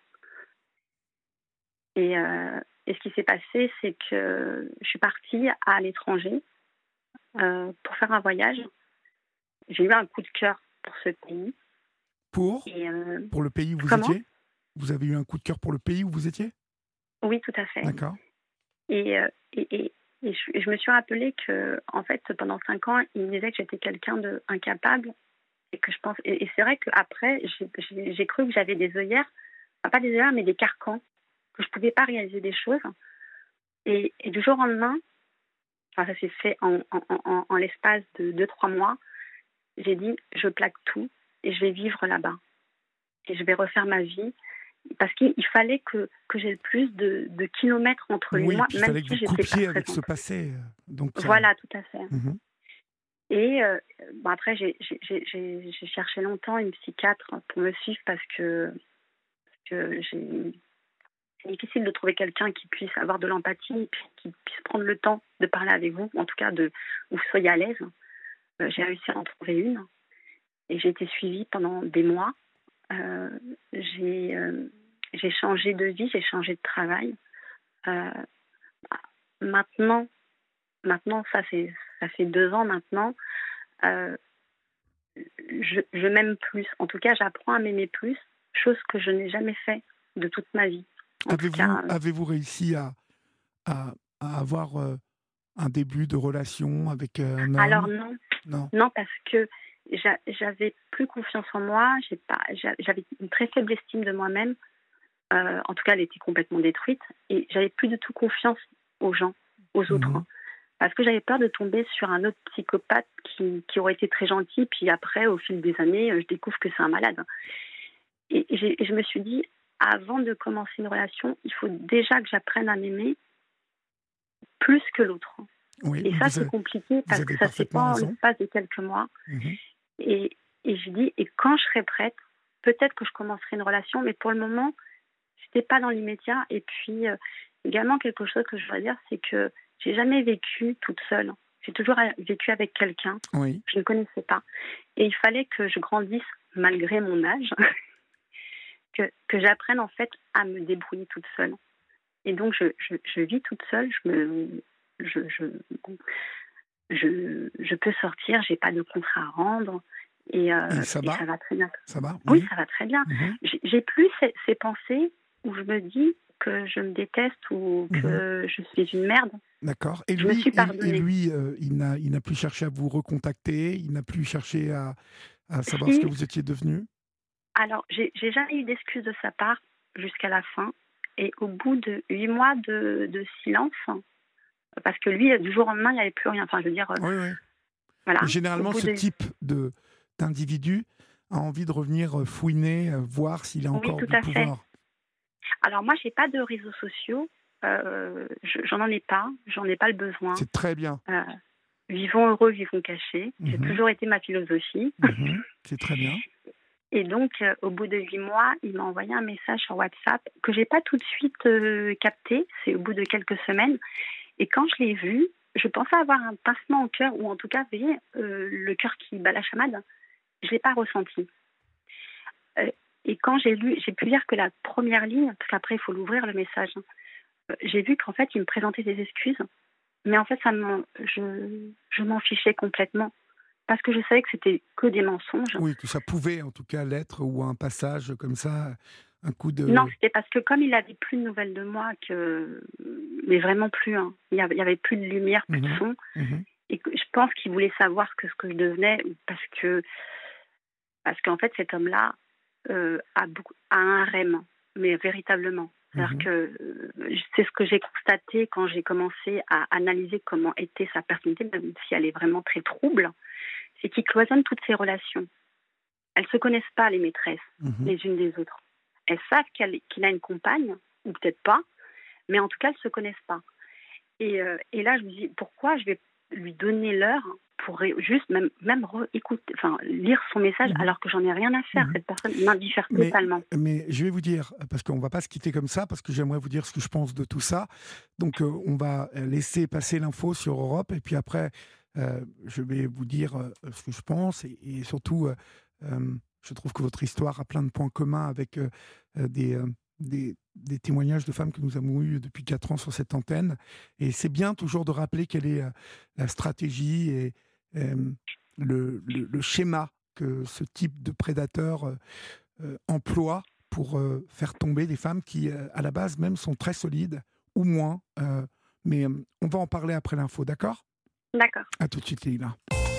Et, euh, et ce qui s'est passé, c'est que je suis partie à l'étranger euh, pour faire un voyage. J'ai eu un coup de cœur pour ce pays. Pour Et, euh, Pour le pays où vous comment étiez? Vous avez eu un coup de cœur pour le pays où vous étiez? Oui, tout à fait. D'accord. Et, euh, et, et, et, je, et je me suis rappelé que, en fait, pendant cinq ans, il me disait que j'étais quelqu'un d'incapable. Et que je pense, et, et c'est vrai qu'après, j'ai, j'ai, j'ai cru que j'avais des œillères, enfin, pas des œillères, mais des carcans, que je ne pouvais pas réaliser des choses. Et, et du jour au lendemain, enfin, ça s'est fait en, en, en, en l'espace de deux trois mois, j'ai dit, je plaque tout et je vais vivre là-bas. Et je vais refaire ma vie. Parce qu'il fallait que, que j'ai le plus de, de kilomètres entre lui Oui, et moi, puis il même fallait si que vous j'étais coupiez pas avec présente. ce passé. Donc, ça... Voilà, tout à fait. Mm-hmm. Et euh, bon, après, j'ai, j'ai, j'ai, j'ai cherché longtemps une psychiatre pour me suivre parce que, parce que j'ai... c'est difficile de trouver quelqu'un qui puisse avoir de l'empathie, qui puisse prendre le temps de parler avec vous, en tout cas de, où vous soyez à l'aise. Euh, j'ai réussi à en trouver une et j'ai été suivie pendant des mois. Euh, j'ai, euh, j'ai changé de vie, j'ai changé de travail. Euh, maintenant, maintenant, ça, c'est, ça fait deux ans maintenant, euh, je, je m'aime plus. En tout cas, j'apprends à m'aimer plus, chose que je n'ai jamais fait de toute ma vie. En Avez-vous, tout cas, euh... avez-vous réussi à, à, à avoir euh, un début de relation avec euh, un homme? Alors non. non, non, parce que j'a, j'avais plus confiance en moi. J'ai pas, j'avais une très faible estime de moi-même. Euh, en tout cas, elle était complètement détruite et j'avais plus du tout confiance aux gens, aux autres. Mmh. Parce que j'avais peur de tomber sur un autre psychopathe qui, qui aurait été très gentil, puis après, au fil des années, je découvre que c'est un malade. Et, j'ai, et je me suis dit, avant de commencer une relation, il faut déjà que j'apprenne à m'aimer plus que l'autre. Oui, Et ça, c'est avez, compliqué parce que ça se fait pas en l'espace de quelques mois. Mmh. Et, et je dis, et quand je serai prête, peut-être que je commencerai une relation, mais pour le moment, c'était pas dans l'immédiat. Et puis, euh, également, quelque chose que je voudrais dire, c'est que j'ai jamais vécu toute seule. J'ai toujours vécu avec quelqu'un. Oui. Je ne connaissais pas. Et il fallait que je grandisse malgré mon âge, que, que j'apprenne en fait à me débrouiller toute seule. Et donc, je, je, je vis toute seule. Je me... Je, je, je, je peux sortir, j'ai pas de contrat à rendre et, euh, et, ça, et va ça va très bien. Ça va Oui, oui. ça va très bien. Mmh. J'ai, j'ai plus ces, ces pensées où je me dis que je me déteste ou que mmh. je suis une merde. D'accord. Et je lui, me suis pardonnée. Et, et lui euh, il, n'a, il n'a plus cherché à vous recontacter, il n'a plus cherché à, à savoir si. ce que vous étiez devenu. Alors, j'ai, j'ai jamais eu d'excuses de sa part jusqu'à la fin. Et au bout de huit mois de, de silence, parce que lui, du jour au lendemain, il n'y avait plus rien. Enfin, je veux dire... Oui, oui. Voilà. Généralement, ce de... type de, d'individu a envie de revenir fouiner, voir s'il a encore oui, tout du à pouvoir. Fait. Alors moi, je n'ai pas de réseaux sociaux. Euh, je, j'en ai pas. J'en ai pas le besoin. C'est très bien. Euh, vivons heureux, vivons cachés. Mm-hmm. C'est toujours été ma philosophie. Mm-hmm. C'est très bien. Et donc, euh, au bout de huit mois, il m'a envoyé un message sur WhatsApp que je n'ai pas tout de suite euh, capté. C'est au bout de quelques semaines. Et quand je l'ai vu, je pensais avoir un pincement au cœur, ou en tout cas, vous voyez, euh, le cœur qui bat la chamade. Je ne l'ai pas ressenti. Euh, et quand j'ai lu, j'ai pu lire que la première ligne, parce qu'après, il faut l'ouvrir, le message, euh, j'ai vu qu'en fait, il me présentait des excuses. Mais en fait, ça m'en, je, je m'en fichais complètement. Parce que je savais que c'était que des mensonges. Oui, que ça pouvait en tout cas l'être, ou un passage comme ça, un coup de... Non, c'était parce que comme il n'avait plus de nouvelles de moi, que... mais vraiment plus, hein. Il n'y avait, avait plus de lumière, plus mmh. de son. Mmh. Et je pense qu'il voulait savoir que ce que je devenais, parce que parce qu'en fait, cet homme-là euh, a, beaucoup, a un harem, mais véritablement. C'est-à-dire mmh. que euh, c'est ce que j'ai constaté quand j'ai commencé à analyser comment était sa personnalité, même si elle est vraiment très trouble, c'est qu'il cloisonne toutes ses relations. Elles ne se connaissent pas, les maîtresses, mmh. les unes des autres. Elles savent qu'elle, qu'il a une compagne, ou peut-être pas, mais en tout cas, elles ne se connaissent pas. Et, euh, et là, je me dis, pourquoi je vais lui donner l'heure pour ré- juste même, même écouter, enfin, lire son message, mmh. alors que j'en ai rien à faire. Mmh. Cette personne m'indiffère totalement. Mais je vais vous dire, parce qu'on ne va pas se quitter comme ça, parce que j'aimerais vous dire ce que je pense de tout ça. Donc, euh, on va laisser passer l'info sur Europe, et puis après, euh, je vais vous dire euh, ce que je pense, et, et surtout... Euh, euh, je trouve que votre histoire a plein de points communs avec euh, des, euh, des, des témoignages de femmes que nous avons eus depuis quatre ans sur cette antenne. Et c'est bien toujours de rappeler quelle est euh, la stratégie et euh, le, le, le schéma que ce type de prédateur euh, euh, emploie pour euh, faire tomber des femmes qui, euh, à la base même, sont très solides, ou moins. Euh, mais euh, on va en parler après l'info, d'accord ? D'accord. À tout de suite, Leïla.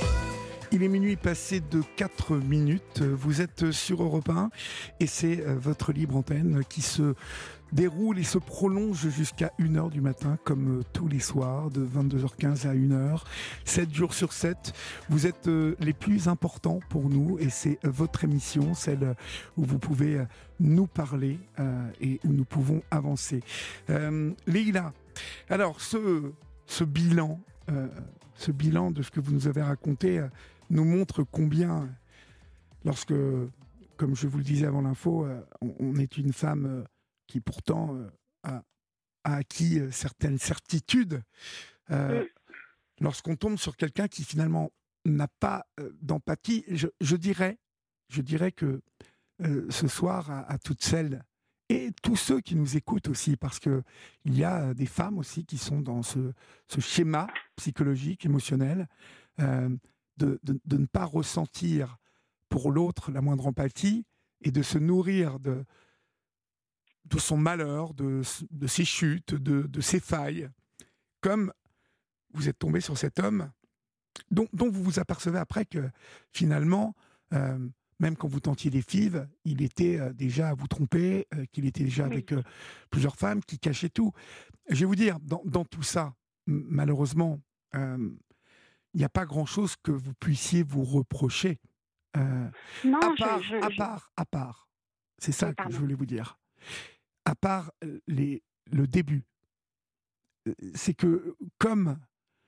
Il est minuit passé de quatre minutes, vous êtes sur Europe un et c'est votre libre antenne qui se déroule et se prolonge jusqu'à une heure du matin comme tous les soirs de vingt-deux heures quinze à une heure, sept jours sur sept. Vous êtes les plus importants pour nous et c'est votre émission, celle où vous pouvez nous parler euh, et où nous pouvons avancer. Euh, Leïla, alors ce, ce bilan, euh, ce bilan de ce que vous nous avez raconté euh, nous montre combien, lorsque, comme je vous le disais avant l'info, euh, on, on est une femme euh, qui pourtant euh, a, a acquis euh, certaines certitudes, euh, oui. lorsqu'on tombe sur quelqu'un qui finalement n'a pas euh, d'empathie, je, je, dirais, je dirais que euh, ce soir, à, à toutes celles et tous ceux qui nous écoutent aussi, parce qu'il y a des femmes aussi qui sont dans ce, ce schéma psychologique, émotionnel, euh, De, de, de ne pas ressentir pour l'autre la moindre empathie et de se nourrir de, de son malheur, de, de ses chutes, de, de ses failles, comme vous êtes tombé sur cet homme dont, dont vous vous apercevez après que finalement, euh, même quand vous tentiez des fives, il était euh, déjà à vous tromper, euh, qu'il était déjà avec euh, plusieurs femmes, qui cachait tout. Je vais vous dire, dans, dans tout ça, m- malheureusement, euh, il n'y a pas grand-chose que vous puissiez vous reprocher. Euh, non, à part, je, je, à part, à part. C'est ça oui, que je voulais vous dire. À part les, le début. C'est que, comme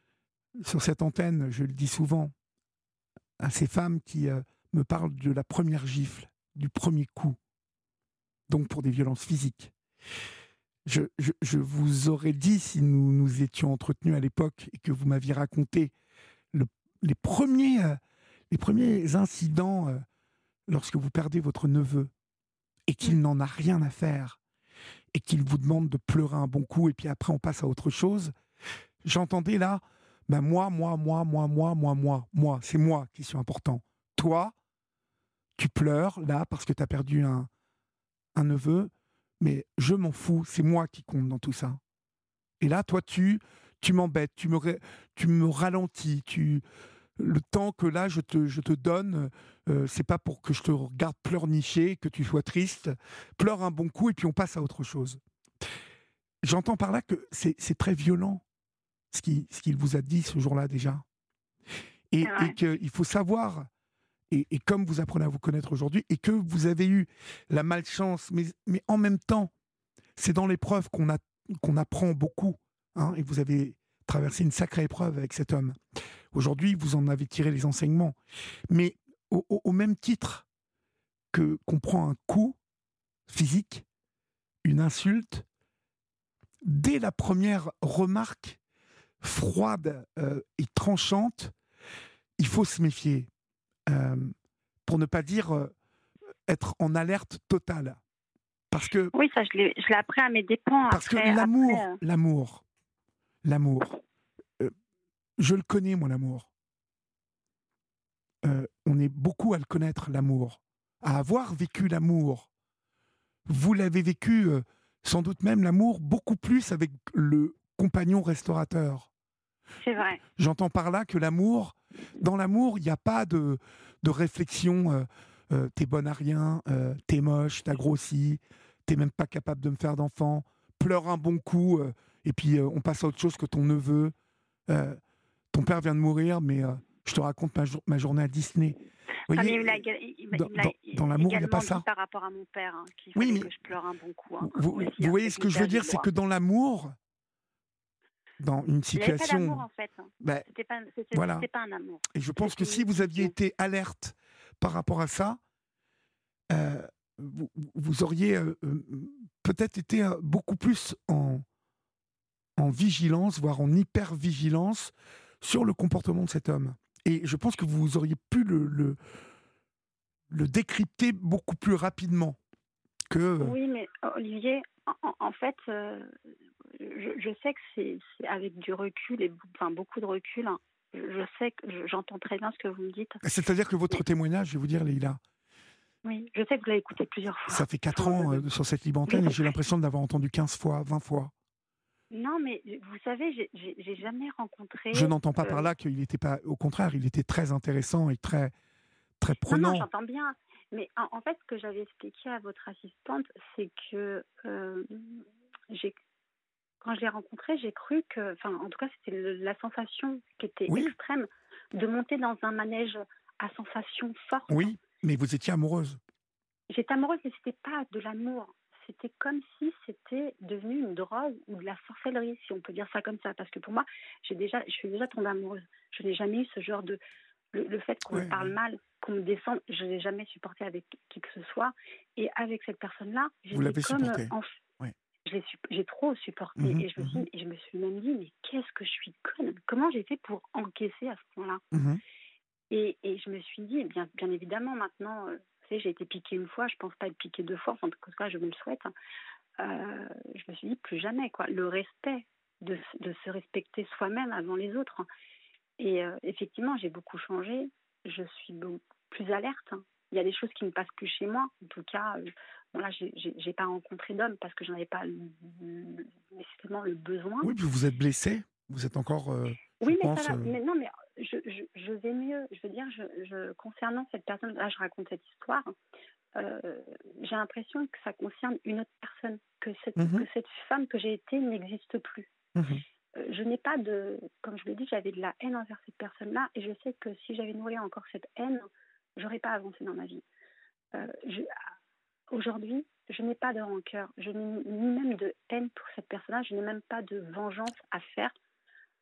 sur cette antenne, je le dis souvent, à ces femmes qui euh, me parlent de la première gifle, du premier coup, donc pour des violences physiques. Je, je, je vous aurais dit, si nous nous étions entretenus à l'époque et que vous m'aviez raconté le, les, premiers, euh, les premiers incidents euh, lorsque vous perdez votre neveu et qu'il n'en a rien à faire et qu'il vous demande de pleurer un bon coup et puis après on passe à autre chose, j'entendais là, ben moi, moi, moi, moi, moi, moi, moi, moi, c'est moi qui suis important. Toi, tu pleures là parce que tu as perdu un, un neveu, mais je m'en fous, c'est moi qui compte dans tout ça. Et là, toi, tu, tu m'embêtes, tu me, tu me ralentis, tu, le temps que là, je te, je te donne, euh, c'est pas pour que je te regarde pleurnicher, que tu sois triste, pleure un bon coup et puis on passe à autre chose. J'entends par là que c'est, c'est très violent, ce qu'il, ce qu'il vous a dit ce jour-là déjà. Et, et qu'il faut savoir... Et, et comme vous apprenez à vous connaître aujourd'hui, et que vous avez eu la malchance, mais, mais en même temps, c'est dans l'épreuve qu'on, a, qu'on apprend beaucoup. Hein, et vous avez traversé une sacrée épreuve avec cet homme. Aujourd'hui, vous en avez tiré les enseignements. Mais au, au, au même titre que, qu'on prend un coup physique, une insulte, dès la première remarque froide euh, et tranchante, il faut se méfier. Euh, pour ne pas dire euh, être en alerte totale. Parce que, oui, ça, je l'ai, je l'ai appris à mes dépens. Parce après, que l'amour, après, euh... l'amour, l'amour, euh, je le connais, mon amour. Euh, on est beaucoup à le connaître, l'amour. À avoir vécu l'amour. Vous l'avez vécu, euh, sans doute même l'amour, beaucoup plus avec le compagnon restaurateur. C'est vrai. J'entends par là que l'amour, dans l'amour, il n'y a pas de, de réflexion. Euh, euh, t'es bonne à rien, euh, t'es moche, t'as grossi, t'es même pas capable de me faire d'enfant. Pleure un bon coup, euh, et puis euh, on passe à autre chose que ton neveu. Euh, ton père vient de mourir, mais euh, je te raconte ma, ma journée à Disney. Vous voyez, il il il dans, dans, dans l'amour, il n'y a pas ça. Par rapport à mon père, hein, qu'il oui, fallait mais que je pleure un bon coup. Hein, vous, aussi, vous hein, voyez ce que je veux dire, c'est que dans l'amour, dans une situation... Il n'y avait pas d'amour, en fait. Ben, c'était, pas, c'était, voilà. c'était pas un amour. Et je pense c'était que si vous aviez été alerte par rapport à ça, euh, vous, vous auriez euh, peut-être été beaucoup plus en, en vigilance, voire en hyper-vigilance sur le comportement de cet homme. Et je pense que vous auriez pu le, le, le décrypter beaucoup plus rapidement que... Oui, mais Olivier, en, en fait... Euh... Je, je sais que c'est, c'est avec du recul, et enfin beaucoup de recul, hein. je, je sais que j'entends très bien ce que vous me dites. C'est-à-dire que votre mais... témoignage, je vais vous dire, Leïla. Oui, je sais que vous l'avez écouté plusieurs fois. Ça fait quatre ans euh, sur cette libre antenne et j'ai l'impression de l'avoir entendu quinze fois, vingt fois. Non, mais vous savez, j'ai, j'ai, j'ai jamais rencontré... Je n'entends pas euh... par là qu'il n'était pas... Au contraire, il était très intéressant et très, très prenant. Non, non, j'entends bien. Mais en, en fait, ce que j'avais expliqué à votre assistante, c'est que euh, j'ai... Quand je l'ai rencontré, j'ai cru que, enfin, en tout cas, c'était le, la sensation qui était oui. extrême de monter dans un manège à sensations fortes. Oui, mais vous étiez amoureuse. J'étais amoureuse, mais c'était pas de l'amour. C'était comme si c'était devenu une drogue ou de la sorcellerie, si on peut dire ça comme ça. Parce que pour moi, j'ai déjà, je suis déjà tombée amoureuse. Je n'ai jamais eu ce genre de, le, le fait qu'on ouais, me parle ouais. mal, qu'on me descende, je n'ai jamais supporté avec qui que ce soit. Et avec cette personne-là, j'étais vous l'avez comme supporté. En, ouais. J'ai, j'ai trop supporté mmh, et, je me suis, mmh. et je me suis même dit, mais qu'est-ce que je suis conne. Comment j'ai fait pour encaisser à ce point-là mmh. et, et je me suis dit, bien, bien évidemment, maintenant, euh, vous savez, j'ai été piquée une fois, je ne pense pas être piquée deux fois, en tout cas, je me le souhaite. Euh, je me suis dit, plus jamais, quoi. Le respect, de, de se respecter soi-même avant les autres. Et euh, effectivement, j'ai beaucoup changé, je suis beaucoup plus alerte. Il y a des choses qui ne passent plus chez moi, en tout cas... Euh, Bon, là, j'ai, j'ai, j'ai pas rencontré d'homme parce que j'en avais pas le, le, nécessairement le besoin. Oui, puis vous êtes blessée, vous êtes encore. Euh, oui, mais pense, ça va. Euh... Mais non, mais je, je, je vais mieux. Je veux dire, je, je, concernant cette personne, là, je raconte cette histoire. Euh, j'ai l'impression que ça concerne une autre personne, que cette, mm-hmm. que cette femme que j'ai été n'existe plus. Mm-hmm. Euh, je n'ai pas de, comme je l'ai dit, j'avais de la haine envers cette personne-là, et je sais que si j'avais nourri encore cette haine, j'aurais pas avancé dans ma vie. Euh, je, Aujourd'hui, je n'ai pas de rancœur, je n'ai ni même de haine pour cette personne-là, je n'ai même pas de vengeance à faire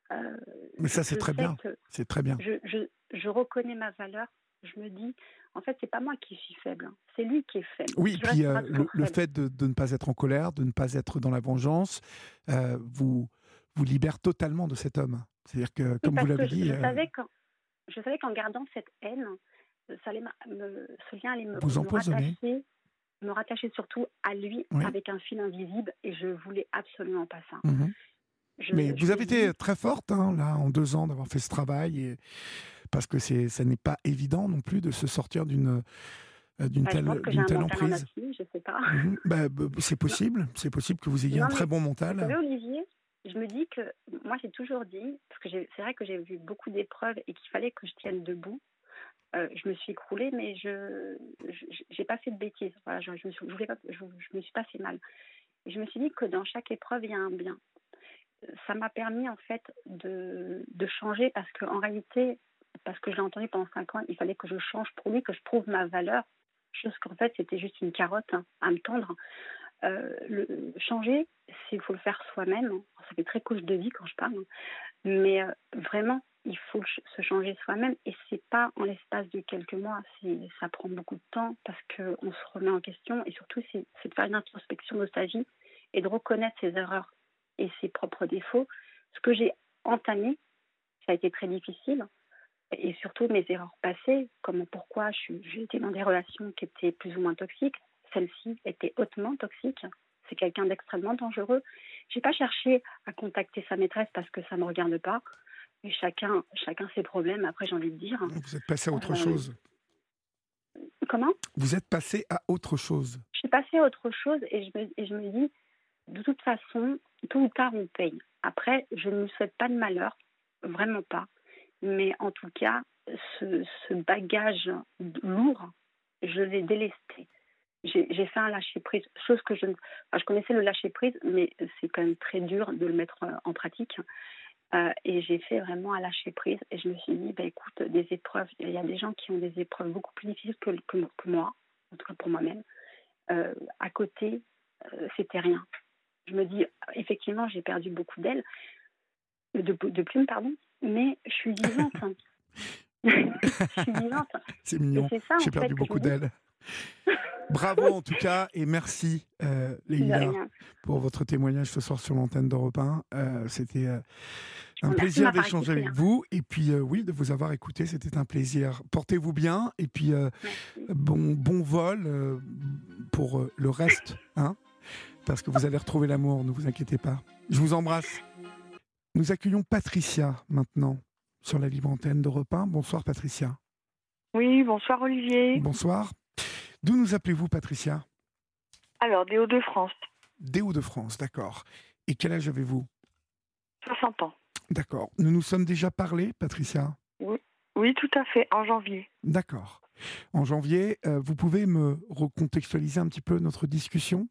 Euh, Mais ça, c'est je très sais bien. que C'est très bien. je, je, je reconnais ma valeur. Je me dis, en fait, c'est pas moi qui suis faible. hein. C'est lui qui est faible. Oui, et Je puis euh, resterai le, toujours le faible. fait de, de ne pas être en colère, de ne pas être dans la vengeance, euh, vous, vous libère totalement de cet homme. C'est-à-dire que, Oui, comme vous parce que l'avez je, dit, je euh, savais qu'en, je savais qu'en gardant cette haine, ça allait me, me- ce lien allait me, vous me empoisonnez. rattacher, me rattacher surtout à lui Oui. avec un fil invisible, et je voulais absolument pas ça. Mhm. Je, Mais je vous avez me été dis, très forte, hein, là, en deux ans, d'avoir fait ce travail, et, parce que c'est, ça n'est pas évident non plus de se sortir d'une, euh, d'une bah, je pense telle, que j'ai d'une un telle mental en emprise. acier, je sais pas. Mhm. Bah, bah, c'est Non, possible, c'est possible que vous ayez un non, très mais bon vous mental. savez, Olivier, je me dis que moi j'ai toujours dit, parce que j'ai- c'est vrai que j'ai vu beaucoup d'épreuves et qu'il fallait que je tienne debout. Euh, je me suis écroulée, mais je je- j'ai pas fait de bêtises. Voilà, je, je me suis, je voulais pas, je, je me suis pas fait mal. Et je me suis dit que dans chaque épreuve il y a un bien. Ça m'a permis en fait de, de changer, parce qu'en réalité, parce que je l'ai entendu pendant cinq ans, il fallait que je change pour lui, que je prouve ma valeur, chose qu'en fait c'était juste une carotte hein, à me tendre. Euh, le, changer, il faut le faire soi-même. Ça fait très couche de vie quand je parle, mais euh, vraiment, il faut se changer soi-même, et c'est pas en l'espace de quelques mois. C'est, ça prend beaucoup de temps parce qu'on se remet en question, et surtout c'est, c'est de faire une introspection de sa vie et de reconnaître ses erreurs et ses propres défauts. Ce que j'ai entamé, ça a été très difficile, et surtout mes erreurs passées, comme pourquoi je suis, j'ai été dans des relations qui étaient plus ou moins toxiques. Celle-ci était hautement toxique. C'est quelqu'un d'extrêmement dangereux. J'ai pas cherché à contacter sa maîtresse parce que ça me regarde pas. Et chacun, chacun ses problèmes. Après, j'ai envie de dire. Vous êtes passé à autre Euh, chose. comment Vous êtes passé à autre chose. Je suis passée à autre chose, et je me, et je me dis, de toute façon, tôt ou tard, on paye. Après, je ne lui souhaite pas de malheur, vraiment pas. Mais en tout cas, ce, ce bagage lourd, je l'ai délesté. J'ai, j'ai fait un lâcher-prise, chose que je ne... Enfin, je connaissais le lâcher-prise, mais c'est quand même très dur de le mettre en pratique. Euh, et j'ai fait vraiment un lâcher-prise, et je me suis dit, bah, écoute, des épreuves, il y a des gens qui ont des épreuves beaucoup plus difficiles que, que, que moi, en tout cas pour moi-même. Euh, à côté, euh, c'était rien. Je me dis, effectivement, j'ai perdu beaucoup d'ailes, de, de plumes, pardon, mais je suis vivante. Je suis vivante. C'est mignon. Et c'est ça, J'ai en perdu fait, que beaucoup je me dis. d'ailes. Bravo en tout cas, et merci euh, De Leïla rien. pour votre témoignage ce soir sur l'antenne d'Europe un. Euh, c'était euh, un Merci plaisir de m'avoir d'échanger écouté, avec hein. vous, et puis euh, oui, de vous avoir écouté, c'était un plaisir. Portez-vous bien, et puis euh, Merci. bon, bon vol euh, pour euh, le reste, hein, parce que vous allez retrouver l'amour, ne vous inquiétez pas. Je vous embrasse. Nous accueillons Patricia maintenant sur la libre antenne d'Europe un. Bonsoir Patricia. Oui, bonsoir Olivier. Bonsoir. D'où nous appelez-vous Patricia? Alors, des Hauts-de-France, Des Hauts-de-France, d'accord. Et quel âge avez-vous? soixante ans. D'accord. Nous nous sommes déjà parlé, Patricia? Oui, oui, tout à fait, en janvier. D'accord. En janvier, euh, vous pouvez me recontextualiser un petit peu notre discussion?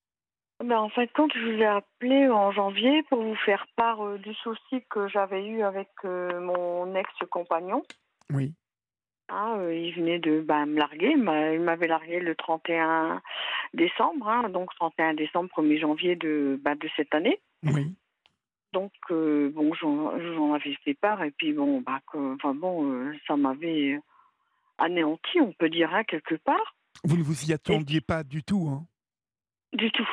Ben, en fin de compte, je vous ai appelé en janvier pour vous faire part euh, du souci que j'avais eu avec euh, mon ex-compagnon. Oui. Hein, euh, il venait de ben, me larguer. Il m'a- il m'avait largué le trente et un décembre, hein, donc trente et un décembre, premier janvier de, ben, de cette année. Oui. Donc, euh, bon, j'en, j'en avais fait part, et puis bon, bah, que, enfin, bon euh, ça m'avait anéanti, on peut dire, hein, quelque part. Vous ne vous y attendiez pas du tout, hein? Du tout.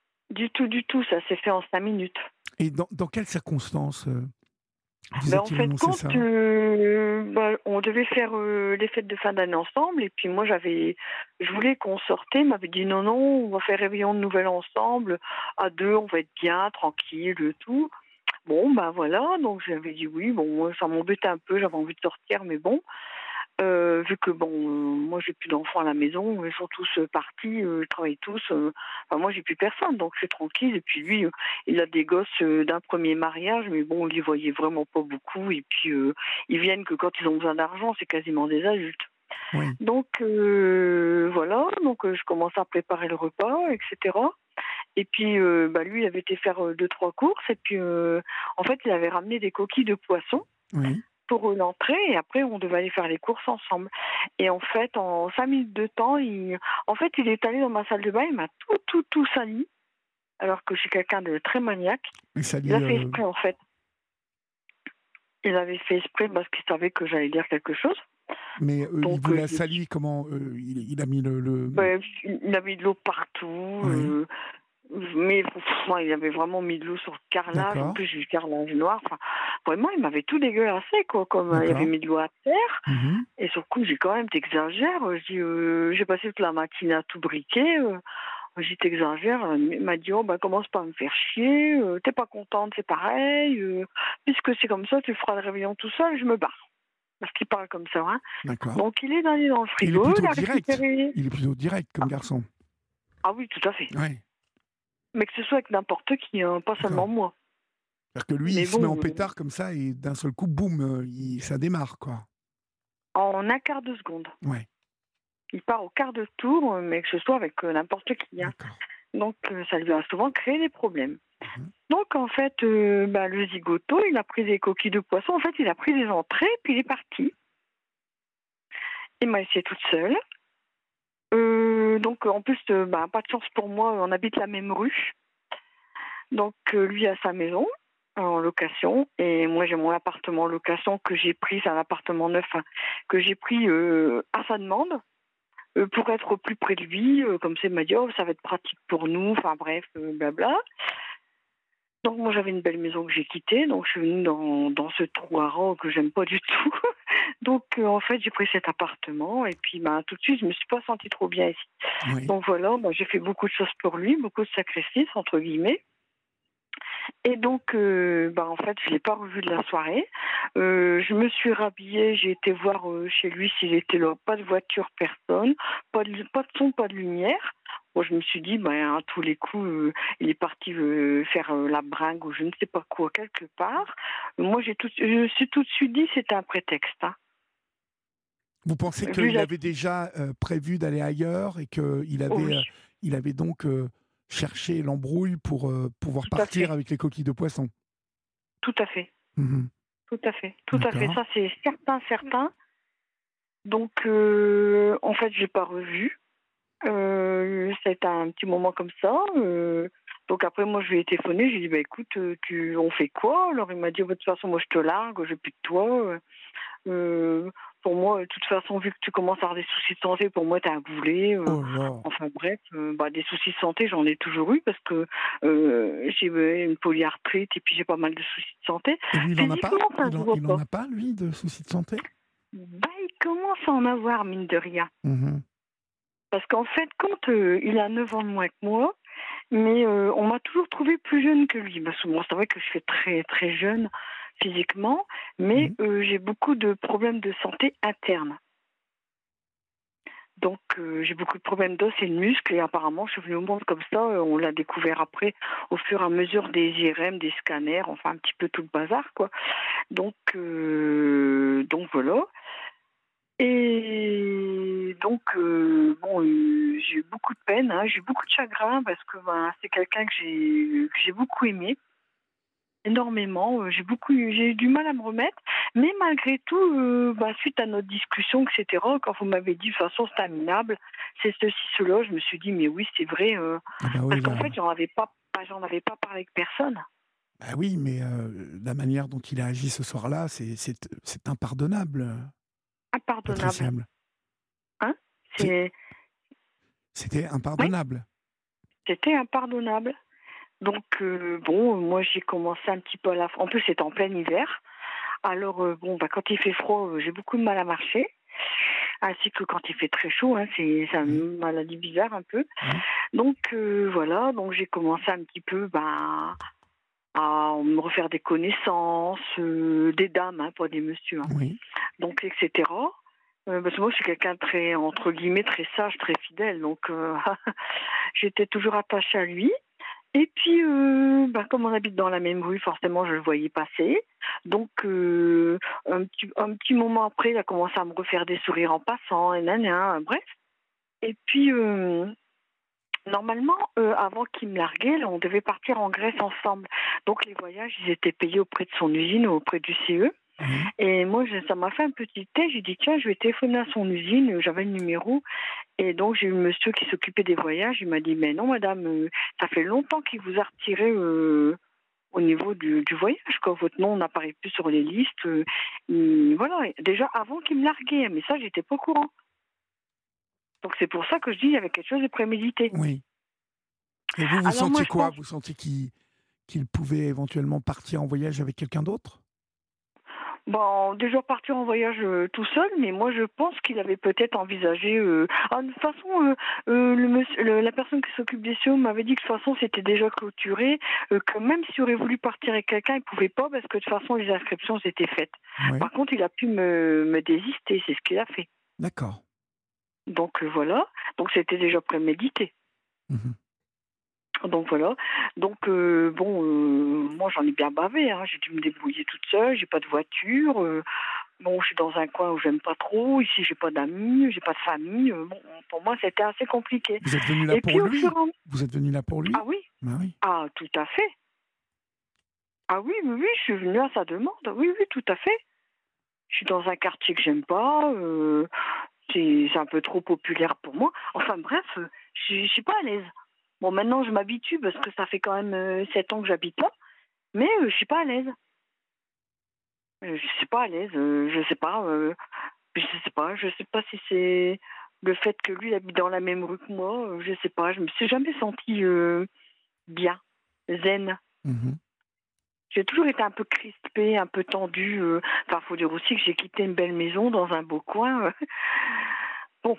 Du tout, du tout. Ça s'est fait en cinq minutes. Et dans, dans quelles circonstances euh, vous Ben, en a-t-il fait, annoncé compte, ça? euh, ben, on devait faire euh, les fêtes de fin d'année ensemble. Et puis moi, j'avais, je voulais qu'on sortait. Il m'avait dit non, non, on va faire réveillon de Nouvel An ensemble. À deux, on va être bien, tranquille, tout. Bon, ben voilà. Donc j'avais dit oui. Bon, moi, ça m'embêtait un peu. J'avais envie de sortir, mais bon. Euh, vu que bon, euh, moi j'ai plus d'enfants à la maison, ils sont tous euh, partis, euh, ils travaillent tous. Euh, enfin, moi j'ai plus personne, donc c'est tranquille. Et puis lui, euh, il a des gosses euh, d'un premier mariage, mais bon, on les voyait vraiment pas beaucoup. Et puis euh, ils viennent que quand ils ont besoin d'argent, c'est quasiment des adultes. Oui. Donc euh, voilà, donc euh, je commence à préparer le repas, et cetera. Et puis euh, bah, lui, il avait été faire euh, deux trois courses, et puis euh, en fait, il avait ramené des coquilles de poisson Oui. pour l'entrée, et après on devait aller faire les courses ensemble. Et en fait, en cinq minutes de temps, il, en fait, il est allé dans ma salle de bain, il m'a tout, tout, tout sali, alors que je suis quelqu'un de très maniaque. Mais ça Il a lie, fait euh, exprès, en fait. Il avait fait exprès parce qu'il savait que j'allais dire quelque chose. Mais euh, il Donc, vous euh, l'a je- sali comment euh, il, il a mis le... le... ben, il avait de l'eau partout. Oui. euh, mais pff, moi, il avait vraiment mis de l'eau sur le carrelage. En D'accord. plus, j'ai le carrelage noir. Enfin, vraiment, il m'avait tout dégueulassé, quoi. Comme euh, il D'accord. avait mis de l'eau à terre. Mhm. Et sur le coup, j'ai quand même, t'exagères. Je dis, euh, j'ai passé toute la matinée à tout briquer. Euh, j'ai t'exagères. Il m'a dit, oh, ben, commence pas à me faire chier. Euh, t'es pas contente, c'est pareil. Euh, puisque c'est comme ça, tu feras le réveillon tout seul, je me barre. Parce qu'il parle comme ça, hein. D'accord. Donc, il est allé dans le Il est frigo, plutôt il a direct. récupéré. Il est plutôt direct comme garçon. Ah oui, tout à fait. Ouais. Mais que ce soit avec n'importe qui, hein, pas seulement moi. C'est-à-dire que lui, Mais il se bon, met en euh, pétard comme ça et d'un seul coup, boum, euh, il- ça démarre, quoi. En un quart de seconde. Ouais, Il part au quart de tour, euh, mais que ce soit avec euh, n'importe qui, hein. d'accord. Donc, euh, ça lui a souvent créé des problèmes. Mhm. Donc, en fait, euh, bah, le zigoto, il a pris des coquilles de poisson. En fait, il a pris des entrées, puis il est parti. Il m'a laissée toute seule. Euh, donc, en plus, euh, bah, pas de chance pour moi, on habite la même rue. Donc, euh, lui a sa maison en location, et moi, j'ai mon appartement en location que j'ai pris, c'est un appartement neuf, hein, que j'ai pris euh, à sa demande, euh, pour être plus près de lui. Euh, comme c'est, il m'a dit, oh, ça va être pratique pour nous, enfin bref, euh, blabla. Donc, moi, j'avais une belle maison que j'ai quittée, donc je suis venue dans, dans ce trou à rang que j'aime pas du tout. Donc, euh, en fait, j'ai pris cet appartement, et puis bah, tout de suite, je me suis pas sentie trop bien ici. Oui. Donc voilà, bah, j'ai fait beaucoup de choses pour lui, beaucoup de sacrifices, entre guillemets. Et donc, euh, bah, en fait, je l'ai pas revu de la soirée. Euh, je me suis rhabillée, j'ai été voir euh, chez lui s'il était là. Pas de voiture, personne. Pas de, pas de son, pas de lumière. Bon, je me suis dit, bah, à tous les coups, euh, il est parti euh, faire euh, la bringue ou je ne sais pas quoi, quelque part. Moi, j'ai tout, je me suis tout de suite dit, c'était un prétexte, hein. Vous pensez Vu qu'il la- avait déjà euh, prévu d'aller ailleurs et qu'il avait, Oh oui. euh, il avait donc euh, cherché l'embrouille pour euh, pouvoir Tout à partir fait. avec les coquilles de poisson? Tout à fait. Mhm. Tout à fait. Tout à fait. D'accord. Ça, c'est certain, certain. Donc, euh, en fait, je l'ai pas revu. Euh, c'est un petit moment comme ça. euh, donc après, moi, je lui ai téléphoné. Je lui ai dit, bah, écoute, euh, tu, on fait quoi? Alors, il m'a dit, de toute façon, moi, je te largue, j'ai plus de toi. Euh, pour moi, de toute façon, vu que tu commences à avoir des soucis de santé, pour moi, t'es un boulet. euh, Oh là. Enfin bref, euh, bah, des soucis de santé, j'en ai toujours eu parce que euh, j'ai euh, une polyarthrite et puis j'ai pas mal de soucis de santé. Et lui, il en a pas? Physiquement, ça Il se en, voit il en pas. a pas, lui, de soucis de santé? Bah, il commence à en avoir, mine de rien. Mhm. Parce qu'en fait, quand euh, il a neuf ans de moins que moi, mais euh, on m'a toujours trouvé plus jeune que lui. Parce que bon, c'est vrai que je suis très très jeune physiquement, mais Mhm. euh, j'ai beaucoup de problèmes de santé interne. Donc euh, j'ai beaucoup de problèmes d'os et de muscles et apparemment je suis venue au monde comme ça. Euh, on l'a découvert après au fur et à mesure des I R M, des scanners, enfin un petit peu tout le bazar quoi. Donc euh, donc voilà. Et donc, euh, bon, euh, j'ai eu beaucoup de peine, hein, j'ai eu beaucoup de chagrin parce que ben, c'est quelqu'un que j'ai, que j'ai beaucoup aimé, énormément. Euh, J'ai beaucoup, eu- j'ai eu du mal à me remettre, mais malgré tout, euh, ben, suite à notre discussion, et cetera, quand vous m'avez dit de toute façon c'est minable, c'est ceci, cela, je me suis dit mais oui, c'est vrai, euh, Ah bah oui, parce qu'en là- fait, j'en avais pas, j'en avais pas parlé avec personne. bah oui, mais euh, la manière dont il a agi ce soir-là, c'est, c'est, c'est impardonnable, Impardonnable. Patricia. Hein C'est- c'est... C'était impardonnable. C'était impardonnable. Donc, euh, bon, moi, j'ai commencé un petit peu à la... En plus, c'était en plein hiver. Alors, euh, bon, bah, quand il fait froid, euh, j'ai beaucoup de mal à marcher. Ainsi que quand il fait très chaud, hein, c'est, c'est une maladie bizarre un peu. Oui. Donc, euh, voilà, donc j'ai commencé un petit peu bah, à me refaire des connaissances, euh, des dames, hein, pas des messieurs. Hein. Oui. Donc, et cetera. Euh, parce que moi, je suis quelqu'un de très, entre guillemets, très sage, très fidèle. Donc, euh, j'étais toujours attachée à lui. Et puis, euh, bah, comme on habite dans la même rue, forcément, je le voyais passer. Donc, euh, un, petit, un petit moment après, il a commencé à me refaire des sourires en passant, et nanana, bref. Et puis, euh, normalement, euh, avant qu'il me larguait, là, on devait partir en Grèce ensemble. Donc, les voyages, ils étaient payés auprès de son usine, auprès du C E. Oui. Et moi, je- ça m'a fait un petit test. J'ai dit, tiens, je vais téléphoner à son usine. J'avais le numéro. Et donc, j'ai eu le monsieur qui s'occupait des voyages. Il m'a dit, mais non, madame, euh, ça fait longtemps qu'il vous a retiré euh, au niveau du, du voyage, quoi. Votre nom n'apparaît plus sur les listes. Euh, et voilà, déjà avant qu'il me larguait, mais ça, j'étais pas au courant. Donc c'est pour ça que je dis il y avait quelque chose de prémédité. Oui. Et vous, vous Alors, sentiez moi, je quoi pense- Vous sentiez qu'il qu'il pouvait éventuellement partir en voyage avec quelqu'un d'autre? Bon, déjà partir en voyage euh, tout seul, mais moi je pense qu'il avait peut-être envisagé. Euh... Ah, de toute façon, euh, euh, le monsieur- le- la personne qui s'occupe des C E O m'avait dit que de toute façon c'était déjà clôturé, euh, que même s'il aurait voulu partir avec quelqu'un, il pouvait pas parce que de toute façon les inscriptions étaient faites. Oui. Par contre, il a pu me, me désister, c'est ce qu'il a fait. D'accord. Donc euh, voilà, donc c'était déjà prémédité. Mhm. Donc voilà, donc euh, bon, euh, moi j'en ai bien bavé, hein. J'ai dû me débrouiller toute seule, j'ai pas de voiture, euh, bon je suis dans un coin où j'aime pas trop, ici j'ai pas d'amis, j'ai pas de famille, euh, bon pour moi c'était assez compliqué. Vous êtes venu là Et pour puis au lui fur et à Vous êtes venu là pour lui ah oui, Ben oui. ah tout à fait, ah oui oui oui, je suis venue à sa demande, oui oui tout à fait. Je suis dans un quartier que j'aime pas, euh, c'est c'est un peu trop populaire pour moi. Enfin bref, euh, je suis- je suis pas à l'aise. Bon, maintenant, je m'habitue parce que ça fait quand même euh, sept ans que j'habite là, mais euh, je suis pas à l'aise. Euh, je suis pas à l'aise, euh, je sais pas, euh, je sais pas, je sais pas si c'est le fait que lui habite dans la même rue que moi, euh, je sais pas, je me suis jamais sentie euh, bien, zen. Mhm. J'ai toujours été un peu crispée, un peu tendue. Euh, enfin, faut dire aussi que j'ai quitté une belle maison dans un beau coin. euh. Bon,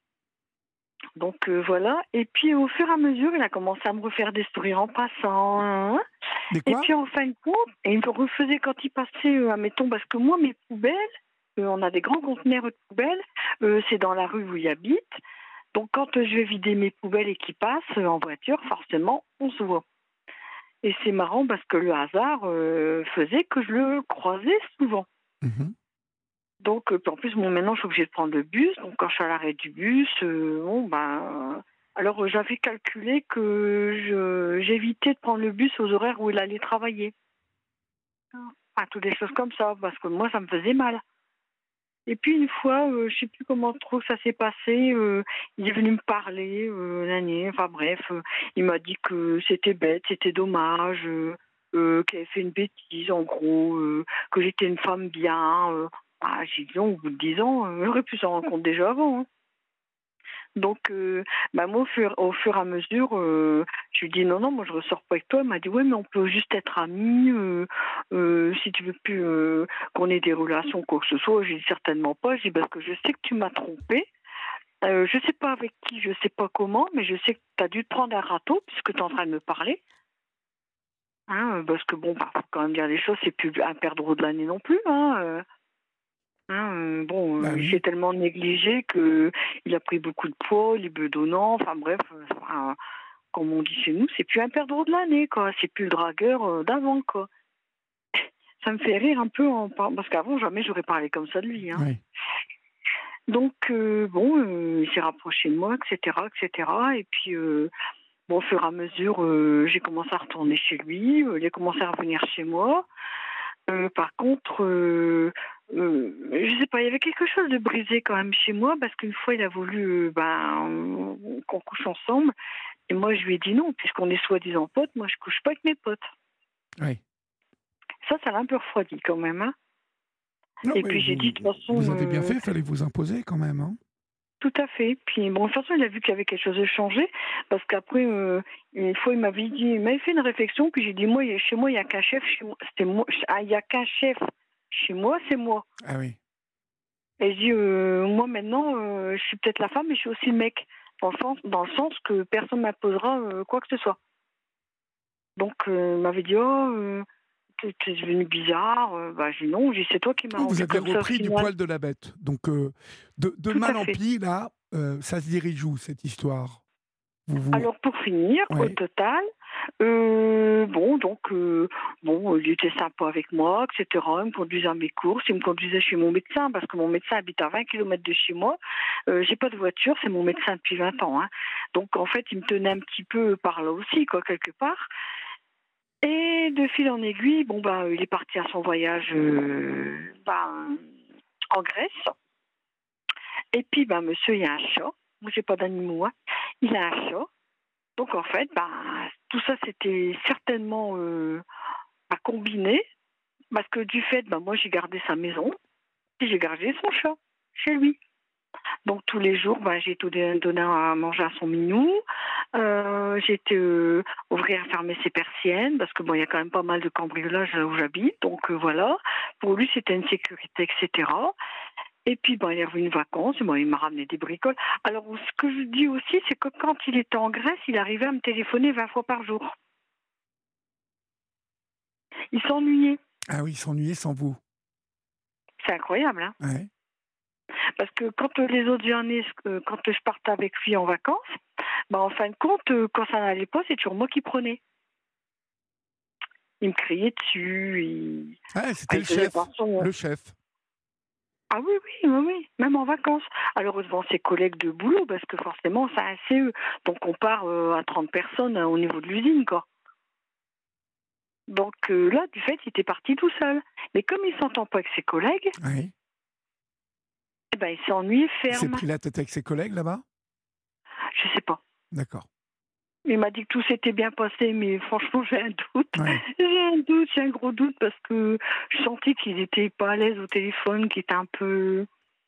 donc euh, voilà. Et puis au fur et à mesure, il a commencé à me refaire des sourires en passant, hein. Mais Et quoi puis en fin de compte, et il me refaisait quand il passait, euh, admettons, parce que moi, mes poubelles, euh, on a des grands conteneurs de poubelles, euh, c'est dans la rue où il habite. Donc quand euh, je vais vider mes poubelles et qu'il passe euh, en voiture, forcément, on se voit. Et c'est marrant parce que le hasard euh, faisait que je le croisais souvent. Mhm. Donc, euh, puis en plus, bon, maintenant, je suis obligée de prendre le bus. Donc, quand je suis à l'arrêt du bus, euh, bon, ben, alors euh, j'avais calculé que je, j'évitais de prendre le bus aux horaires où il allait travailler. Enfin, toutes des choses comme ça, parce que moi, ça me faisait mal. Et puis, une fois, euh, je sais plus comment trop ça s'est passé, euh, il est venu me parler, euh, l'année, enfin bref, euh, il m'a dit que c'était bête, c'était dommage, euh, euh, qu'il avait fait une bêtise, en gros, euh, que j'étais une femme bien. Euh, ah, j'ai dit, non, au bout de dix ans, euh, j'aurais pu s'en rendre compte déjà avant, hein. Donc, euh, bah, moi, au fur, au fur et à mesure, euh, je lui dis non, non, moi je ressors pas avec toi. Elle m'a dit ouais, mais on peut juste être amis. Euh, euh, si tu veux plus euh, qu'on ait des relations, quoi que ce soit. J'ai dit certainement pas. J'ai dit parce que je sais que tu m'as trompé. Euh, je sais pas avec qui, je sais pas comment, mais je sais que tu as dû te prendre un râteau puisque tu es en train de me parler. Hein, parce que bon, bah, faut quand même dire les choses, c'est plus un perdreau de l'année non plus. Hein, euh. Hein, euh, bon, Bah euh, il oui. s'est tellement négligé que il a pris beaucoup de poids, il est bedonnant, enfin bref, euh, enfin, comme on dit chez nous, c'est plus un perdreau de l'année, quoi. C'est plus le dragueur euh, d'avant, quoi. Ça me fait rire un peu, en par- parce qu'avant, jamais j'aurais parlé comme ça de lui, hein. Oui. Donc, euh, bon, euh, il s'est rapproché de moi, et cetera, et cetera. Et puis, euh, bon, au fur et à mesure, euh, j'ai commencé à retourner chez lui, euh, il a commencé à revenir chez moi. Euh, par contre, euh, euh, je sais pas, il y avait quelque chose de brisé quand même chez moi parce qu'une fois il a voulu euh, ben, euh, qu'on couche ensemble et moi je lui ai dit non puisqu'on est soi-disant potes, moi je couche pas avec mes potes. Oui. Ça, ça l'a un peu refroidi quand même, hein. Non, Et mais puis j'ai vous, dit de toute façon, vous avez bien euh, fait, il fallait vous imposer quand même. Hein. tout à fait. Puis bon, de toute façon il a vu qu'il y avait quelque chose de changé parce qu'après euh, une fois il m'avait dit, il m'avait fait une réflexion puis j'ai dit moi il y a- chez moi il y a qu'un chef, chez moi c'était moi, ah, il y a qu'un chef chez moi, c'est moi. Ah oui. Et je dis, euh, moi maintenant, euh, je suis peut-être la femme, mais je suis aussi le mec, dans le sens, dans le sens que personne ne m'imposera euh, quoi que ce soit. Donc, euh, il m'avait dit, oh, euh, t'es, t'es devenu bizarre. Euh, bah, j'ai dit non, j'ai dit, c'est toi qui m'as Oh, rendu vous avez comme ça au repris du final. poil de la bête. Donc, euh, de, de Tout à mal en fait. pis, là, euh, ça se dirige où, cette histoire vous, vous... Alors, pour finir, Ouais. au total, euh, bon, donc, euh, bon, il était sympa avec moi, et cetera. Il me conduisait à mes courses, il me conduisait chez mon médecin, parce que mon médecin habite à vingt kilomètres de chez moi. Euh, j'ai pas de voiture, c'est mon médecin depuis vingt ans, hein. Donc, en fait, il me tenait un petit peu par là aussi, quoi, quelque part. Et de fil en aiguille, bon, bah, il est parti à son voyage euh, bah, en Grèce. Et puis, bah, monsieur, il a un chat. Moi, j'ai pas d'animaux, hein. Il a un chat. Donc en fait, bah, tout ça c'était certainement euh, à combiner, parce que du fait, bah, moi j'ai gardé sa maison, et j'ai gardé son chat chez lui. Donc tous les jours, bah, j'ai tout donné à manger à son minou. Euh, j'ai été euh, ouvrir et fermer ses persiennes, parce que bon, il y a quand même pas mal de cambriolage là où j'habite. Donc euh, voilà, pour lui c'était une sécurité, et cetera. Et puis ben, il est revenu de vacances, et, bon, il m'a ramené des bricoles. Alors ce que je dis aussi, c'est que quand il était en Grèce, il arrivait à me téléphoner vingt fois par jour. Il s'ennuyait. Ah oui, il s'ennuyait sans vous. C'est incroyable, hein. Ouais. Parce que quand euh, les autres journées, euh, quand je partais avec lui en vacances, bah, en fin de compte, euh, quand ça n'allait pas, c'est toujours moi qui prenais. Il me criait dessus. Il... Ah, c'était ah, le chef. Son... Le chef. Ah oui, oui, oui, oui, même en vacances. Alors devant ses collègues de boulot, parce que forcément, c'est un C E. Donc on part euh, à trente personnes hein, au niveau de l'usine, quoi. Donc euh, là, du fait, il était parti tout seul. Mais comme il ne s'entend pas avec ses collègues, oui. eh ben, il s'est ennuyé ferme. Il s'est pris la tête avec ses collègues là-bas ? Je sais pas. D'accord. Il m'a dit que tout s'était bien passé, mais franchement, j'ai un doute. Ouais. J'ai un doute, j'ai un gros doute, parce que je sentais qu'il n'était pas à l'aise au téléphone, qu'il était un peu...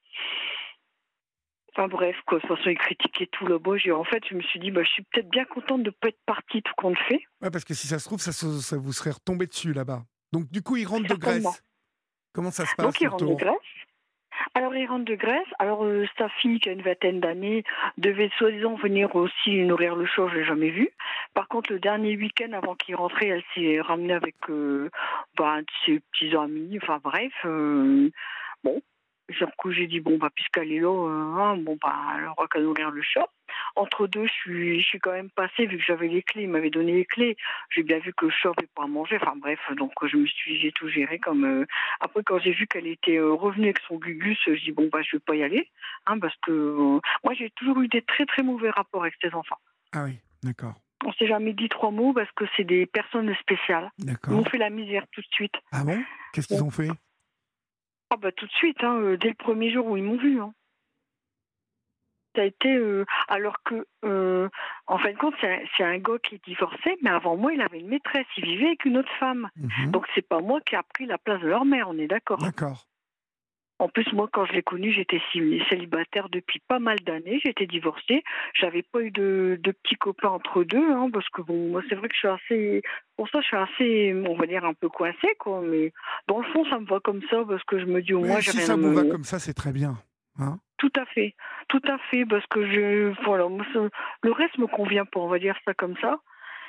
Enfin bref, quoi. De toute façon, il critiquait tout là-bas. En fait, je me suis dit, bah, je suis peut-être bien contente de ne pas être partie tout compte fait. Ouais, parce que si ça se trouve, ça, ça vous serait retombé dessus là-bas. Donc du coup, il rentre de Grèce. Comment ça se passe? Donc il rentre de Grèce. Alors, il rentre de Grèce. Alors, euh, sa fille, qui a une vingtaine d'années, devait soi-disant venir aussi nourrir le chat, je ne l'ai jamais vu. Par contre, le dernier week-end, avant qu'il rentrait, elle s'est ramenée avec euh, bah, un de ses petits amis. Enfin, bref. Euh, bon, sur le coup, j'ai dit, bon, bah, puisqu'elle est là, euh, hein, bon, bah, elle aura qu'à nourrir le chat. Entre deux, je suis, je suis quand même passée, vu que j'avais les clés, il m'avait donné les clés. J'ai bien vu que le chat n'avait pas à manger. Enfin bref, donc je me suis, j'ai tout géré comme. Euh... Après, quand j'ai vu qu'elle était euh, revenue avec son gugus, je dis bon bah je vais pas y aller, hein, parce que euh, moi j'ai toujours eu des très très mauvais rapports avec ces enfants. Ah oui, d'accord. On s'est jamais dit trois mots parce que c'est des personnes spéciales. D'accord. Ils m'ont fait la misère tout de suite. Ah bon? Qu'est-ce qu'ils ont fait? Ah bah tout de suite, hein, euh, dès le premier jour où ils m'ont vu. Hein. Ça a été euh, alors que euh, en fin de compte c'est un, c'est un gars qui est divorcé, mais avant moi il avait une maîtresse, il vivait avec une autre femme. Mmh. Donc c'est pas moi qui a pris la place de leur mère, on est d'accord. D'accord. En plus moi quand je l'ai connu j'étais célibataire depuis pas mal d'années, j'étais divorcée, j'avais pas eu de, de petits copains entre deux, hein, parce que bon moi c'est vrai que je suis assez, pour ça je suis assez, on va dire un peu coincée quoi, mais dans le fond ça me va comme ça parce que je me dis au mais moins j'ai si rien ça à vous me... va comme ça c'est très bien. Hein? Tout à fait, tout à fait, parce que je, voilà, le reste me convient pas, on va dire ça comme ça.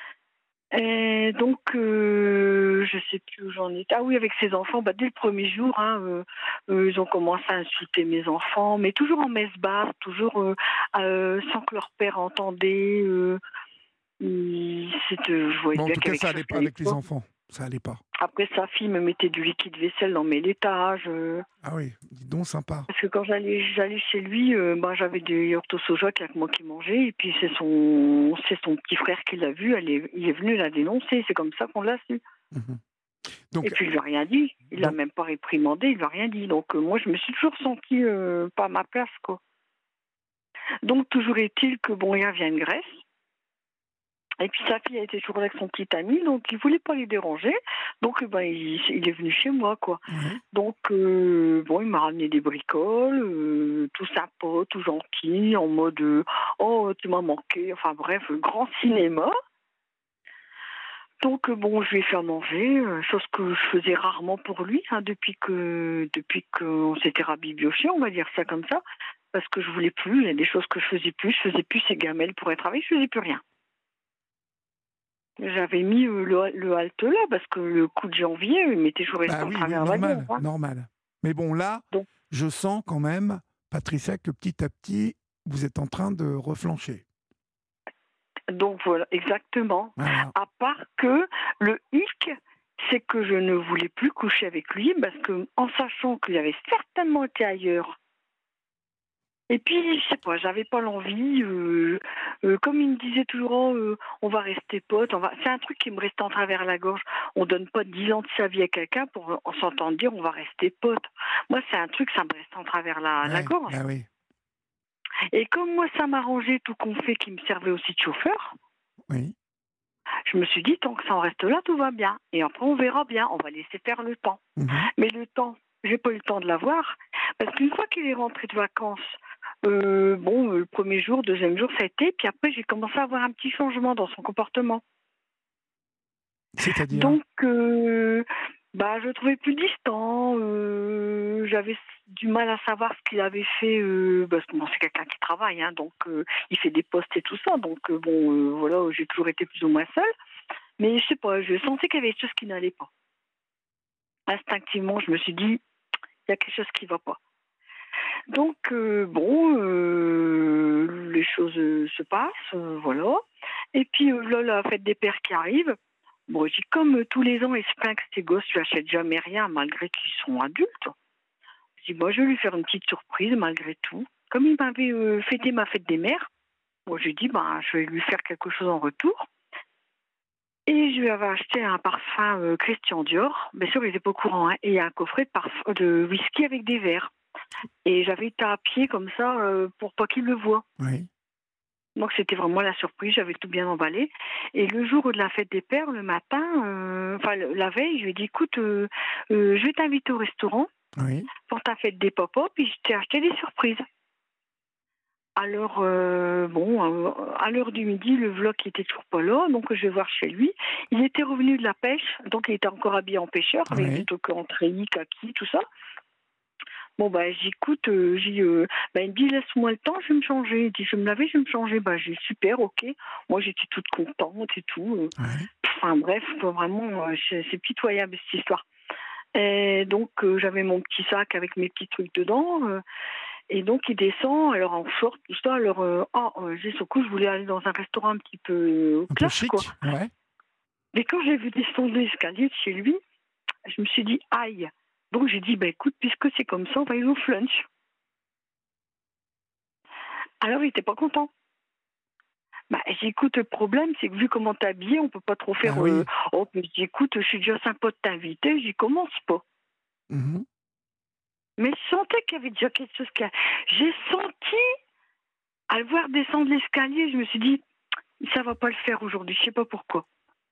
Et donc, euh, je sais plus où j'en étais. Ah oui, avec ses enfants, bah, dès le premier jour, hein, euh, euh, ils ont commencé à insulter mes enfants, mais toujours en messe basse, toujours euh, euh, sans que leur père entendait. Euh, c'était, je voyais bon, en bien tout cas, ça allait pas avec les enfants. Ça allait pas. Après, sa fille me mettait du liquide vaisselle dans mes laitages. Euh... Ah oui, dis donc sympa. Parce que quand j'allais, j'allais chez lui, euh, bah, j'avais des yaourts au soja qu'il y a que moi qui mangeais. Et puis c'est son, c'est son petit frère qui l'a vu. Elle est, il est venu la dénoncer. C'est comme ça qu'on l'a su. Mmh. Donc, et puis il lui a rien dit. Il donc... l'a même pas réprimandé. Il lui a rien dit. Donc euh, moi, je me suis toujours sentie euh, pas à ma place, quoi. Donc toujours est-il que bon, il vient de Grèce. Et puis sa fille a été toujours avec son petit ami, donc il voulait pas les déranger. Donc ben il, il est venu chez moi, quoi. Mmh. Donc euh, bon, il m'a ramené des bricoles, euh, tout sympa, tout gentil, en mode euh, oh tu m'as manqué. Enfin bref, grand cinéma. Donc bon, je lui ai fait à manger, euh, chose que je faisais rarement pour lui, hein, depuis que depuis qu'on s'était rabibioché, on va dire ça comme ça, parce que je voulais plus. Il y a des choses que je faisais plus, je faisais plus ces gamelles pour être avec, je faisais plus rien. J'avais mis euh, le, le halte là, parce que le coup de janvier, il m'était toujours resté bah en oui, travers oui, la normal, gueule, hein. normal. Mais bon, là, donc, je sens quand même, Patricia, que petit à petit, vous êtes en train de reflancher. Donc voilà, exactement. Voilà. À part que le hic, c'est que je ne voulais plus coucher avec lui, parce que en sachant qu'il avait certainement été ailleurs. Et puis, je sais pas, j'avais pas l'envie. Euh, euh, comme il me disait toujours, oh, euh, on va rester potes. On va... C'est un truc qui me restait en travers la gorge. On donne pas dix ans de sa vie à quelqu'un pour en s'entendre dire, on va rester potes. Moi, c'est un truc, ça me reste en travers la, ouais, la gorge. Bah oui. Et comme moi, ça m'arrangeait tout qu'on fait, qui me servait aussi de chauffeur. Oui. Je me suis dit, tant que ça en reste là, tout va bien. Et après, on verra bien. On va laisser faire le temps. Mmh. Mais le temps, j'ai pas eu le temps de l'avoir. Parce qu'une fois qu'il est rentré de vacances, euh, bon, le premier jour, deuxième jour, ça a été. Puis après, j'ai commencé à avoir un petit changement dans son comportement. C'est-à-dire ? Donc, euh, bah, je le trouvais plus distant. Euh, j'avais du mal à savoir ce qu'il avait fait. Euh, parce que bon, c'est quelqu'un qui travaille, hein, donc euh, il fait des postes et tout ça. Donc, euh, bon, euh, voilà, j'ai toujours été plus ou moins seule. Mais je sais pas, je sentais qu'il y avait quelque chose qui n'allait pas. Instinctivement, je me suis dit, il y a quelque chose qui va pas. Donc, euh, bon, euh, les choses euh, se passent, euh, voilà. Et puis euh, là, la fête des pères qui arrive. Bon, j'ai comme euh, tous les ans, ils se plaignent que ces gosses ne lui achètent jamais rien, malgré qu'ils sont adultes. Je dis, moi, je vais lui faire une petite surprise, malgré tout. Comme il m'avait euh, fêté ma fête des mères, bon, j'ai dit, ben, je vais lui faire quelque chose en retour. Et je lui avais acheté un parfum euh, Christian Dior. Bien sûr, il n'était pas au courant, hein, et un coffret de, parfum, de whisky avec des verres. Et j'avais été à pied comme ça euh, pour pas qu'il le voie. Oui. Donc c'était vraiment la surprise, j'avais tout bien emballé. Et le jour de la fête des pères, le matin, euh, enfin la veille, je lui ai dit, écoute, euh, euh, je vais t'inviter au restaurant oui. pour ta fête des papas, puis je t'ai acheté des surprises. Alors, euh, bon, euh, à l'heure du midi, le vlog était toujours pas là, donc je vais voir chez lui. Il était revenu de la pêche, donc il était encore habillé en pêcheur, avec oui. des toques en treillis, kaki, tout ça. Bon, bah, j'écoute, euh, j'ai, euh, bah, il me dit, laisse-moi le temps, je vais me changer. Il dit, je vais me laver, je vais me changer. Bah, j'ai super, ok. Moi, j'étais toute contente et tout. Euh. Ouais. Enfin, bref, vraiment, euh, c'est, c'est pitoyable, cette histoire. Et donc, euh, j'avais mon petit sac avec mes petits trucs dedans. Euh, et donc, il descend, alors en short, tout ça. Alors, euh, oh, euh, j'ai sur le coup, je voulais aller dans un restaurant un petit peu euh, un classe, peu chic, quoi. Ouais. Mais quand j'ai vu descendre l'escalier de chez lui, je me suis dit, aïe. Donc j'ai dit, bah, écoute, puisque c'est comme ça, on va aller au flunch. Alors il n'était pas content. Bah, j'ai dit, écoute, le problème, c'est que vu comment t'es habillé, on peut pas trop faire... Ah oui. euh... Oh, puis je dis, écoute, je suis déjà sympa de t'inviter, j'y commence pas. Mm-hmm. Mais je sentais qu'il y avait déjà quelque chose qui... A... J'ai senti, à le voir descendre l'escalier, je me suis dit, ça va pas le faire aujourd'hui, je sais pas pourquoi.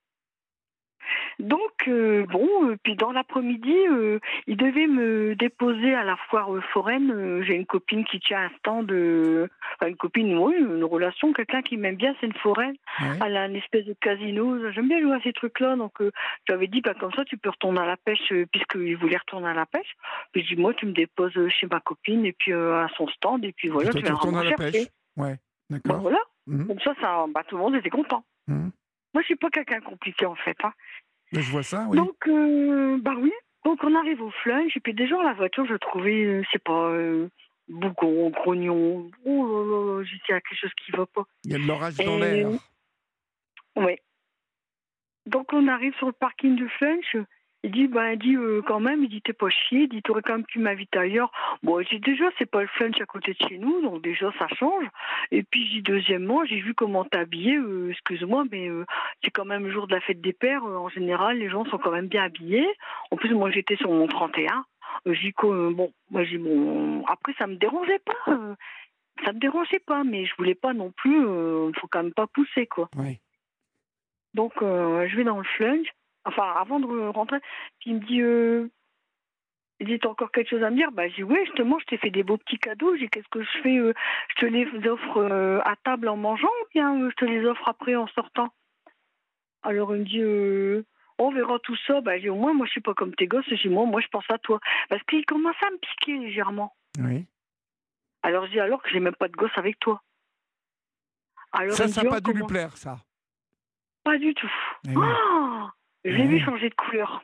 Donc, euh, bon, euh, puis dans l'après-midi, euh, il devait me déposer à la foire euh, foraine. Euh, j'ai une copine qui tient un stand, euh, enfin une copine, oui, une relation, quelqu'un qui m'aime bien, c'est une foraine. Ouais. Elle a une espèce de casino. J'aime bien jouer à ces trucs-là, donc euh, j'avais dit, bah, comme ça, tu peux retourner à la pêche, euh, puisqu'il voulait retourner à la pêche. Puis je dis, moi, tu me déposes chez ma copine, et puis euh, à son stand, et puis voilà, toi, tu tu viendras retournes me à la chercher. pêche. Ouais, d'accord. Bah, voilà, Mm-hmm. comme ça, ça bah, tout le monde était content. Mm-hmm. Moi, je suis pas quelqu'un compliqué, en fait, hein. Mais je vois ça, oui. Donc, euh, bah oui. Donc, on arrive au flunch, et puis déjà, la voiture, je trouvais, euh, c'est pas, euh, bougon, grognon. Oh là là, j'ai dit, il y a quelque chose qui va pas. Il y a de l'orage dans Et... l'air. Oui. Donc, on arrive sur le parking du flunch. Il dit, bah, il dit, euh, quand même, il dit, t'es pas chier, il dit, t'aurais quand même pu m'inviter ailleurs. Bon, j'ai déjà, c'est pas le flunch à côté de chez nous, donc déjà, ça change. Et puis, j'ai deuxièmement, j'ai vu comment t'es habillé, euh, excuse-moi, mais euh, c'est quand même le jour de la fête des pères. Euh, en général, les gens sont quand même bien habillés. En plus, moi, j'étais sur mon trente et un. Euh, j'ai euh, bon, moi, j'ai bon. Après, ça me dérangeait pas. Euh, ça me dérangeait pas, mais je voulais pas non plus. Euh, faut quand même pas pousser, quoi. Oui. Donc, euh, je vais dans le flunch. Enfin, avant de rentrer, puis il me dit, euh, il dit, t'as encore quelque chose à me dire? Bah, j'ai dit, oui, justement, je t'ai fait des beaux petits cadeaux. J'ai dit, qu'est-ce que je fais? euh, Je te les offre euh, à table en mangeant, ou bien euh, je te les offre après en sortant? Alors, il me dit, euh, on verra tout ça. Bah, j'ai dit, au moins, moi, je suis pas comme tes gosses. J'ai dit, moi, moi, je pense à toi. Parce qu'il commence à me piquer légèrement. Oui. Alors, je dis, alors que j'ai même pas de gosse avec toi. Alors, ça, il me ça dit, n'a pas oh, dû lui comment... plaire, ça. Pas du tout. Eh oui. Oh, je l'ai Eh vu oui. changer de couleur.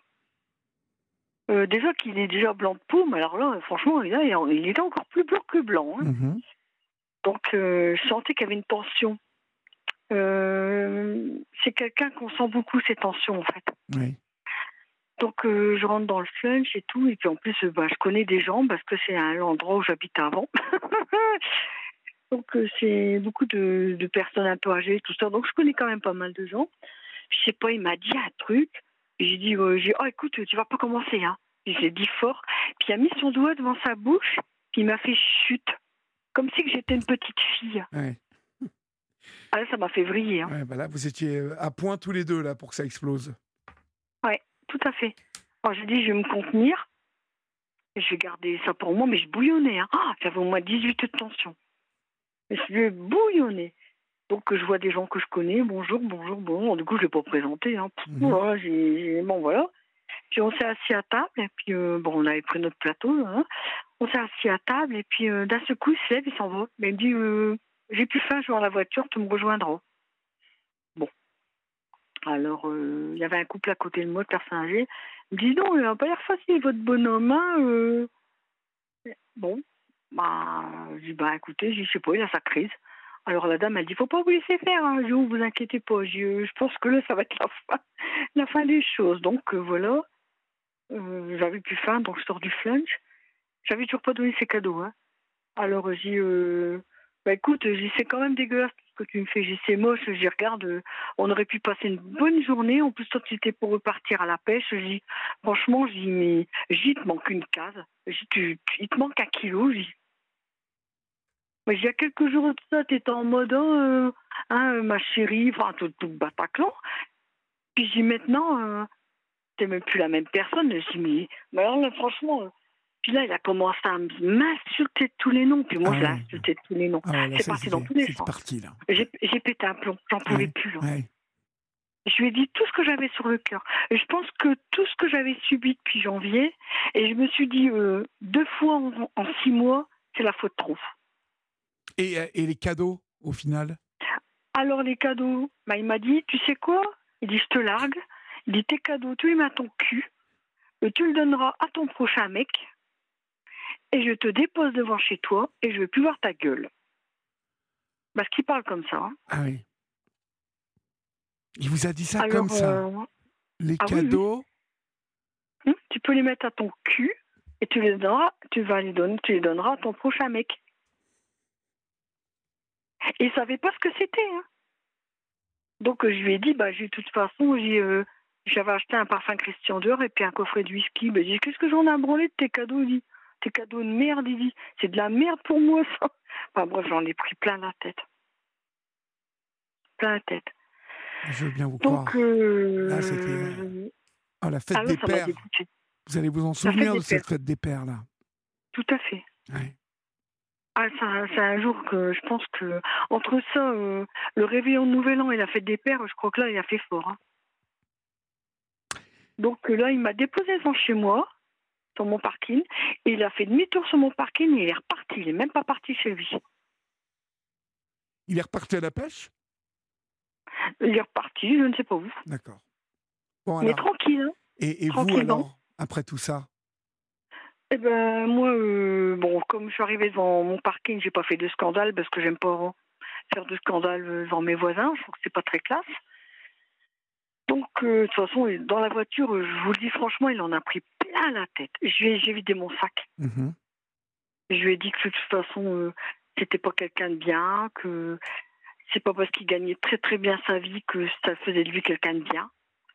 Euh, déjà qu'il est déjà blanc de peau, mais alors là, franchement, il, a, il était encore plus blanc que blanc. Hein. Mm-hmm. Donc, euh, je sentais qu'il y avait une tension. Euh, c'est quelqu'un qu'on sent beaucoup, ces tensions, en fait. Oui. Donc, euh, je rentre dans le flunch et tout. Et puis, en plus, euh, bah, je connais des gens parce que c'est un endroit où j'habitais avant. Donc, euh, c'est beaucoup de, de personnes un peu âgées, tout ça. Donc, je connais quand même pas mal de gens. Je sais pas, il m'a dit un truc. J'ai dit, euh, j'ai, oh, écoute, tu vas pas commencer, hein. J'ai dit fort. Puis, il a mis son doigt devant sa bouche. Puis, il m'a fait chute. Comme si que j'étais une petite fille. Ouais. Ah là, ça m'a fait vriller. Hein. Ouais, bah là, vous étiez à point tous les deux là pour que ça explose. Ouais, tout à fait. Alors j'ai dit, je vais me contenir. Je vais garder ça pour moi, mais je bouillonnais. Hein. Ah, j'avais au moins dix-huit de tension. Et je bouillonnais. Donc je vois des gens que je connais. Bonjour, bonjour, bon. Du coup, je ne l'ai pas présenté. Hein. Pff, Mhm. voilà, j'ai, j'ai- bon, voilà. Puis on s'est assis à table. Et puis, euh, bon, on avait pris notre plateau. Hein. On s'est assis à table. Et puis, euh, d'un seul coup, il se lève, il s'en va. Mais il me dit, euh, j'ai plus faim, je vais dans la voiture, tu me rejoindras. Bon. Alors, euh, il y avait un couple à côté de moi, de personnes âgées. Il me dit, non, il n'a pas l'air facile, votre bonhomme. Hein, euh. Bon. Bah, je dis, bah écoutez, je dis, je sais pas, il a sa crise. Alors la dame, elle dit, faut pas vous laisser faire, hein. Je dis, oh, vous inquiétez pas, je, je pense que là, ça va être la fin, la fin des choses. Donc euh, voilà, euh, j'avais plus faim, donc je sors du flunch. J'avais toujours pas donné ses cadeaux. Hein. Alors j'ai dit, euh, bah écoute, j'ai dit, c'est quand même dégueulasse ce que tu me fais. J'ai dit, c'est moche, j'y regarde, euh, on aurait pu passer une bonne journée. En plus, toi, tu étais pour repartir à la pêche. J'ai dit, franchement, j'ai dit, mais j'y te manque une case. J'ai dit, tu, tu- il te manque un kilo. J'ai dit, mais il y a quelques jours de ça, t'étais en mode, oh, euh, hein, ma chérie, enfin, tout, tout le Bataclan. Puis j'ai dit, maintenant, euh, t'es même plus la même personne. J'ai dit, mais, mais alors là, franchement, euh, puis là, il a commencé à m'insulter de tous les noms. Puis moi, Ah je l'ai ouais. insulté de tous les noms. Ah ouais, là, C'est ça, parti dans tous les c'est sens. parti là. J'ai, j'ai pété un plomb, j'en pouvais Ouais, plus. Là. ouais. Je lui ai dit tout ce que j'avais sur le cœur. Et je pense que tout ce que j'avais subi depuis janvier, et je me suis dit, euh, deux fois en, en six mois, c'est la faute trop. Et, euh, et les cadeaux, au final? Alors les cadeaux, bah, il m'a dit, tu sais quoi? Il dit, je te largue. Il dit, tes cadeaux, tu les mets à ton cul, et tu le donneras à ton prochain mec, et je te dépose devant chez toi, et je ne veux plus voir ta gueule. Parce qu'il parle comme ça. Hein. Ah oui. Il vous a dit ça Alors, comme ça. euh, Les ah oui, cadeaux, hum, tu peux les mettre à ton cul, et tu les donneras, tu vas les donner, tu les donneras à ton prochain mec. Et il savait pas ce que c'était. Hein. Donc euh, je lui ai dit, bah, j'ai de toute façon, j'ai, euh, j'avais acheté un parfum Christian Dior et puis un coffret de whisky. Bah, j'ai dit, qu'est-ce que j'en ai à branler de tes cadeaux? Il dit, tes cadeaux de merde, il dit, c'est de la merde pour moi ça. Enfin bref, j'en ai pris plein la tête. Plein la tête. je veux bien vous Donc, croire. euh... Là, c'était euh, oh, la fête ah là, des ça m'a pères. dégoûté. Vous allez vous en La fête souvenir des de cette pères. fête des pères là. Tout à fait. Ouais. Ah, c'est un, c'est un jour que je pense que entre ça, euh, le réveillon de Nouvel An et la fête des pères, je crois que là, il a fait fort. Hein. Donc euh, là, il m'a déposé devant chez moi, sur mon parking, et il a fait demi-tour sur mon parking et il est reparti. Il n'est même pas parti chez lui. Il est reparti à la pêche? Il est reparti, je ne sais pas où. D'accord. Bon, Mais alors, tranquille. Hein. et, et vous tranquillement. alors, après tout ça? Eh ben moi, euh, bon, comme je suis arrivée devant mon parking, j'ai pas fait de scandale parce que j'aime pas faire de scandale devant mes voisins. Je trouve que c'est pas très classe. Donc, euh, de toute façon, dans la voiture, je vous le dis franchement, il en a pris plein la tête. Je lui ai- J'ai vidé mon sac. Mhm. Je lui ai dit que de toute façon, euh, c'était pas quelqu'un de bien, que c'est pas parce qu'il gagnait très très bien sa vie que ça faisait de lui quelqu'un de bien.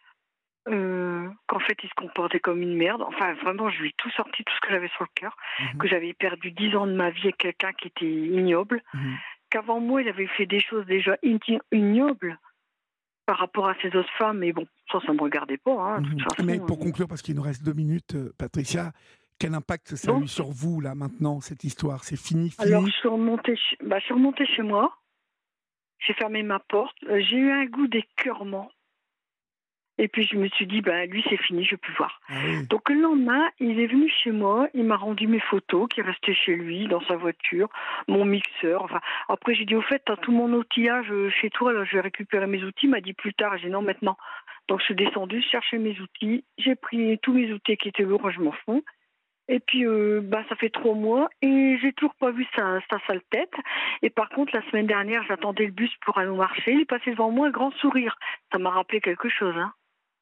Euh, qu'en fait, il se comportait comme une merde. Enfin, vraiment, je lui ai tout sorti, tout ce que j'avais sur le cœur. Mhm. Que j'avais perdu dix ans de ma vie avec quelqu'un qui était ignoble. Mhm. Qu'avant moi, il avait fait des choses déjà ign- ignobles par rapport à ces autres femmes. Mais bon, ça, ça me regardait pas. Hein, de toute Mhm. façon, Mais pour euh, conclure, parce qu'il nous reste deux minutes, euh, Patricia, quel impact ça a Donc- eu sur vous là maintenant, cette histoire? C'est fini, fini? Alors, je suis remontée, ch- bah, je suis remontée chez moi. J'ai fermé ma porte. Euh, J'ai eu un goût d'écœurement. Et puis, je me suis dit, bah, lui, c'est fini, je ne veux plus voir. Ah oui. Donc, le lendemain, il est venu chez moi. Il m'a rendu mes photos qui restaient chez lui, dans sa voiture, mon mixeur. Enfin, après, j'ai dit, au fait, tu as tout mon outillage euh, chez toi. Là, je vais récupérer mes outils. Il m'a dit plus tard. J'ai dit, non, maintenant. Donc, je suis descendue, chercher mes outils. J'ai pris tous mes outils qui étaient lourds, je m'en fous. Et puis, euh, bah, ça fait trois mois et j'ai toujours pas vu sa, sa sale tête. Et par contre, la semaine dernière, j'attendais le bus pour aller au marché. Il est passé devant moi, un grand sourire. Ça m'a rappelé quelque chose. Hein.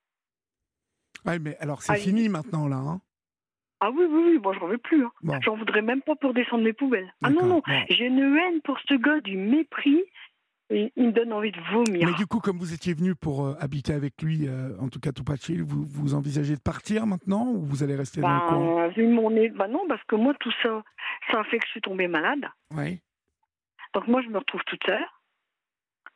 Ouais, mais alors c'est Ah, fini maintenant là. Hein. Ah oui, oui, oui, moi je n'en veux plus. Hein. Bon. J'en voudrais même pas pour descendre mes poubelles. Ah non, D'accord. non, Bon. j'ai une haine pour ce gars, du mépris. Et il me donne envie de vomir. Mais du coup, comme vous étiez venu pour euh, habiter avec lui, euh, en tout cas tout pas de chez lui, vous, vous envisagez de partir maintenant ou vous allez rester dans le coin? Bah, vu mon nez, bah non, parce que moi tout ça, ça a fait que je suis tombée malade. Oui. Donc moi je me retrouve toute seule.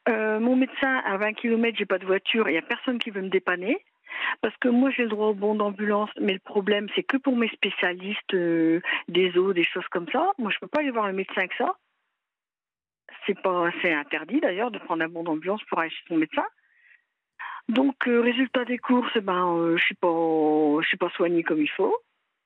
Euh, mon médecin, à vingt kilomètres, j'ai pas de voiture, il n'y a personne qui veut me dépanner. Parce que moi, j'ai le droit au bon d'ambulance, mais le problème, c'est que pour mes spécialistes euh, des os, des choses comme ça, moi, je peux pas aller voir le médecin avec ça. C'est pas, c'est interdit d'ailleurs de prendre un bon d'ambulance pour aller chez son médecin. Donc, euh, résultat des courses, ben, euh, je suis pas, je suis pas soignée comme il faut.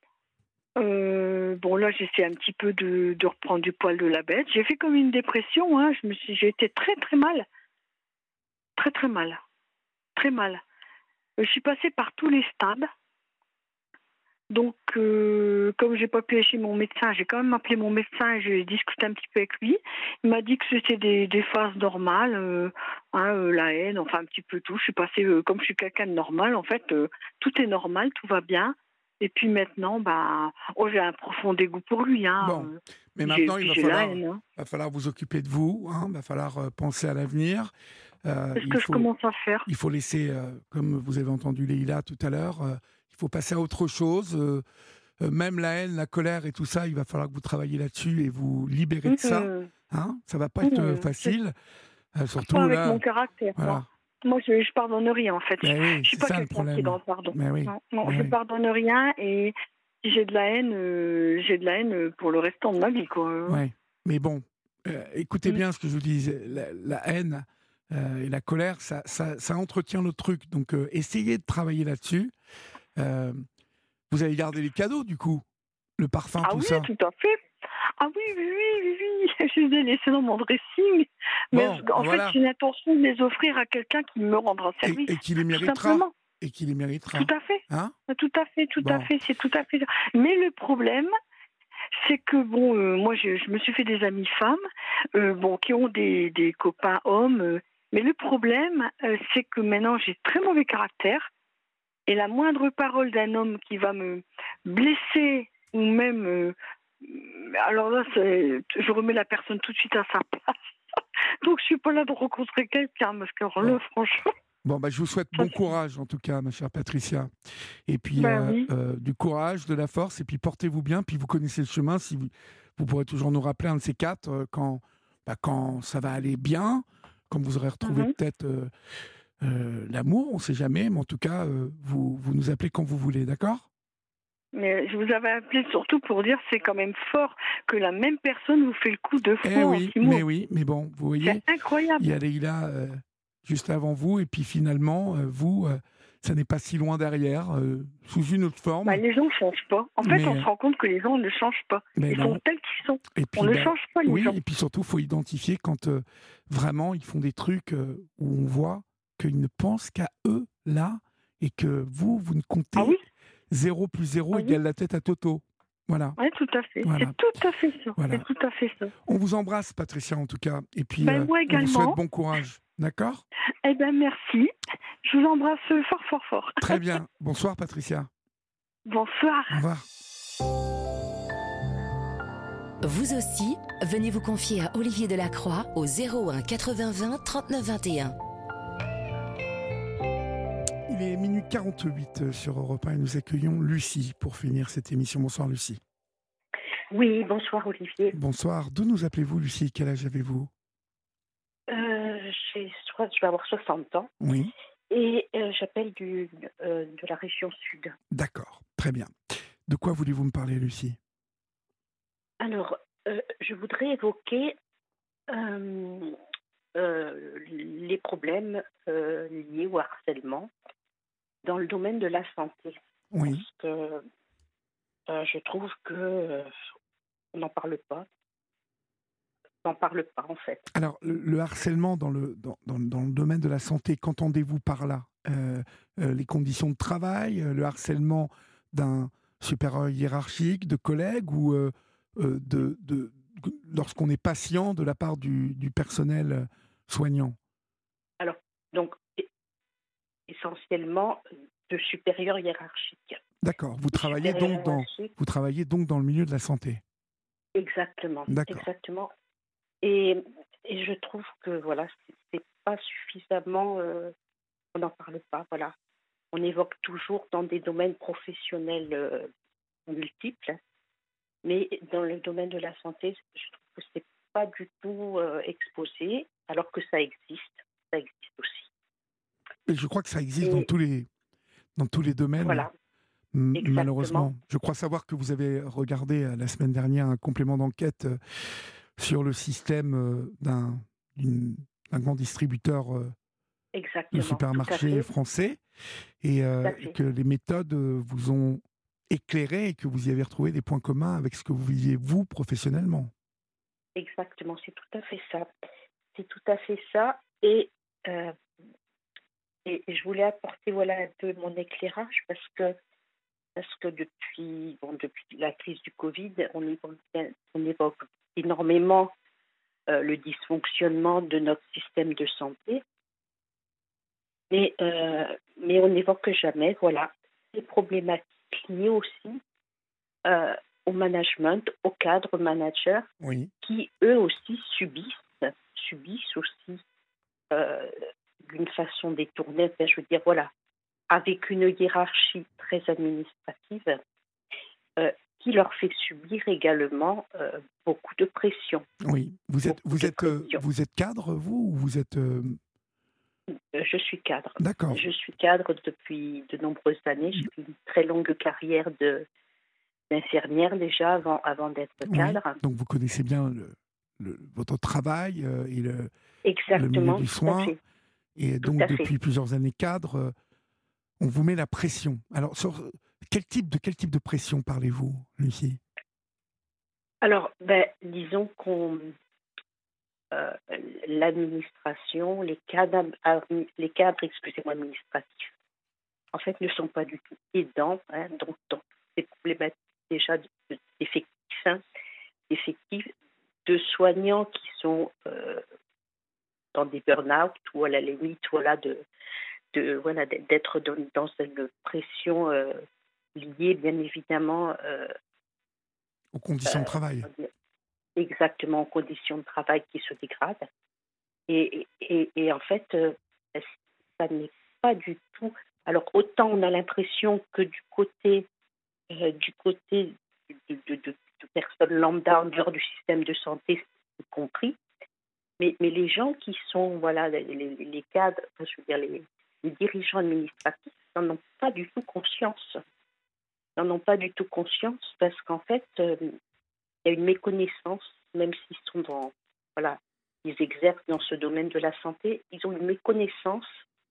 Euh, bon, là, j'essaie un petit peu de, de reprendre du poil de la bête. J'ai fait comme une dépression, hein. Je me suis, j'ai été très très mal, très très mal, très mal. Je suis passée par tous les stades. Donc, euh, comme j'ai pas pu aller chez mon médecin, j'ai quand même appelé mon médecin et j'ai discuté un petit peu avec lui. Il m'a dit que c'était des, des phases normales, euh, hein, euh, la haine, enfin un petit peu tout. Je suis passée, euh, comme je suis quelqu'un de normal, en fait, euh, tout est normal, tout va bien. Et puis maintenant, bah, oh, j'ai un profond dégoût pour lui. Hein. Bon, mais J'ai- maintenant, il va j'ai la falloir, haine, hein. va falloir vous occuper de vous, hein, va falloir euh, penser à l'avenir. Euh, Qu'est-ce il que je faut, commence à faire? il faut laisser, euh, comme vous avez entendu Leïla tout à l'heure, euh, il faut passer à autre chose. euh, euh, même la haine, la colère et tout ça, il va falloir que vous travailliez là-dessus et vous libérer de ça. Mhm. Hein, ça va pas être euh, Mhm. facile. Euh, surtout Pas avec là, mon caractère, moi. voilà. Moi, je, je pardonne rien, en fait. Mais oui, Je suis c'est pas ça le quelqu'un qui est problème. dans le pardon. Mais oui, Non, non, mais je oui. pardonne rien et si j'ai de la haine, euh, j'ai de la haine pour le restant de ma vie, quoi. Ouais. Mais bon, euh, écoutez Mm. bien ce que je vous dis. La, la haine euh, et la colère, ça, ça, ça entretient le truc. Donc, euh, essayez de travailler là-dessus. Euh, vous avez gardé les cadeaux, du coup, le parfum, Ah tout oui, ça. tout à fait. Ah oui, oui, oui, oui, oui. Je les ai laissés dans mon dressing. Mais Bon, en voilà. fait, j'ai l'intention de les offrir à quelqu'un qui me rendra Et, service. et qui les Tout méritera. simplement. Et qui les méritera. Tout à fait. Hein Tout à fait, tout à Bon. fait. C'est tout à fait. Mais le problème, c'est que bon, euh, moi, je, je me suis fait des amies femmes, euh, bon, qui ont des, des copains hommes. euh, mais le problème, euh, c'est que maintenant, j'ai très mauvais caractère. Et la moindre parole d'un homme qui va me blesser ou même, euh, alors là, c'est- je remets la personne tout de suite à sa place. Donc, je suis pas là de rencontrer quelqu'un parce que alors là, Bon. franchement. Bon, bah, je vous souhaite Ça, bon c'est- courage, en tout cas, ma chère Patricia. Et puis, Ben euh, oui. euh, du courage, de la force, et puis portez-vous bien, puis vous connaissez le chemin. Si vous, vous pourrez toujours nous rappeler un de ces quatre euh, quand, bah, quand ça va aller bien, quand vous aurez retrouvé Mhm. peut-être euh, euh, l'amour, on ne sait jamais, mais en tout cas, euh, vous, vous nous appelez quand vous voulez, d'accord? Mais je vous avais appelé surtout pour dire c'est quand même fort que la même personne vous fait le coup deux Eh fois en oui, six mois. mais oui, mais bon, vous voyez, C'est incroyable. il y a Leïla euh, juste avant vous, et puis finalement, euh, vous, euh, ça n'est pas si loin derrière, euh, sous une autre forme. Bah, les gens ne changent pas. En fait, Mais, on euh, se rend compte que les gens ne changent pas. mais Ils non. sont tels qu'ils sont. Et puis, On ne bah, change pas les oui, gens. et puis surtout, il faut identifier quand euh, vraiment ils font des trucs euh, où on voit qu'ils ne pensent qu'à eux, là, et que vous, vous ne comptez Ah oui, zéro plus zéro Oui. égale la tête à Toto. Voilà. ouais, tout à fait. Voilà. C'est tout à fait ça. Voilà. C'est tout à fait ça. On vous embrasse, Patricia, en tout cas. Et puis, Ben, euh, moi on vous souhaite également. bon courage. D'accord? Eh bien, merci. Je vous embrasse fort, fort, fort. Très bien. Bonsoir, Patricia. Bonsoir. Au revoir. Vous aussi, venez vous confier à Olivier Delacroix au zéro un quatre-vingts vingt trente-neuf vingt et un. Il est minuit quarante-huit sur Europe un et nous accueillons Lucie pour finir cette émission. Bonsoir, Lucie. Oui, bonsoir Olivier. Bonsoir. D'où nous appelez-vous, Lucie? Quel âge avez-vous? Euh, j'ai so- je vais avoir soixante ans Oui. et euh, j'appelle du, euh, de la région sud. D'accord, très bien. De quoi voulez-vous me parler, Lucie? Alors, euh, je voudrais évoquer euh, euh, les problèmes euh, liés au harcèlement dans le domaine de la santé. Oui. Parce que euh, je trouve que euh, on n'en parle pas. On n'en parle pas, en fait. Alors, le, le harcèlement dans le, dans, dans, dans le domaine de la santé, qu'entendez-vous par là? Euh, euh, Les conditions de travail, euh, le harcèlement d'un supérieur hiérarchique, de collègues, ou euh, euh, de, de, lorsqu'on est patient de la part du, du personnel soignant? Alors, donc, e- essentiellement de supérieurs hiérarchiques. D'accord, vous travaillez Supérieurs donc dans, hiérarchiques, vous travaillez donc dans le milieu de la santé. Exactement, D'accord. exactement. Et, et je trouve que voilà, c'est, c'est pas suffisamment, euh, on n'en parle pas. Voilà, on évoque toujours dans des domaines professionnels euh, multiples, mais dans le domaine de la santé, je trouve que c'est pas du tout euh, exposé, alors que ça existe. Ça existe aussi. Et je crois que ça existe Et dans tous les, dans tous les domaines, voilà, m- exactement. malheureusement. Je crois savoir que vous avez regardé euh, la semaine dernière un complément d'enquête euh, sur le système euh, d'un, d'une- d'un grand distributeur euh, de Exactement, tout à supermarchés fait. français et Tout euh, à fait. que les méthodes euh, vous ont éclairé et que vous y avez retrouvé des points communs avec ce que vous viviez vous professionnellement. Exactement, c'est tout à fait ça. C'est tout à fait ça. Et, euh, et, et je voulais apporter voilà, un peu mon éclairage parce que, parce que depuis, bon, depuis la crise du Covid, on évoque, on évoque énormément euh, le dysfonctionnement de notre système de santé, mais, euh, mais on n'évoque jamais voilà, les problématiques liées aussi euh, au management, aux cadres managers Oui. qui, eux aussi, subissent, subissent aussi euh, d'une façon détournée, enfin, je veux dire, voilà, avec une hiérarchie très administrative euh, qui leur fait subir également euh, beaucoup de pression. Oui. Vous êtes, Beaucoup vous de êtes, euh, pression. vous êtes cadre, vous, ou vous êtes... euh, Euh, Je suis cadre. D'accord. Je suis cadre depuis de nombreuses années. J'ai fait une très longue carrière de, d'infirmière déjà avant, avant d'être Oui. cadre. Donc vous connaissez bien le, le- votre travail euh, et le, le milieu Exactement, du tout à soin. fait. Et Tout donc à fait. depuis plusieurs années cadre, euh, on vous met la pression. Alors sur quel type de quel type de pression parlez-vous, Lucie? Alors, ben, disons qu'on euh, l'administration, les cadres, admi- les cadres, excusez-moi, administratifs, en fait, ne sont pas du tout aidants, hein, donc dans ces problématiques déjà de- de- d'effectifs, hein, d'effectifs, de soignants qui sont euh, dans des burn-out ou à la limite, voilà, de, de voilà, d'être dans, dans une pression euh, liée, bien évidemment, euh, Aux conditions de euh, travail. comment dire, exactement aux conditions de travail qui se dégradent. Et, et, et en fait, euh, ça n'est pas du tout. Alors, autant on a l'impression que du côté, euh, du côté de, de, de, de personnes lambda en dehors du système de santé, c'est compris, mais, mais les gens qui sont, voilà, les, les, les cadres, enfin, je veux dire, les, les dirigeants administratifs n'en ont pas du tout conscience. N'en ont pas du tout conscience parce qu'en fait, euh, il y a une méconnaissance, même s'ils sont dans, voilà, ils exercent dans ce domaine de la santé, ils ont une méconnaissance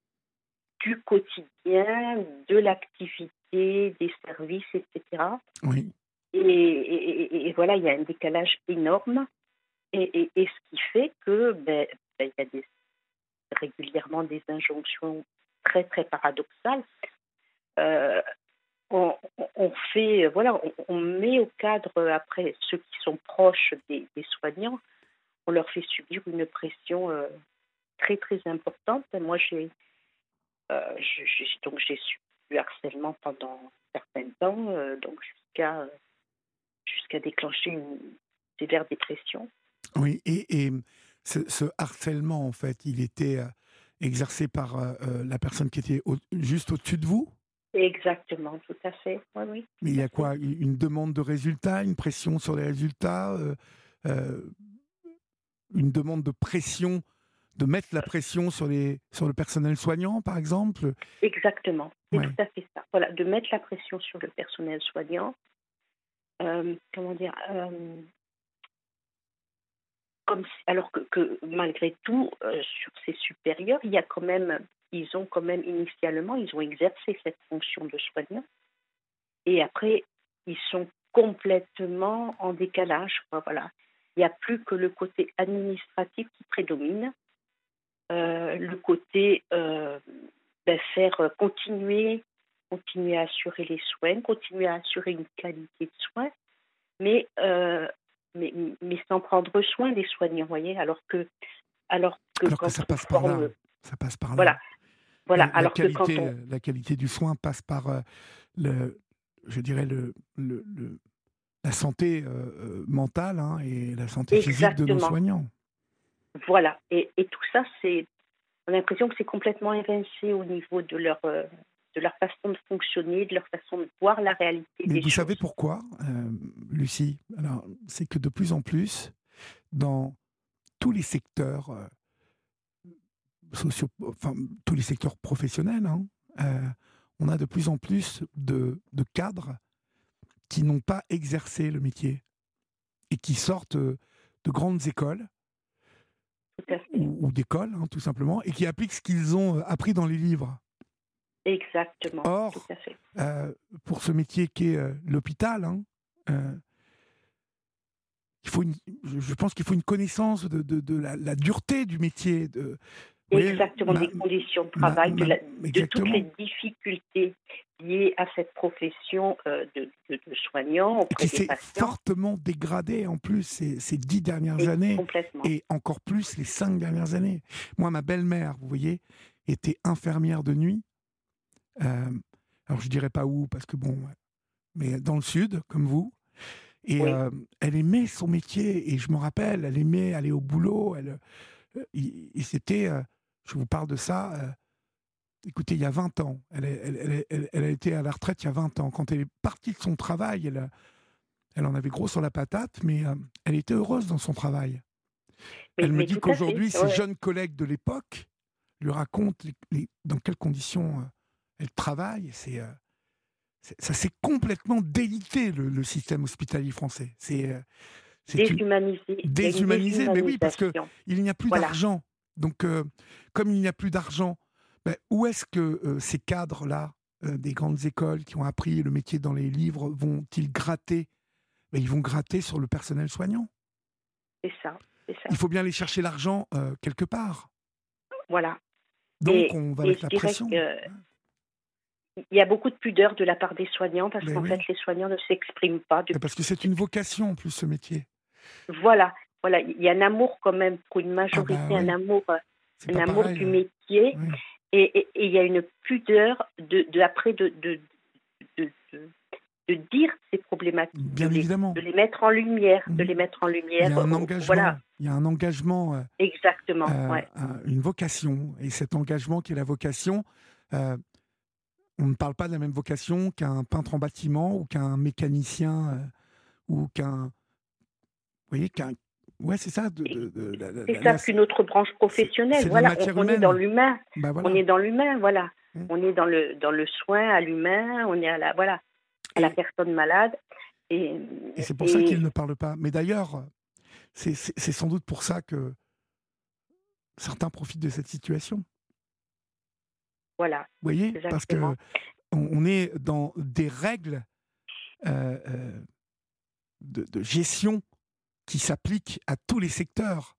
du quotidien, de l'activité, des services, et cetera. Oui. Et, et, et, et voilà, il y a un décalage énorme. Et, et, et ce qui fait que ben, ben, il y a des, régulièrement des injonctions très, très paradoxales. Euh, on, on fait, voilà, on, on met au cadre, après, ceux qui sont proches des, des soignants, on leur fait subir une pression euh, très, très importante. Moi, j'ai, euh, je, j'ai, donc, j'ai subi du harcèlement pendant un certain temps, euh, donc jusqu'à, jusqu'à déclencher une sévère dépression. Oui. Et, et ce, ce harcèlement, en fait, il était euh, exercé par euh, euh, la personne qui était au- juste au-dessus de vous? Exactement, tout à fait. Oui, oui. Mais il y a quoi? Une demande de résultats, une pression sur les résultats, euh, euh, une demande de pression, de mettre la pression sur, les, sur le personnel soignant, par exemple? Exactement, c'est Ouais. tout à fait ça. Voilà, de mettre la pression sur le personnel soignant. Euh, comment dire euh, comme si- alors que, que malgré tout, euh, sur ses supérieurs, il y a quand même, ils ont quand même initialement, ils ont exercé cette fonction de soignant. Et après, ils sont complètement en décalage, quoi, voilà. Il n'y a plus que le côté administratif qui prédomine, euh, le côté euh, ben, faire euh, continuer, continuer à assurer les soins, continuer à assurer une qualité de soins, mais, euh, mais, mais sans prendre soin des soignants, voyez, alors que, alors que Alors que quand ça on passe par là. forme, Ça passe par là. voilà, voilà, La, la alors que quand qualité, on, la qualité du soin passe par, euh, le, je dirais, le, le, le- la santé euh, euh, mentale hein, et la santé physique de nos exactement, soignants. voilà, et, et tout ça, c'est, on a l'impression que c'est complètement évincé au niveau de leur, euh, de leur façon de fonctionner, de leur façon de voir la réalité Mais des vous choses. savez pourquoi, euh, Lucie? Alors, c'est que de plus en plus, dans tous les secteurs euh, sociaux, enfin tous les secteurs professionnels, hein, euh, on a de plus en plus de, de cadres qui n'ont pas exercé le métier et qui sortent de grandes écoles ou, ou d'écoles, hein, tout simplement, et qui appliquent ce qu'ils ont appris dans les livres. Exactement. Or, tout à fait. Euh, pour ce métier qui est euh, l'hôpital, hein, euh, il faut une, je pense qu'il faut une connaissance de, de, de la, la dureté du métier. De, Exactement, voyez, des ma, conditions de travail, ma, ma, de, la, de toutes les difficultés liées à cette profession euh, de, de, de soignant auprès qui des s'est patients. Fortement dégradée en plus ces, ces dix dernières et années, et encore plus les cinq dernières années. Moi, ma belle-mère, vous voyez, était infirmière de nuit. Euh, alors je dirais pas où, parce que bon, mais dans le sud, comme vous. Et oui. euh, elle aimait son métier, et je me rappelle, elle aimait aller au boulot. Elle, euh, et, et c'était, euh, je vous parle de ça, euh, écoutez, il y a vingt ans. Elle, elle, elle, elle, elle a été à la retraite il y a vingt ans. Quand elle est partie de son travail, elle, elle en avait gros sur la patate, mais euh, elle était heureuse dans son travail. Mais, elle me dit qu'aujourd'hui, ses ouais. jeunes collègues de l'époque lui racontent les, les, dans quelles conditions euh, elle travaille. C'est... Euh, ça s'est complètement délité, le, le système hospitalier français. C'est, c'est déshumanisé. Une... Déshumanisé, mais oui, parce qu'il n'y a plus voilà. d'argent. Donc, euh, comme il n'y a plus d'argent, ben, où est-ce que euh, ces cadres-là, euh, des grandes écoles qui ont appris le métier dans les livres, vont-ils gratter? Ben, ils vont gratter sur le personnel soignant. C'est ça, c'est ça. Il faut bien aller chercher l'argent euh, quelque part. Voilà. Donc, et, on va et mettre la pression. Que... Il y a beaucoup de pudeur de la part des soignants parce mais qu'en oui. fait, les soignants ne s'expriment pas. De... Parce que c'est une vocation, en plus, ce métier. Voilà. Voilà. Il y a un amour quand même pour une majorité, ah bah oui. un amour, un amour du métier. Oui. Et, et, et il y a une pudeur de, de après de, de, de, de, de dire ces problématiques. Bien de évidemment. Les, de les mettre en lumière. Mmh. De les mettre en lumière. Il y a un engagement. Voilà. Il y a un engagement. Euh, Exactement. Euh, ouais. Une vocation. Et cet engagement qui est la vocation... Euh, on ne parle pas de la même vocation qu'un peintre en bâtiment ou qu'un mécanicien euh, ou qu'un... Vous voyez, qu'un... Ouais, c'est ça. De, de, de, de, de, c'est ça la... qu'une autre branche professionnelle. C'est, c'est voilà, on, on est dans l'humain. Bah, voilà. On est dans l'humain, voilà. Mmh. On est dans le, dans le soin à l'humain, on est à la, voilà, à et, la personne malade. Et, et c'est pour et... ça qu'il ne parle pas. Mais d'ailleurs, c'est, c'est, c'est sans doute pour ça que certains profitent de cette situation. Voilà. Vous voyez, exactement. Parce que on, on est dans des règles euh, euh, de, de gestion qui s'appliquent à tous les secteurs.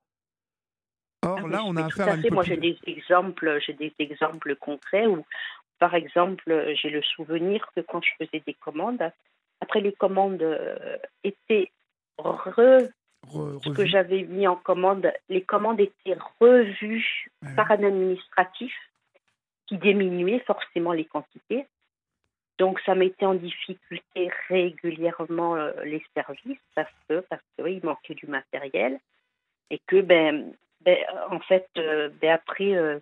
Or, ah, là, on a affaire à, à une... Moi, j'ai des exemples, j'ai des exemples concrets où, par exemple, j'ai le souvenir que quand je faisais des commandes, après les commandes euh, étaient re... Re, ce que j'avais mis en commande, les commandes étaient revues ouais. par un administratif qui diminuait forcément les quantités. Donc, ça mettait en difficulté régulièrement euh, les services parce que, parce que oui, il manquait du matériel et que, ben, ben en fait, euh, ben après... Euh,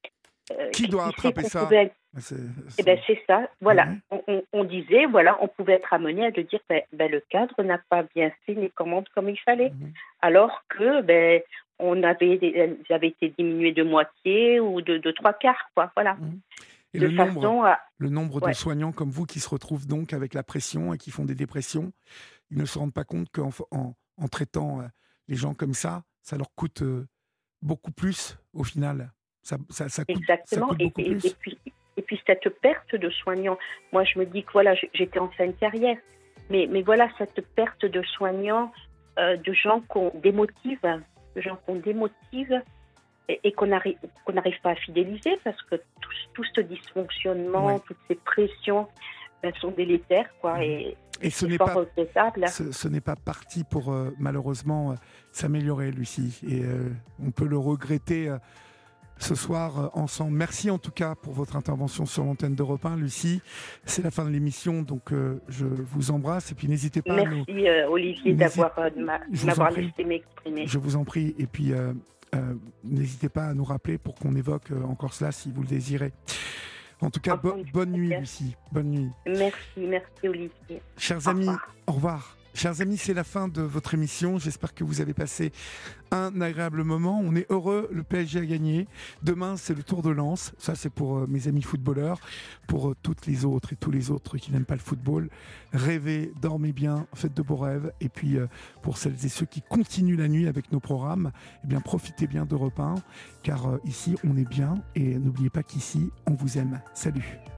qui doit attraper ça pouvait... c'est, c'est... Eh ben, c'est ça, voilà. Mmh. On, on, on disait, voilà, on pouvait être amené à de dire, ben, ben, le cadre n'a pas bien fait les commandes comme il fallait. Mmh. Alors que, ben, on avait, elles avaient été diminuées de moitié ou de, de trois quarts, quoi, voilà. Mmh. Et de le nombre, à... le nombre ouais. de soignants comme vous qui se retrouvent donc avec la pression et qui font des dépressions, ils ne se rendent pas compte qu'en en, en traitant euh, les gens comme ça, ça leur coûte euh, beaucoup plus au final. Ça, ça, ça coûte, Exactement. Ça coûte beaucoup et, plus. Et, et, puis, et puis cette perte de soignants, moi je me dis que voilà, j'étais en fin de carrière, mais, mais voilà, cette perte de soignants, euh, de gens qu'on démotive, de gens qu'on démotive et, et qu'on n'arrive qu'on n'arrive pas à fidéliser parce que tout, tout ce dysfonctionnement, ouais. toutes ces pressions ben, sont délétères, quoi. Et, et ce, n'est pas, ce, ce n'est pas parti pour euh, malheureusement euh, s'améliorer, Lucie. Et euh, on peut le regretter euh, ce soir euh, ensemble. Merci en tout cas pour votre intervention sur l'antenne d'Europe un, Lucie. C'est la fin de l'émission, donc euh, je vous embrasse. Et puis n'hésitez pas Merci, à nous... Merci euh, Olivier d'avoir, euh, de ma... m'avoir laissé m'exprimer. Je vous en prie. Et puis euh, euh, n'hésitez pas à nous rappeler pour qu'on évoque euh, encore cela si vous le désirez. En tout cas, bo- bonne nuit, Lucie. Bonne nuit. Merci, merci Olivier. Chers au amis, revoir. Au revoir. Chers amis, c'est la fin de votre émission. J'espère que vous avez passé un agréable moment. On est heureux, le P S G a gagné. Demain, c'est le Tour de Lens. Ça, c'est pour euh, mes amis footballeurs. Pour euh, toutes les autres et tous les autres qui n'aiment pas le football, rêvez, dormez bien, faites de beaux rêves. Et puis, euh, pour celles et ceux qui continuent la nuit avec nos programmes, eh bien, profitez bien d'Europe un, car euh, ici, on est bien. Et n'oubliez pas qu'ici, on vous aime. Salut.